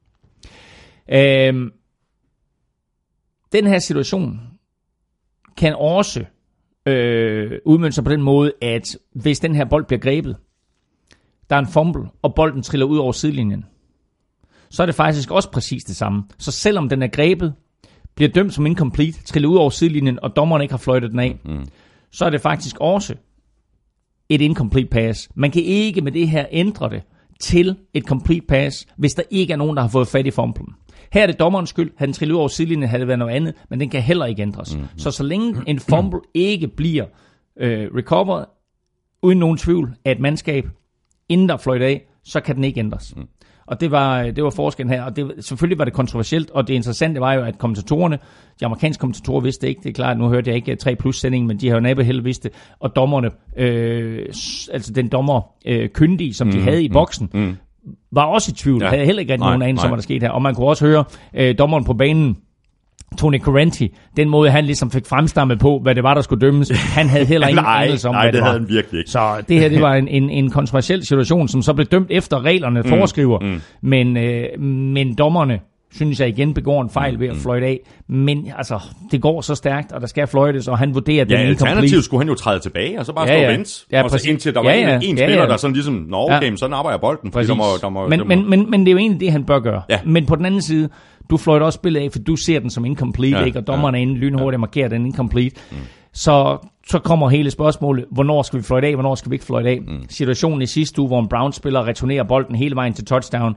Den her situation kan også udmønte sig på den måde, at hvis den her bold bliver grebet, der er en fumble, og bolden triller ud over sidelinjen, så er det faktisk også præcis det samme. Så selvom den er grebet, bliver dømt som incomplete, triller ud over sidelinjen, og dommeren ikke har fløjtet den af, så er det faktisk også et incomplete pass. Man kan ikke med det her ændre det til et complete pass, hvis der ikke er nogen, der har fået fat i fumblen. Her er det dommerens skyld. Havde den trillet ud over sidelinjen, havde det været noget andet, men den kan heller ikke ændres. Så længe en fumble ikke bliver recovered, uden nogen tvivl af et mandskab, inden der fløjt af, så kan den ikke ændres. Og det var forskellen her, og selvfølgelig var det kontroversielt, og det interessante var jo, at kommentatorerne, de amerikanske kommentatorer vidste det ikke, det er klart, nu hørte jeg ikke 3+-sendingen, men de har jo næppe heller vidst det, og dommerne, altså den dommer kyndige, som de havde i boksen, var også i tvivl, havde heller ikke nogen anelse om, hvad der skete her, og man kunne også høre dommeren på banen, Tony Correnti, den måde han ligesom fik fremstammet på, hvad det var, der skulle dømmes. Han havde heller ingen anelse om, hvad det var. Nej, det havde han virkelig ikke. Så det her, det var en kontroversiel situation, som så blev dømt efter reglerne foreskriver. Men dommerne synes jeg igen begår en fejl ved at fløjte af. Men altså, det går så stærkt, og der skal fløjtes, og han vurderer, at den incomplete. Alternativt skulle han jo træde tilbage, og så bare stå og vente. Ja, og så indtil der var en spiller, der sådan ligesom, men sådan arbejder bolden. Men det er jo egentlig det, han bør gøre. Ja. Men på den anden side, du fløjter også spillet af, for du ser den som incomplete, ikke? Og dommerne er inde lynhurtigt markerer den incomplete. Så kommer hele spørgsmålet, hvornår skal vi fløjte af, hvornår skal vi ikke fløjte af. Situationen i sidste uge, hvor en Browns-spiller returnerer bolden hele vejen til touchdown.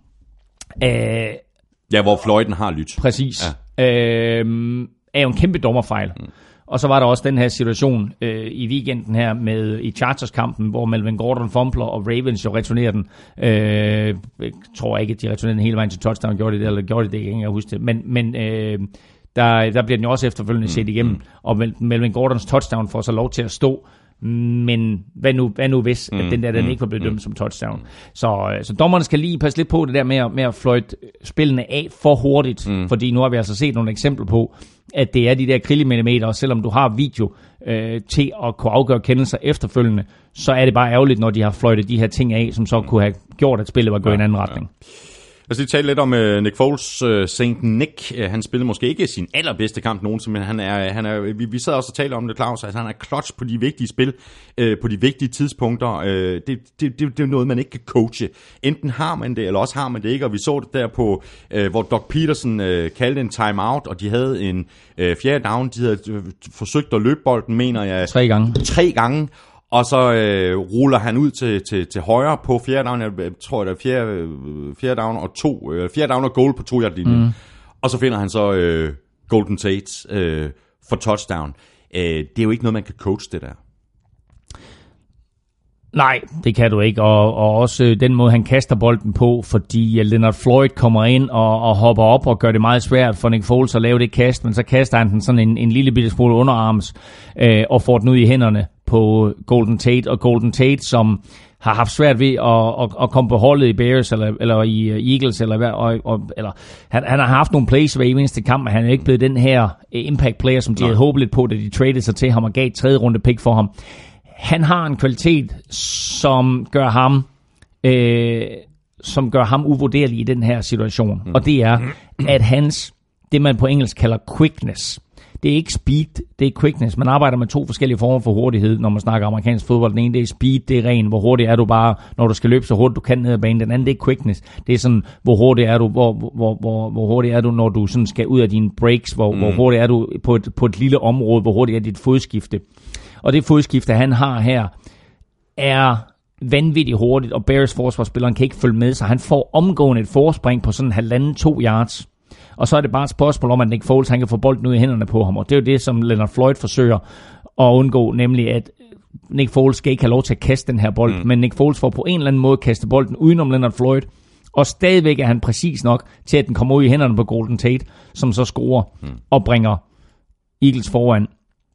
Hvor fløjten har lyt. Præcis. Ja. Er jo en kæmpe dommerfejl. Og så var der også den her situation i weekenden her i Chargers-kampen, hvor Melvin Gordon fumbler, og Ravens jo returnerer den. Jeg tror ikke, at de returnerer den hele vejen til touchdown. Gjorde de det, eller gjorde de det ikke? Jeg husker det. Men der bliver den jo også efterfølgende set igennem. Og Melvin Gordons touchdown får så lov til at stå. Men hvad nu hvis, at den ikke var blevet dømt som touchdown. Så dommerne skal lige passe lidt på det der med at fløjte spillene af for hurtigt. Fordi nu har vi altså set nogle eksempler på, at det er de der krillemillimeter, og selvom du har video til at kunne afgøre kendelser efterfølgende, så er det bare ærgerligt, når de har fløjtet de her ting af, som så kunne have gjort, at spillet var gået i en anden retning. Lad os lige tale lidt om Nick Foles. Saint Nick, han spillede måske ikke sin allerbedste kamp nogensinde, men vi sad også og talte om det, Claus, altså han er clutch på de vigtige spil, på de vigtige tidspunkter. Det er noget, man ikke kan coache. Enten har man det, eller også har man det ikke, og vi så det der på, hvor Doug Peterson kaldte en timeout, og de havde en fjerde down, de havde forsøgt at løbe bolden, mener jeg. 3 gange. Og så ruller han ud til højre på fjerde down, jeg tror det er fjerde down og fjerde down og goal på 2-yard-linjen. Og så finder han så Golden Tate for touchdown. Det er jo ikke noget, man kan coach, det der. Nej, det kan du ikke, og også den måde, han kaster bolden på, fordi Leonard Floyd kommer ind og hopper op og gør det meget svært for Nick Foles at lave det kast, men så kaster han den sådan en lille bitte smule underarms og får den ud i hænderne på Golden Tate, og Golden Tate, som har haft svært ved at komme på holdet i Bears eller i Eagles, eller han har haft nogle plays hver eneste kamp, men han er ikke blevet den her impact player, som de havde håbet lidt på, da de traded sig til ham og gav et 3. runde pick for ham. Han har en kvalitet, som gør ham uvurderlig i den her situation. Og det er, at det man på engelsk kalder quickness. Det er ikke speed, det er quickness. Man arbejder med 2 forskellige former for hurtighed, når man snakker amerikansk fodbold. Den ene, det er speed, det er ren. Hvor hurtigt er du bare, når du skal løbe så hurtigt du kan ned ad banen. Den anden, det er quickness. Det er sådan, hvor hurtigt er du, hvor hurtigt er du, når du sådan skal ud af dine breaks. Hvor hurtigt er du på et lille område. Hvor hurtigt er dit fodskifte. Og det fodskifte, han har her, er vanvittigt hurtigt, og Bears forsvarsspilleren kan ikke følge med, så han får omgående et forspring på sådan 1,5-2 yards. Og så er det bare et spørgsmål om, at Nick Foles han kan få bolden ud i hænderne på ham, og det er jo det, som Leonard Floyd forsøger at undgå, nemlig at Nick Foles skal ikke have lov til at kaste den her bold, men Nick Foles får på en eller anden måde kaste bolden udenom Leonard Floyd, og stadigvæk er han præcis nok til, at den kommer ud i hænderne på Golden Tate, som så scorer og bringer Eagles foran.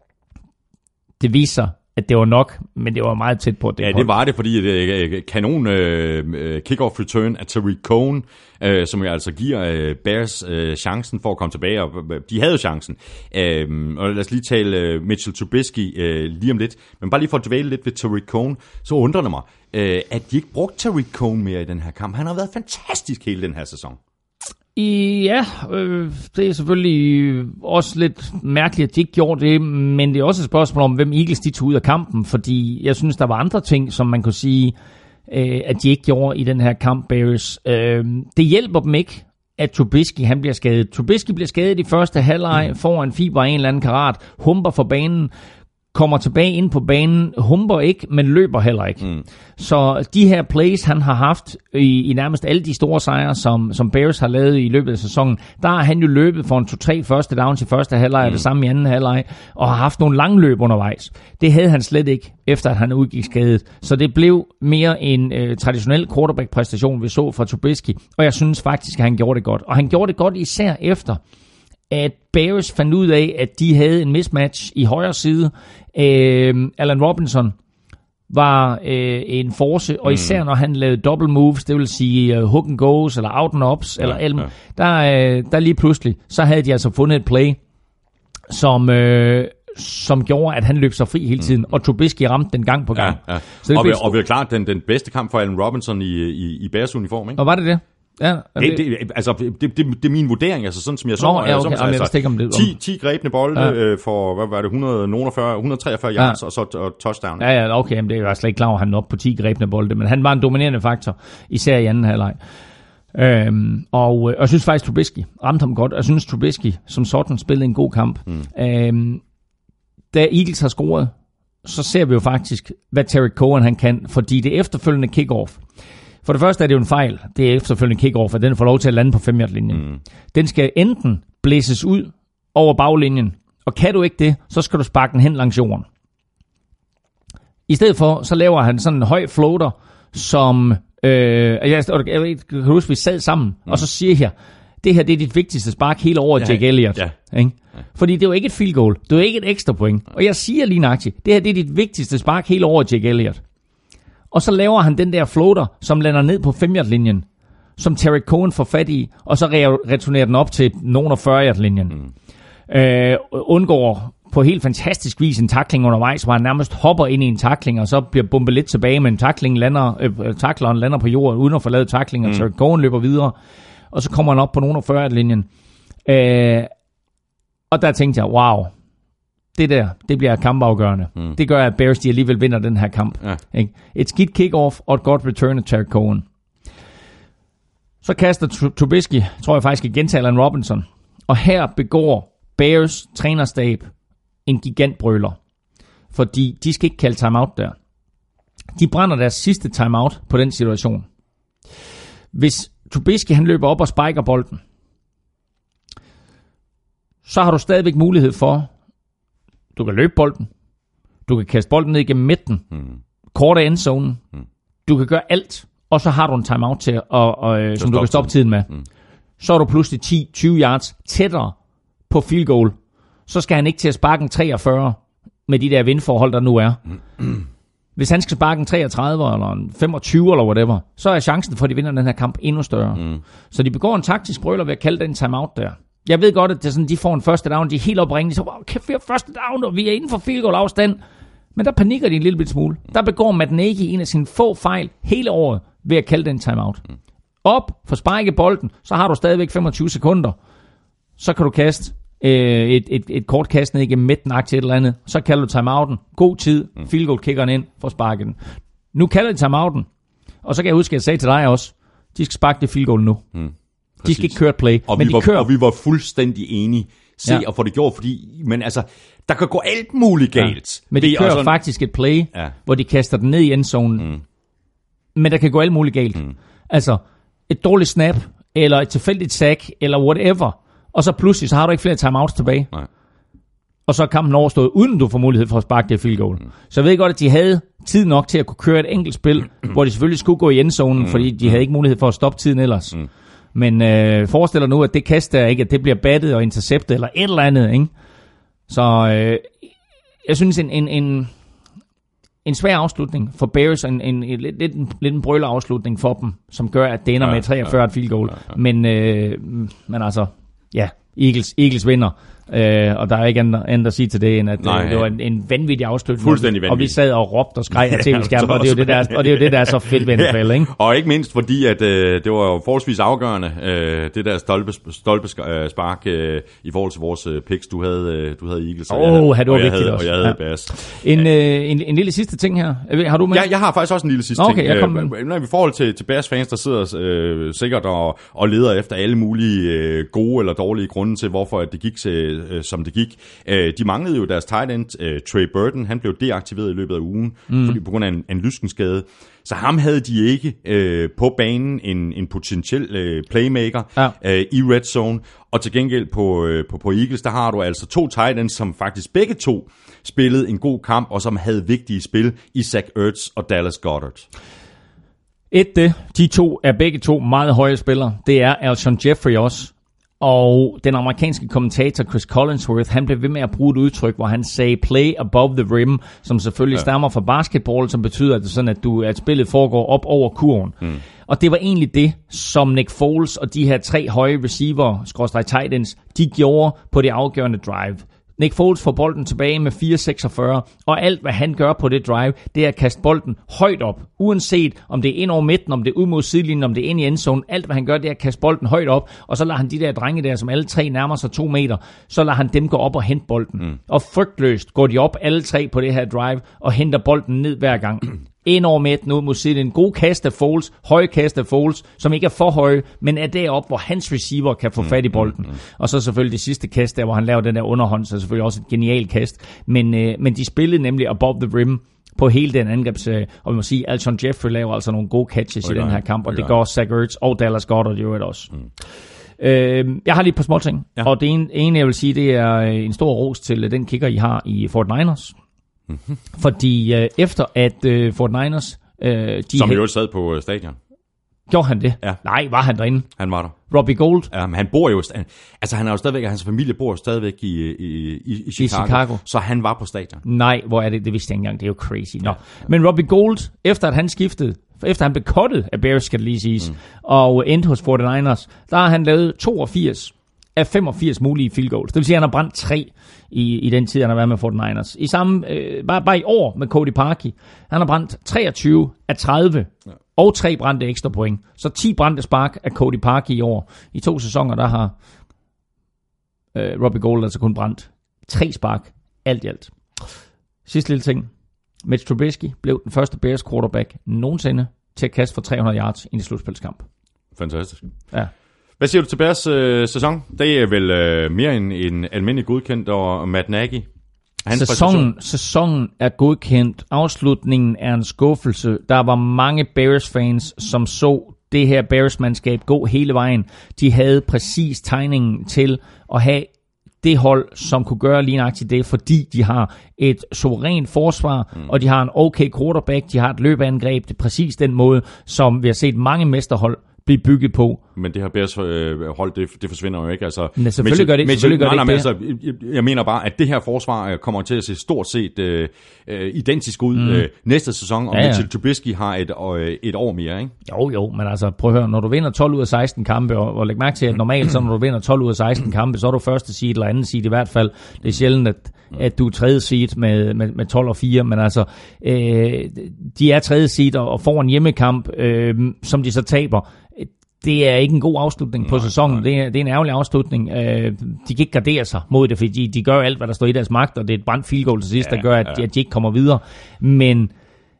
Det viser, at det var nok, men det var meget tæt på det. Ja, det var det, fordi kanon kick-off return af Tariq Cohen, som jo altså giver Bears chancen for at komme tilbage, og de havde chancen. Og lad os lige tale Mitchell Trubisky lige om lidt, men bare lige for at dvæle lidt ved Tariq Cohen, så undrer det mig, at de ikke brugte Tariq Cohen mere i den her kamp. Han har været fantastisk hele den her sæson. Ja, det er selvfølgelig også lidt mærkeligt, at de ikke gjorde det, men det er også et spørgsmål om, hvem Eagles de tog ud af kampen, fordi jeg synes, der var andre ting, som man kunne sige, at de ikke gjorde i den her kamp, Bears. Det hjælper dem ikke, at Trubisky han bliver skadet. Trubisky bliver skadet i første halvleg, får en fiber af en eller anden karat, humper for banen, kommer tilbage ind på banen, humper ikke, men løber heller ikke. Så de her plays, han har haft i nærmest alle de store sejre, som Bears har lavet i løbet af sæsonen, der har han jo løbet for en 2-3 første downs i første halvleg, og det samme i anden halvleg, og har haft nogle lange løb undervejs. Det havde han slet ikke, efter at han udgik skadet. Så det blev mere en traditionel quarterback-præstation, vi så fra Trubisky, og jeg synes faktisk, at han gjorde det godt. Og han gjorde det godt især efter, at Bears fandt ud af, at de havde en mismatch i højre side. Allen Robinson var en force, og især når han lavede double moves, det vil sige hook and goes, eller out and ups, eller elm, der lige pludselig, så havde de altså fundet et play, som gjorde, at han løb sig fri hele tiden, og Trubisky ramte den gang på gang. Ja. Så og det er klart den bedste kamp for Allen Robinson i Bears uniform, ikke? Og var det det? Ja, det er min vurdering, altså sådan som jeg så. Okay. 10 grebne bolde for, hvad var det, 143 yards og så touchdown. Ja, okay, men det er jo slet ikke klar over, han er oppe på 10 grebne bolde, men han var en dominerende faktor, især i anden halvleg. Og jeg synes faktisk, Trubisky ramte ham godt. Jeg synes, Trubisky som sådan spillede en god kamp. Da Eagles har scoret, så ser vi jo faktisk, hvad Terry Cohen han kan, fordi det efterfølgende kickoff. For det første er det jo en fejl, det er efterfølgende kickoff, at den får lov til at lande på 5-yard-linjen. Den skal enten blæses ud over baglinjen, og kan du ikke det, så skal du sparke den hen langs jorden. I stedet for, så laver han sådan en høj floater, som jeg kan huske, vi sad sammen, og så siger jeg, det her det er dit vigtigste spark hele året, Jake Elliott. Ikke? Fordi det er jo ikke et field goal, det er jo ikke et ekstra point. Og jeg siger lige nøjagtigt, det her det er dit vigtigste spark hele året, Jake Elliott. Og så laver han den der floater, som lander ned på 5-yard-linjen, som Terry Cohen får fat i, og så returnerer den op til nogen af 40-yard-linjen. Undgår på helt fantastisk vis en tackling undervejs, hvor han nærmest hopper ind i en tackling, og så bliver bumpet lidt tilbage, men tackleren lander på jorden, uden at forlade tackling, og Terry Cohen løber videre, og så kommer han op på nogen af 40-linjen. Og der tænkte jeg, wow, det bliver kampafgørende. Det gør, at Bears de alligevel vinder den her kamp. Ja. Et skidt kick-off og et godt return af Terry Cohen. Så kaster Trubisky, tror jeg faktisk igen til Allen Robinson, og her begår Bears trænerstab en gigantbrøler, fordi de skal ikke kalde timeout der. De brænder deres sidste timeout på den situation. Hvis Trubisky han løber op og spiker bolden, så har du stadigvæk mulighed for, du kan løbe bolden, du kan kaste bolden ned igennem midten, kort af endzonen, du kan gøre alt, og så har du en timeout til, som du kan stoppe tiden med. Så er du pludselig 10-20 yards tættere på field goal. Så skal han ikke til at sparke en 43 med de der vindforhold, der nu er. Hvis han skal sparke en 33 eller en 25 eller whatever, så er chancen for, at de vinder den her kamp endnu større. Så de begår en taktisk brøler ved at kalde den timeout der. Jeg ved godt, at det er sådan, de får en første down, de er helt opringende, så wow, kæft, vi har første down, og vi er inden for field goal afstand. Men der panikker de en lille smule. Der begår Matt Nagy en af sine få fejl hele året ved at kalde den timeout. Op for spike bolden, så har du stadigvæk 25 sekunder. Så kan du kaste et kort kast ned igennem midten til et eller andet. Så kalder du timeouten. God tid, field goal kickeren ind for at sparke den. Nu kalder de timeouten, og så kan jeg huske, at jeg sagde til dig også, de skal sparke det field goal nu. De skal ikke køre et play, men de kører. Og vi var fuldstændig enige. Og få det gjort, fordi, men altså, der kan gå alt muligt galt. Ja. Men de kører faktisk et play, hvor de kaster den ned i endzonen. Men der kan gå alt muligt galt. Altså, et dårligt snap, eller et tilfældigt sack, eller whatever. Og så pludselig, så har du ikke flere timeouts tilbage. Nej. Og så er kampen overstået, uden du får mulighed for at sparke det field goal. Så jeg ved godt, at de havde tid nok til at kunne køre et enkelt spil, hvor de selvfølgelig skulle gå i endzonen, fordi de havde ikke mulighed for at stoppe tiden ellers. Men forestil dig nu, at det kast der ikke, at det bliver battet og interceptet eller et eller andet, ikke? Så jeg synes en svær afslutning for Bears, lidt en brøler afslutning for dem, som gør, at det ender med 43 field goal. Men altså, ja, Eagles vinder. Og der er ikke andet at sige til det, end at det var en vanvittig afslutning. Fuldstændig vanvittig. Og vi sad og råbte og skreg af tv-skærmen, og det er jo det, der er så fedt ved NFL, ikke? Og ikke mindst fordi, at det var jo forholdsvis afgørende, det der stolpespark i forhold til vores picks. Du havde Eagles, det var vigtigt også. Og jeg havde Bears. En lille sidste ting her. Har du med? Jeg har faktisk også en lille sidste ting. I forhold til Bears fans, der sidder sikkert og leder efter alle mulige gode eller dårlige grunde til, hvorfor at det gik som det gik. De manglede jo deres tight end, Trey Burton. Han blev deaktiveret i løbet af ugen, fordi på grund af en lyskenskade. Så ham havde de ikke på banen, en potentiel playmaker i red zone. Og til gengæld på Eagles, der har du altså 2 tight ends, som faktisk begge to spillede en god kamp, og som havde vigtige spil i Zach Ertz og Dallas Goedert. De to er begge to meget høje spillere. Det er Alshon Jeffrey også. Og den amerikanske kommentator Chris Collinsworth, han blev ved med at bruge et udtryk, hvor han sagde play above the rim, som selvfølgelig stammer fra basketball, som betyder, at det sådan, at spillet foregår op over kurven. Og det var egentlig det, som Nick Foles og de her 3 høje receiver, /tight ends, de gjorde på det afgørende drive. Nick Foles får bolden tilbage med 4.46, og alt hvad han gør på det drive, det er at kaste bolden højt op. Uanset om det er ind over midten, om det er ud mod sidelinjen, om det er ind i endzone, alt hvad han gør, det er at kaste bolden højt op, og så lader han de der drenge der, som alle tre nærmer sig 2 meter, så lader han dem gå op og hente bolden. Og frygtløst går de op alle tre på det her drive, og henter bolden ned hver gang. Ind over midten, ud mod sidelinjen. En god kast af Foles, høje kast af Foles, som ikke er for høje, men er deroppe, hvor hans receiver kan få fat i bolden. Og så selvfølgelig det sidste kast der, hvor han laver den der underhånd, så selvfølgelig også et genialt kast. Men de spillede nemlig above the rim på hele den angrebsserie, og vi må sige, Alshon Jeffrey laver altså nogle gode catches i den her kamp, og det gør Zach Ertz og Dallas Goedert jo også. Jeg har lige et par små ting, og det ene jeg vil sige, det er en stor ros til den kicker, I har i 49ers. Fordi efter at 49ers... som jo sad på stadion. Gjorde han det? Ja. Nej, var han derinde? Han var der. Robbie Gould? Ja, men han bor jo... Altså, han er jo stadigvæk... Hans familie bor jo stadigvæk i Chicago. Så han var på stadion. Nej, hvor er det? Det vidste jeg ikke engang. Det er jo crazy. No. Ja. Men Robbie Gould, efter at han skiftede, efter han blev cuttet af Bears, skal det lige siges, og endte hos 49ers, der har han lavet 82 af 85 mulige field goals. Det vil sige, at han har brændt 3 i den tid, han har været med 49ers. I samme, bare i år med Cody Parkey, han har brændt 23 af 30, og 3 brændte ekstra point. Så 10 brændte spark af Cody Parkey i år. I 2 sæsoner, der har Robbie Gould altså kun brændt 3 spark, alt i alt. Sidste lille ting. Mitch Trubisky blev den første Bears quarterback nogensinde til at kaste for 300 yards i en slutspilskamp. Fantastisk. Ja. Hvad siger du til Bears sæson? Det er vel mere en almindelig godkendt, og Matt Nagy. Sæsonen er godkendt. Afslutningen er en skuffelse. Der var mange Bears-fans, som så det her Bears-mandskab gå hele vejen. De havde præcis tegningen til at have det hold, som kunne gøre lige nøjagtigt det, fordi de har et suverænt forsvar, og de har en okay quarterback, de har et løbeangreb. Det er præcis den måde, som vi har set mange mesterhold blive bygget på. Men det her Bears hold, det forsvinder jo ikke. Altså, men selvfølgelig gør det ikke. Altså, jeg mener bare, at det her forsvar kommer til at se stort set identisk ud næste sæson, og Mitchell Trubisky har et år mere, ikke? Jo, men altså, prøv at høre, når du vinder 12 ud af 16 kampe, og læg mærke til, at normalt, så når du vinder 12 ud af 16 kampe, så er du første seed eller anden seed i hvert fald. Det er sjældent, at du er tredje seed med 12 og 4, men altså, de er tredje seed og får en hjemmekamp, som de så taber. Det er ikke en god afslutning på sæsonen. Det er en ærgerlig afslutning. De kan ikke gardere sig mod det, fordi de gør alt, hvad der står i deres magt, og det er et brændt field goal til sidst, der gør, at de ikke kommer videre. Men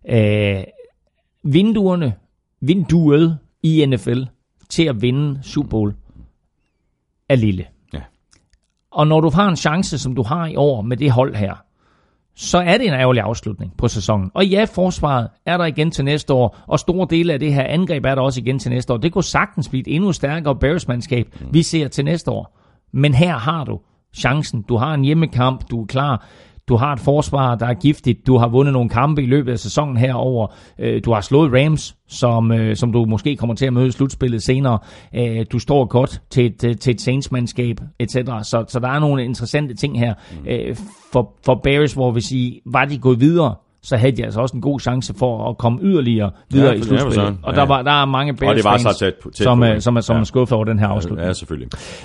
vinduet i NFL til at vinde Super Bowl er lille. Ja. Og når du har en chance, som du har i år med det hold her, så er det en ærgerlig afslutning på sæsonen. Og ja, forsvaret er der igen til næste år, og store dele af det her angreb er der også igen til næste år. Det kunne sagtens blive et endnu stærkere Bears-mandskab, vi ser til næste år. Men her har du chancen. Du har en hjemmekamp, du er klar. Du har et forsvar, der er giftigt. Du har vundet nogle kampe i løbet af sæsonen herover. Du har slået Rams, som du måske kommer til at møde i slutspillet senere. Du står godt til et Saints-mandskab, etc. Så der er nogle interessante ting her. For Bears, hvor vi siger, var de gået videre, så havde de altså også en god chance for at komme yderligere videre i slutspillet. Og der er mange Bears-fans, som er skuffet over den her afslutning. Ja, selvfølgelig.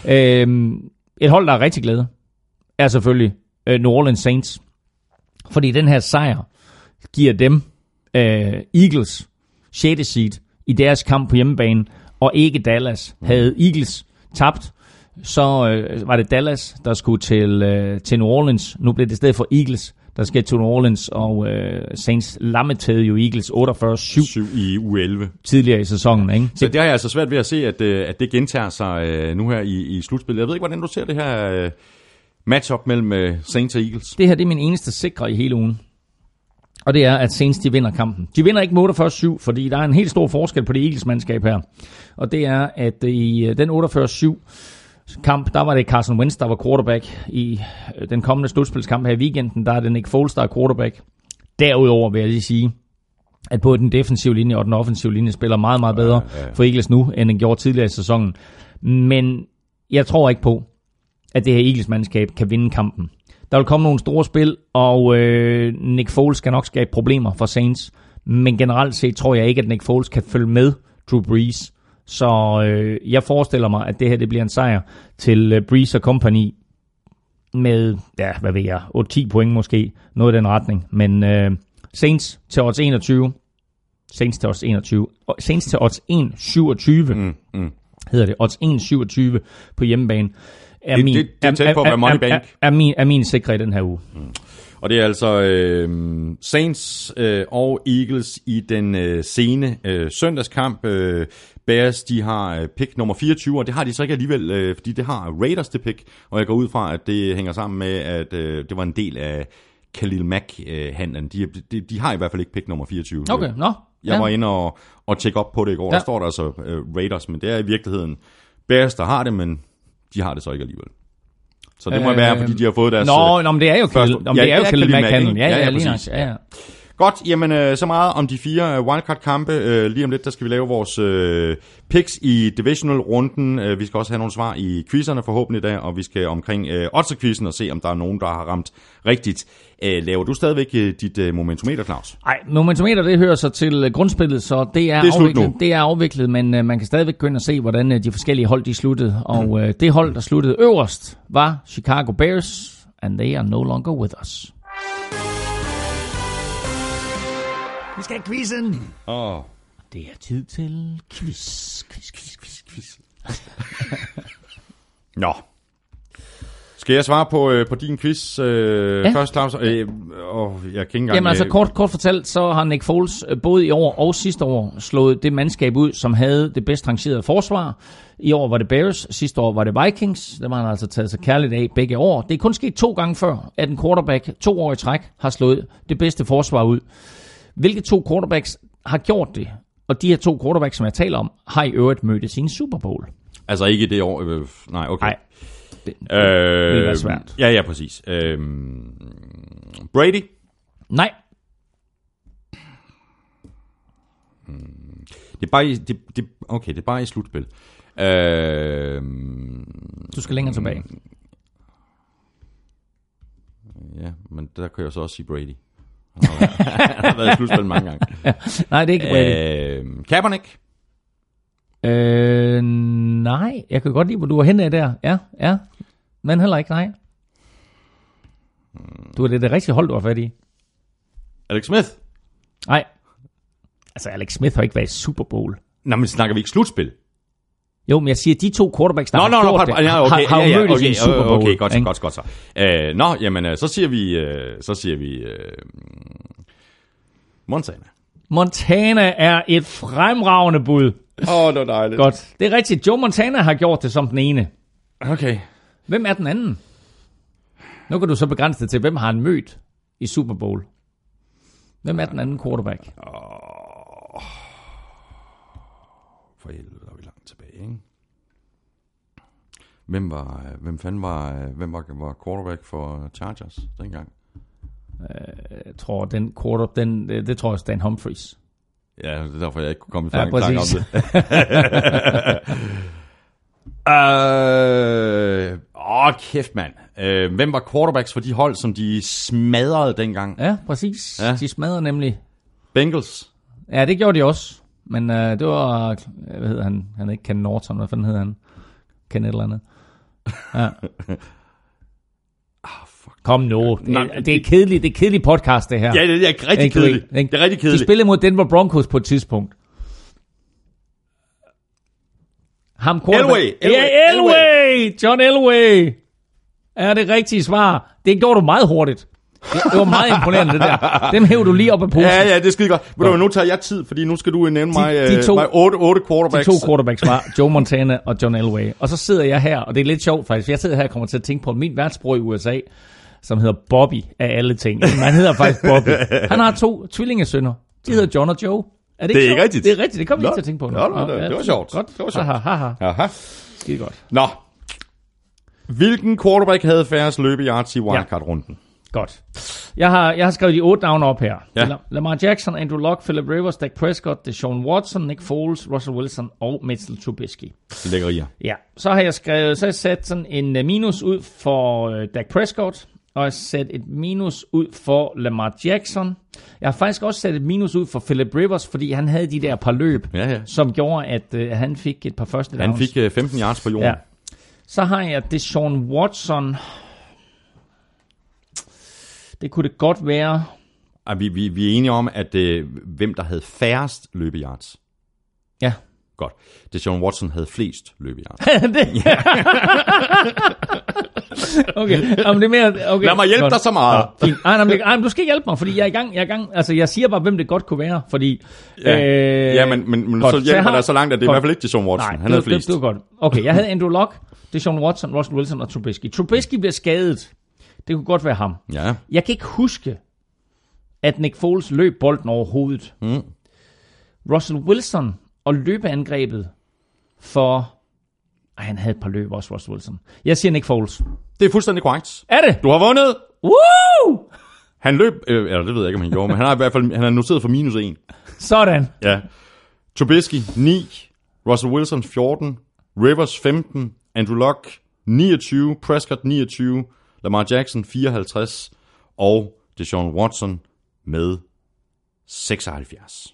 Et hold, der er rigtig glade, er selvfølgelig New Orleans Saints. Fordi den her sejr giver dem Eagles 6. seed i deres kamp på hjemmebane, og ikke Dallas. Havde Eagles tabt, så var det Dallas, der skulle til New Orleans. Nu blev det i stedet for Eagles, der skal til New Orleans, og Saints lammetede jo Eagles 48-7 i uge 11 tidligere i sæsonen. Ikke? Så det er altså svært ved at se, at det gentager sig nu her i slutspillet. Jeg ved ikke, hvordan du ser det her matchup mellem Saints og Eagles. Det her det er min eneste sikre i hele ugen. Og det er, at Saints de vinder kampen. De vinder ikke med 48-7, fordi der er en helt stor forskel på det Eagles-mandskab her. Og det er, at i den 48-7 kamp, der var det Carson Wentz, der var quarterback. I den kommende slutspilskamp her i weekenden, der er det Nick Foles, der er quarterback. Derudover vil jeg lige sige, at både den defensive linje og den offensive linje spiller meget, meget bedre for Eagles nu, end den gjorde tidligere i sæsonen. Men jeg tror ikke på, at det her Eagles-mandskab kan vinde kampen. Der vil komme nogle store spil, og Nick Foles skal nok skabe problemer for Saints. Men generelt set tror jeg ikke, at Nick Foles kan følge med Drew Brees. Så jeg forestiller mig, at det her det bliver en sejr til Brees og company med, ja, hvad ved jeg, 8-10 point måske, noget i den retning. Men Saints til odds 21. Saints til odds 21. Saints til odds 1,27 hedder det. Odds 1,27 på hjemmebane. Det er tæt på at være money bank. Er min sikre i den her uge. Og det er altså Saints og Eagles i den sene søndagskamp. Bears, de har pick nummer 24, og det har de så ikke alligevel, fordi det har Raiders til pick. Og jeg går ud fra, at det hænger sammen med, at det var en del af Khalil Mack-handlen. De har i hvert fald ikke pick nummer 24. Okay, nå. Jeg var inde og tjekke op på det i går. Der står der altså Raiders, men det er i virkeligheden Bears, der har det, men de har det så ikke alligevel. Så det må være, fordi de har fået deres... Nå, men det er jo Khalil Mack-handlen. Ja, lige nok. Ja. Godt, jamen så meget om de 4 wildcard-kampe. Lige om lidt, der skal vi lave vores picks i divisional-runden. Vi skal også have nogle svar i quizzerne forhåbentlig i dag, og vi skal omkring odds-quizzen og se, om der er nogen, der har ramt rigtigt. Laver du stadigvæk dit momentometer, Claus? Nej, momentometer, det hører så til grundspillet, så det er afviklet, men man kan stadigvæk gå ind og se, hvordan de forskellige hold de sluttede. Og det hold, der sluttede øverst, var Chicago Bears, and they are no longer with us. Vi skal have quizzen. Det er tid til quiz. Nå. Skal jeg svare på din quiz først, Claus? Jeg kan ikke engang... Jamen altså kort fortalt, så har Nick Foles både i år og sidste år slået det mandskab ud, som havde det bedst rangerede forsvar. I år var det Bears, sidste år var det Vikings. Det var han altså taget sig kærligt af begge år. Det er kun sket 2 gange før, at en quarterback 2 år i træk har slået det bedste forsvar ud. Hvilke 2 quarterbacks har gjort det? Og de her 2 quarterbacks, som jeg taler om, har i øvrigt mødtes i en Super Bowl. Altså ikke det år? Nej, okay. Nej, det vil være svært. Ja, præcis. Brady? Nej. Det er bare i, det er bare i slutspil. Du skal længere tilbage. Ja, men der kan jeg så også sige Brady. Han har været i slutspil mange gange. Nej, det er ikke Brady. Kaepernick? Nej, jeg kan godt lide, hvor du er henne af der. Ja. Men heller ikke, nej. Du er det rigtige hold, du har fat i. Alex Smith? Nej. Altså, Alex Smith har ikke været i Super Bowl. Nå, men snakker vi ikke slutspil? Jo, men jeg siger, de 2 quarterbacks, der har gjort det, har mødtes i en Super Bowl. Okay, godt så. Så siger vi Montana. Montana er et fremragende bud. Det var dejligt. Godt. Det er rigtigt. Joe Montana har gjort det som den ene. Okay. Hvem er den anden? Nu kan du så begrænse det til, hvem har han mødt i Super Bowl? Hvem er den anden quarterback? For helvede, der er vi langt tilbage, ikke? Hvem var quarterback for Chargers dengang? Jeg tror, det tror jeg Stan Humphries. Ja, det er derfor, jeg ikke kunne komme i tanke om det. Kæft, mand. Hvem var quarterbacks for de hold, som de smadrede dengang? Ja, præcis. Ja. De smadrede nemlig Bengals. Ja, det gjorde de også. Men det var, hvad hedder han? Han er ikke Ken Norton, hvad fanden hedder han? Ken et eller andet. Ja. Kom nu. Det er kedeligt. Det er kedeligt podcast, det her. Ja, det er rigtig kedeligt. Det er rigtig kedeligt. De spillede mod Denver Broncos på et tidspunkt. Elway. Ja, Elway. John Elway. Er det rigtige svar? Det gjorde du meget hurtigt. Det var meget imponerende, det der. Dem hæver du lige op af posen. Ja, det er skide godt. Men nu tager jeg tid, fordi nu skal du nævne mig 8 quarterbacks. De 2 quarterbacks var Joe Montana og John Elway. Og så sidder jeg her, og det er lidt sjovt faktisk. Jeg sidder her og kommer til at tænke på min værtsbror i USA, som hedder Bobby af alle ting. Han hedder faktisk Bobby. Han har 2 tvillingesønner. De hedder John og Joe. Er det ikke rigtigt? Det er rigtigt. Det kom jeg lige til at tænke på nu. Det var sjovt. Godt. Det var sjovt. Aha. Skide godt. Nå. Hvilken quarterback havde færrest løbeyards i wildcard-runden? Godt. Jeg har skrevet de 8 navne op her. Ja. Lamar Jackson, Andrew Luck, Philip Rivers, Dak Prescott, Deshaun Watson, Nick Foles, Russell Wilson og Mitchell Trubisky. Lækkerier. Ja. Så har jeg sat sådan en minus ud for Dak Prescott, og jeg har sat et minus ud for Lamar Jackson. Jeg har faktisk også sat et minus ud for Philip Rivers, fordi han havde de der par løb, som gjorde, at han fik et par første downs. Han fik 15 yards på jorden. Ja. Så har jeg Deshaun Watson. Det kunne det godt være. Vi er enige om, at hvem der havde færrest løbeyards. Ja. Godt. Deshaun Watson havde flest løbeyards. Okay. Jamen, det er mere, okay. Lad mig hjælpe dig så meget. Nej, du skal ikke hjælpe mig, fordi jeg er i gang. Altså, jeg siger bare, hvem det godt kunne være, fordi... men så hjælper der så langt, at det er i hvert fald ikke Deshaun Watson. Nej, han havde flest. Det var godt. Okay, jeg havde Andrew Luck, Deshaun Watson, Russell Wilson og Trubisky. Trubisky bliver skadet. Det kunne godt være ham. Ja. Jeg kan ikke huske, at Nick Foles løb bolden overhovedet. Russell Wilson og løbeangrebet for... han havde et par løb også, Russell Wilson. Jeg siger Nick Foles. Det er fuldstændig korrekt. Er det? Du har vundet! Woo! Han løb... eller det ved jeg ikke, om han gjorde, men han har i hvert fald han er noteret for -1. Sådan. Ja. Trubisky 9, Russell Wilson 14, Rivers 15, Andrew Luck 29, Prescott 29, Lamar Jackson 54 og Deshaun Watson med 76.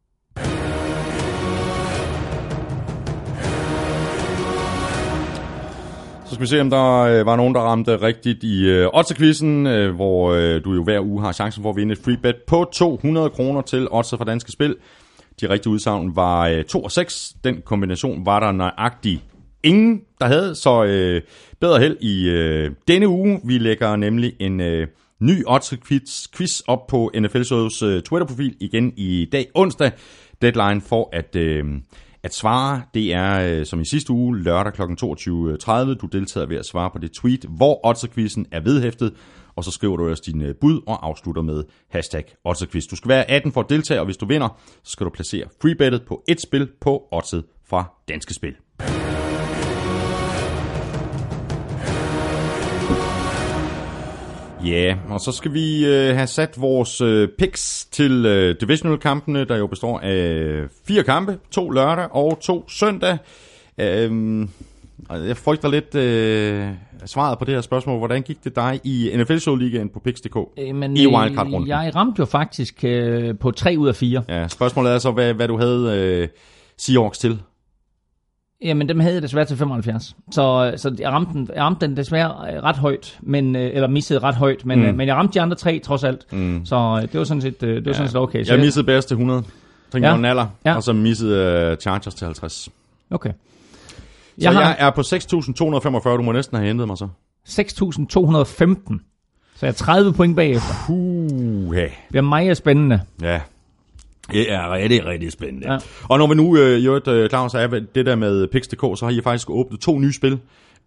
Så skal vi se, om der var nogen, der ramte rigtigt i Odds-quizzen, hvor du jo hver uge har chancen for at vinde et free bet på 200 kroner til Odds fra Danske Spil. De rigtige udsagn var 2 og 6. Den kombination var der nøjagtigt ingen, der havde, så bedre held i denne uge. Vi lægger nemlig en ny Odds-quiz op på NFL Shows Twitter-profil igen i dag onsdag. Deadline for at svare, det er som i sidste uge, lørdag kl. 22.30. Du deltager ved at svare på det tweet, hvor Odds-quizzen er vedhæftet, og så skriver du også din bud og afslutter med #Odds-quiz. Du skal være 18 for at deltage, og hvis du vinder, så skal du placere freebettet på et spil på Oddset fra Danske Spil. Ja, og så skal vi have sat vores picks til divisional-kampene, der jo består af 4 kampe, 2 lørdag og 2 søndag. Jeg frygter lidt svaret på det her spørgsmål. Hvordan gik det dig i NFL-show-ligaen på Picks.dk i wildcard-runden? Jeg ramte jo faktisk på 3 ud af 4. Ja, spørgsmålet er så, hvad du havde Seahawks til. Jamen, dem havde jeg desværre til 75. Så jeg ramte den desværre ret højt, eller missede ret højt, men jeg ramte de andre 3 trods alt. Så det var sådan set, okay. Så jeg missede Bears til 100. Tænkte jeg naller, ja. Og så missede Chargers til 50. Okay. Jeg er på 6.245. Du må næsten have hentet mig så. 6.215. Så jeg er 30 point bagefter. Det bliver meget spændende. Ja. Det er rigtig, rigtig spændende. Ja. Og når vi nu, Claus, er det der med Picks.dk, så har I faktisk åbnet 2 nye spil.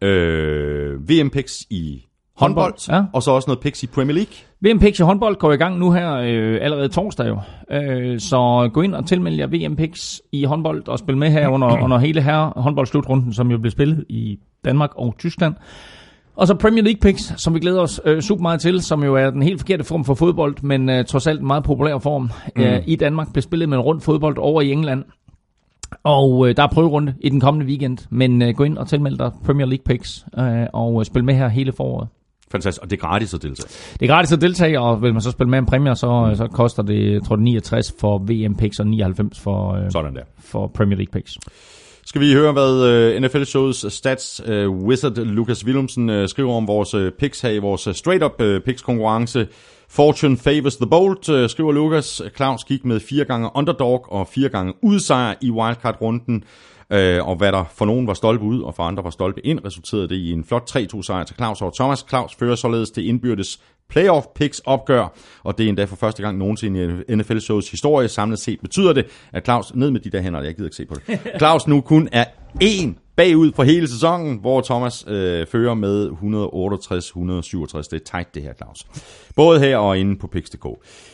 VM Picks i håndbold, ja. Og så også noget Picks i Premier League. VM Picks i håndbold går i gang nu her allerede torsdag jo. Så gå ind og tilmeld jer VM Picks i håndbold og spil med her under hele her håndboldslutrunden, som jo bliver spillet i Danmark og Tyskland. Og så Premier League Picks, som vi glæder os super meget til, som jo er den helt forkerte form for fodbold, men trods alt en meget populær form i Danmark. Bliver spillet med en rund fodbold over i England. Og der er prøverunde i den kommende weekend, men gå ind og tilmeld dig Premier League Picks og spil med her hele foråret. Fantastisk, og det er gratis at deltage. Det er gratis at deltage, og vil man så spille med en præmie, så koster det, tror jeg, 69 for VM Picks og 99 for Premier League Picks. Skal vi høre, hvad NFL Shows stats wizard Lukas Willumsen skriver om vores picks her i vores straight-up picks konkurrence. Fortune favors the bold, skriver Lukas. Claus gik med 4 gange underdog og 4 gange udsejr i wildcard-runden. Og hvad der for nogen var stolpe ud, og for andre var stolpe ind, resulterede det i en flot 3-2 sejr til Claus og Thomas. Claus fører således det indbyrdes playoff picks opgør, og det er endda for første gang nogensinde i NFL Shows historie. Samlet set betyder det, at Claus, ned med de der hænder, jeg gider ikke se på det, Claus nu kun er 1 bagud for hele sæsonen, hvor Thomas fører med 168-167. Det er tight det her, Claus. Både her og inde på Picks.dk.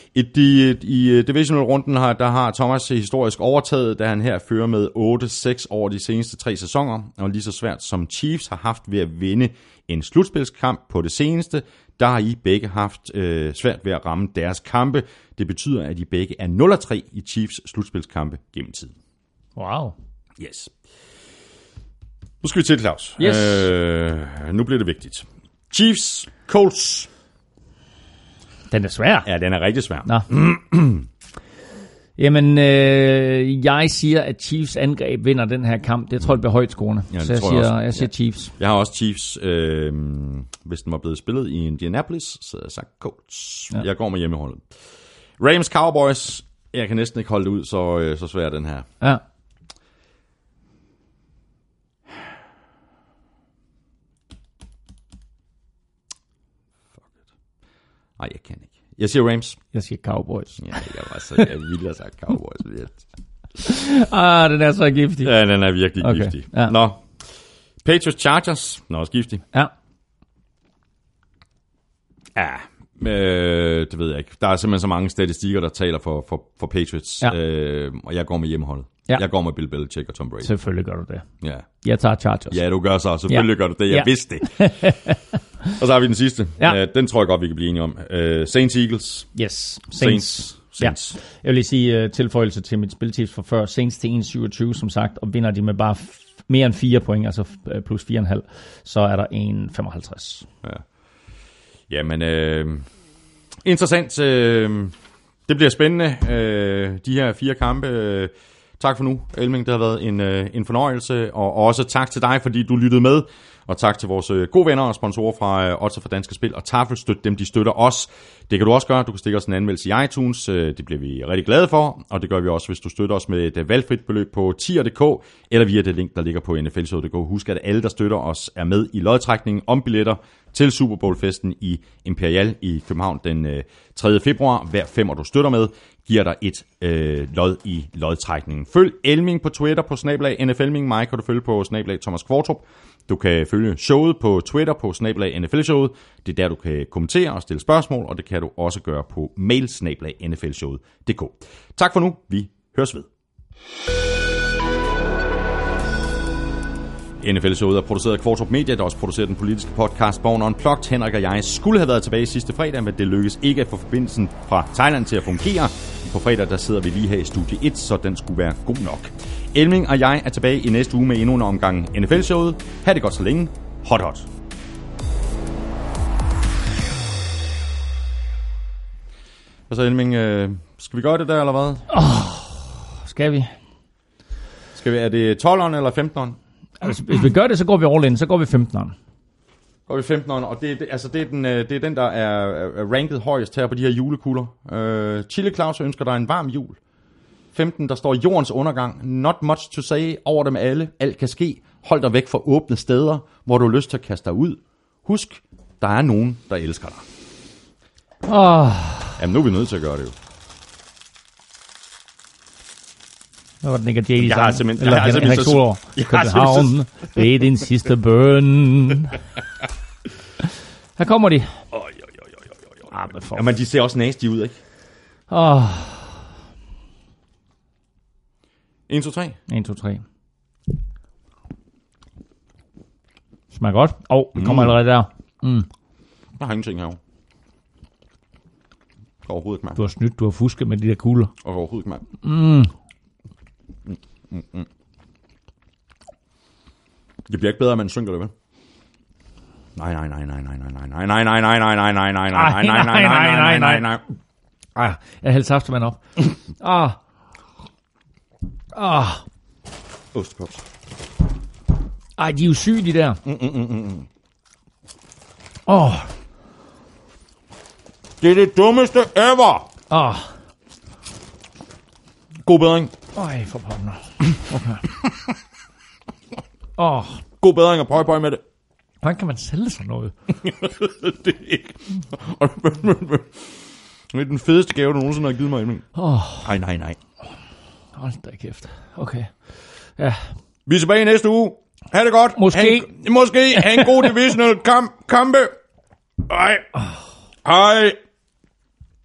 I divisional-runden der har Thomas historisk overtaget, da han her fører med 8-6 over de seneste 3 sæsoner, og lige så svært som Chiefs har haft ved at vinde en slutspilskamp på det seneste, der har I begge haft svært ved at ramme deres kampe. Det betyder, at I begge er 0-3 i Chiefs slutspilskampe gennem tiden. Wow. Yes. Nu skal vi til, Claus. Yes. Nu bliver det vigtigt. Chiefs, Colts. Den er svær. Ja, den er rigtig svær. Nå. Jamen, jeg siger, at Chiefs angreb vinder den her kamp. Det tror jeg bliver højt scorende. Ja, så jeg siger Chiefs. Jeg har også Chiefs. Hvis den var blevet spillet i Indianapolis, så havde jeg sagt Colts. Ja. Jeg går med hjemmeholdet. Rams Cowboys. Jeg kan næsten ikke holde det ud, så svær den her. Ja. Nej, jeg kan ikke. Jeg siger Rams. Jeg siger Cowboys. Ja, jeg ville have sagt Cowboys. Den er så giftig. Ja, den er virkelig giftig. Ja. Nå. Patriots Chargers. Nå, også giftig. Ja. Ja, det ved jeg ikke. Der er simpelthen så mange statistikker, der taler for Patriots. Ja. Og jeg går med hjemmeholdet. Ja. Jeg går med Bill Belichick og Tom Brady. Selvfølgelig gør du det. Ja. Jeg tager Chargers. Ja, du gør så. Selvfølgelig gør du det. Jeg vidste det. Og så har vi den sidste. Ja. Den tror jeg godt, vi kan blive enige om. Saints Eagles. Yes. Saints. Ja. Jeg vil lige sige tilføjelse til mit spiltips for før. Saints til 1,27 som sagt, og vinder de med bare mere end 4 point, altså plus 4,5, så er der 1,55. Ja. Jamen, interessant. Det bliver spændende, de her 4 kampe. Tak for nu, Elming. Det har været en fornøjelse, og også tak til dig, fordi du lyttede med. Og tak til vores gode venner og sponsorer fra Odds for Danske Spil og Tafel. Støt dem, de støtter os. Det kan du også gøre. Du kan stikke os en anmeldelse i iTunes. Det bliver vi rigtig glade for. Og det gør vi også, hvis du støtter os med et valgfrit beløb på tier.dk eller via det link, der ligger på nflshowet.dk. Husk, at alle, der støtter os, er med i lodtrækningen om billetter til Super Bowl-festen i Imperial i København den 3. februar. Hver 5, du støtter med, giver dig et lod i lodtrækningen. Følg Elming på Twitter på @NFLming. Mig kan du følge på @Thomas Kvartrup. Du kan følge showet på Twitter på @NFLshowet. Det er der, du kan kommentere og stille spørgsmål, og det kan du også gøre på mail @NFLshowet.dk. Tak for nu. Vi høres ved. NFL-showet er produceret af Kvartrup Media, der også producerer den politiske podcast Born Unplugged. Henrik og jeg skulle have været tilbage sidste fredag, men det lykkedes ikke at få forbindelsen fra Thailand til at fungere. På fredag der sidder vi lige her i studie 1, så den skulle være god nok. Elming og jeg er tilbage i næste uge med endnu en omgang NFL-showet. Ha' det godt så længe. Hot hot. Hvad så, Elming? Skal vi gøre det der, eller hvad? Skal vi? Er det 12'eren eller 15'eren? Altså, hvis vi gør det, så går vi all in. Så går vi 15'eren. Går vi 15'eren, og det er den, der er ranket højest her på de her julekugler. Chile Claus ønsker dig en varm jul. 15, der står jordens undergang. Not much to say over dem alle. Alt kan ske. Hold dig væk fra åbne steder, hvor du har lyst til at kaste dig ud. Husk, der er nogen, der elsker dig. Jamen, nu er vi nødt til at gøre det jo. Hvad var den ikke af J.D. Jeg har simpelthen København, det er din sidste bøn. Her kommer de. Jamen, de ser også nasty ud, ikke? 1, 2, 3. 1, 2, 3. Smager godt. Vi kommer allerede der. Jeg har ingenting herovre. Overhovedet ikke, mand. Du har snydt, du har fusket med de der kugler. Overhovedet ikke, mand. Det bliver ikke bedre, at man synker det, vel? Nej. Jeg hælder saftevand op. Ostepops. Ej, de er jo syge, de der. Det er det dummeste ever. God bedring. Ej, for pokker. Okay. God bedring og pøj med det. Hvordan kan man sælge sådan noget? Det er ikke. Det er den fedeste gave, du nogensinde har givet mig. Nej. Hold da kæft. Okay. Ja. Vi er tilbage næste uge. Ha' det godt. Måske. Ha' en god divisional kampe. Hej.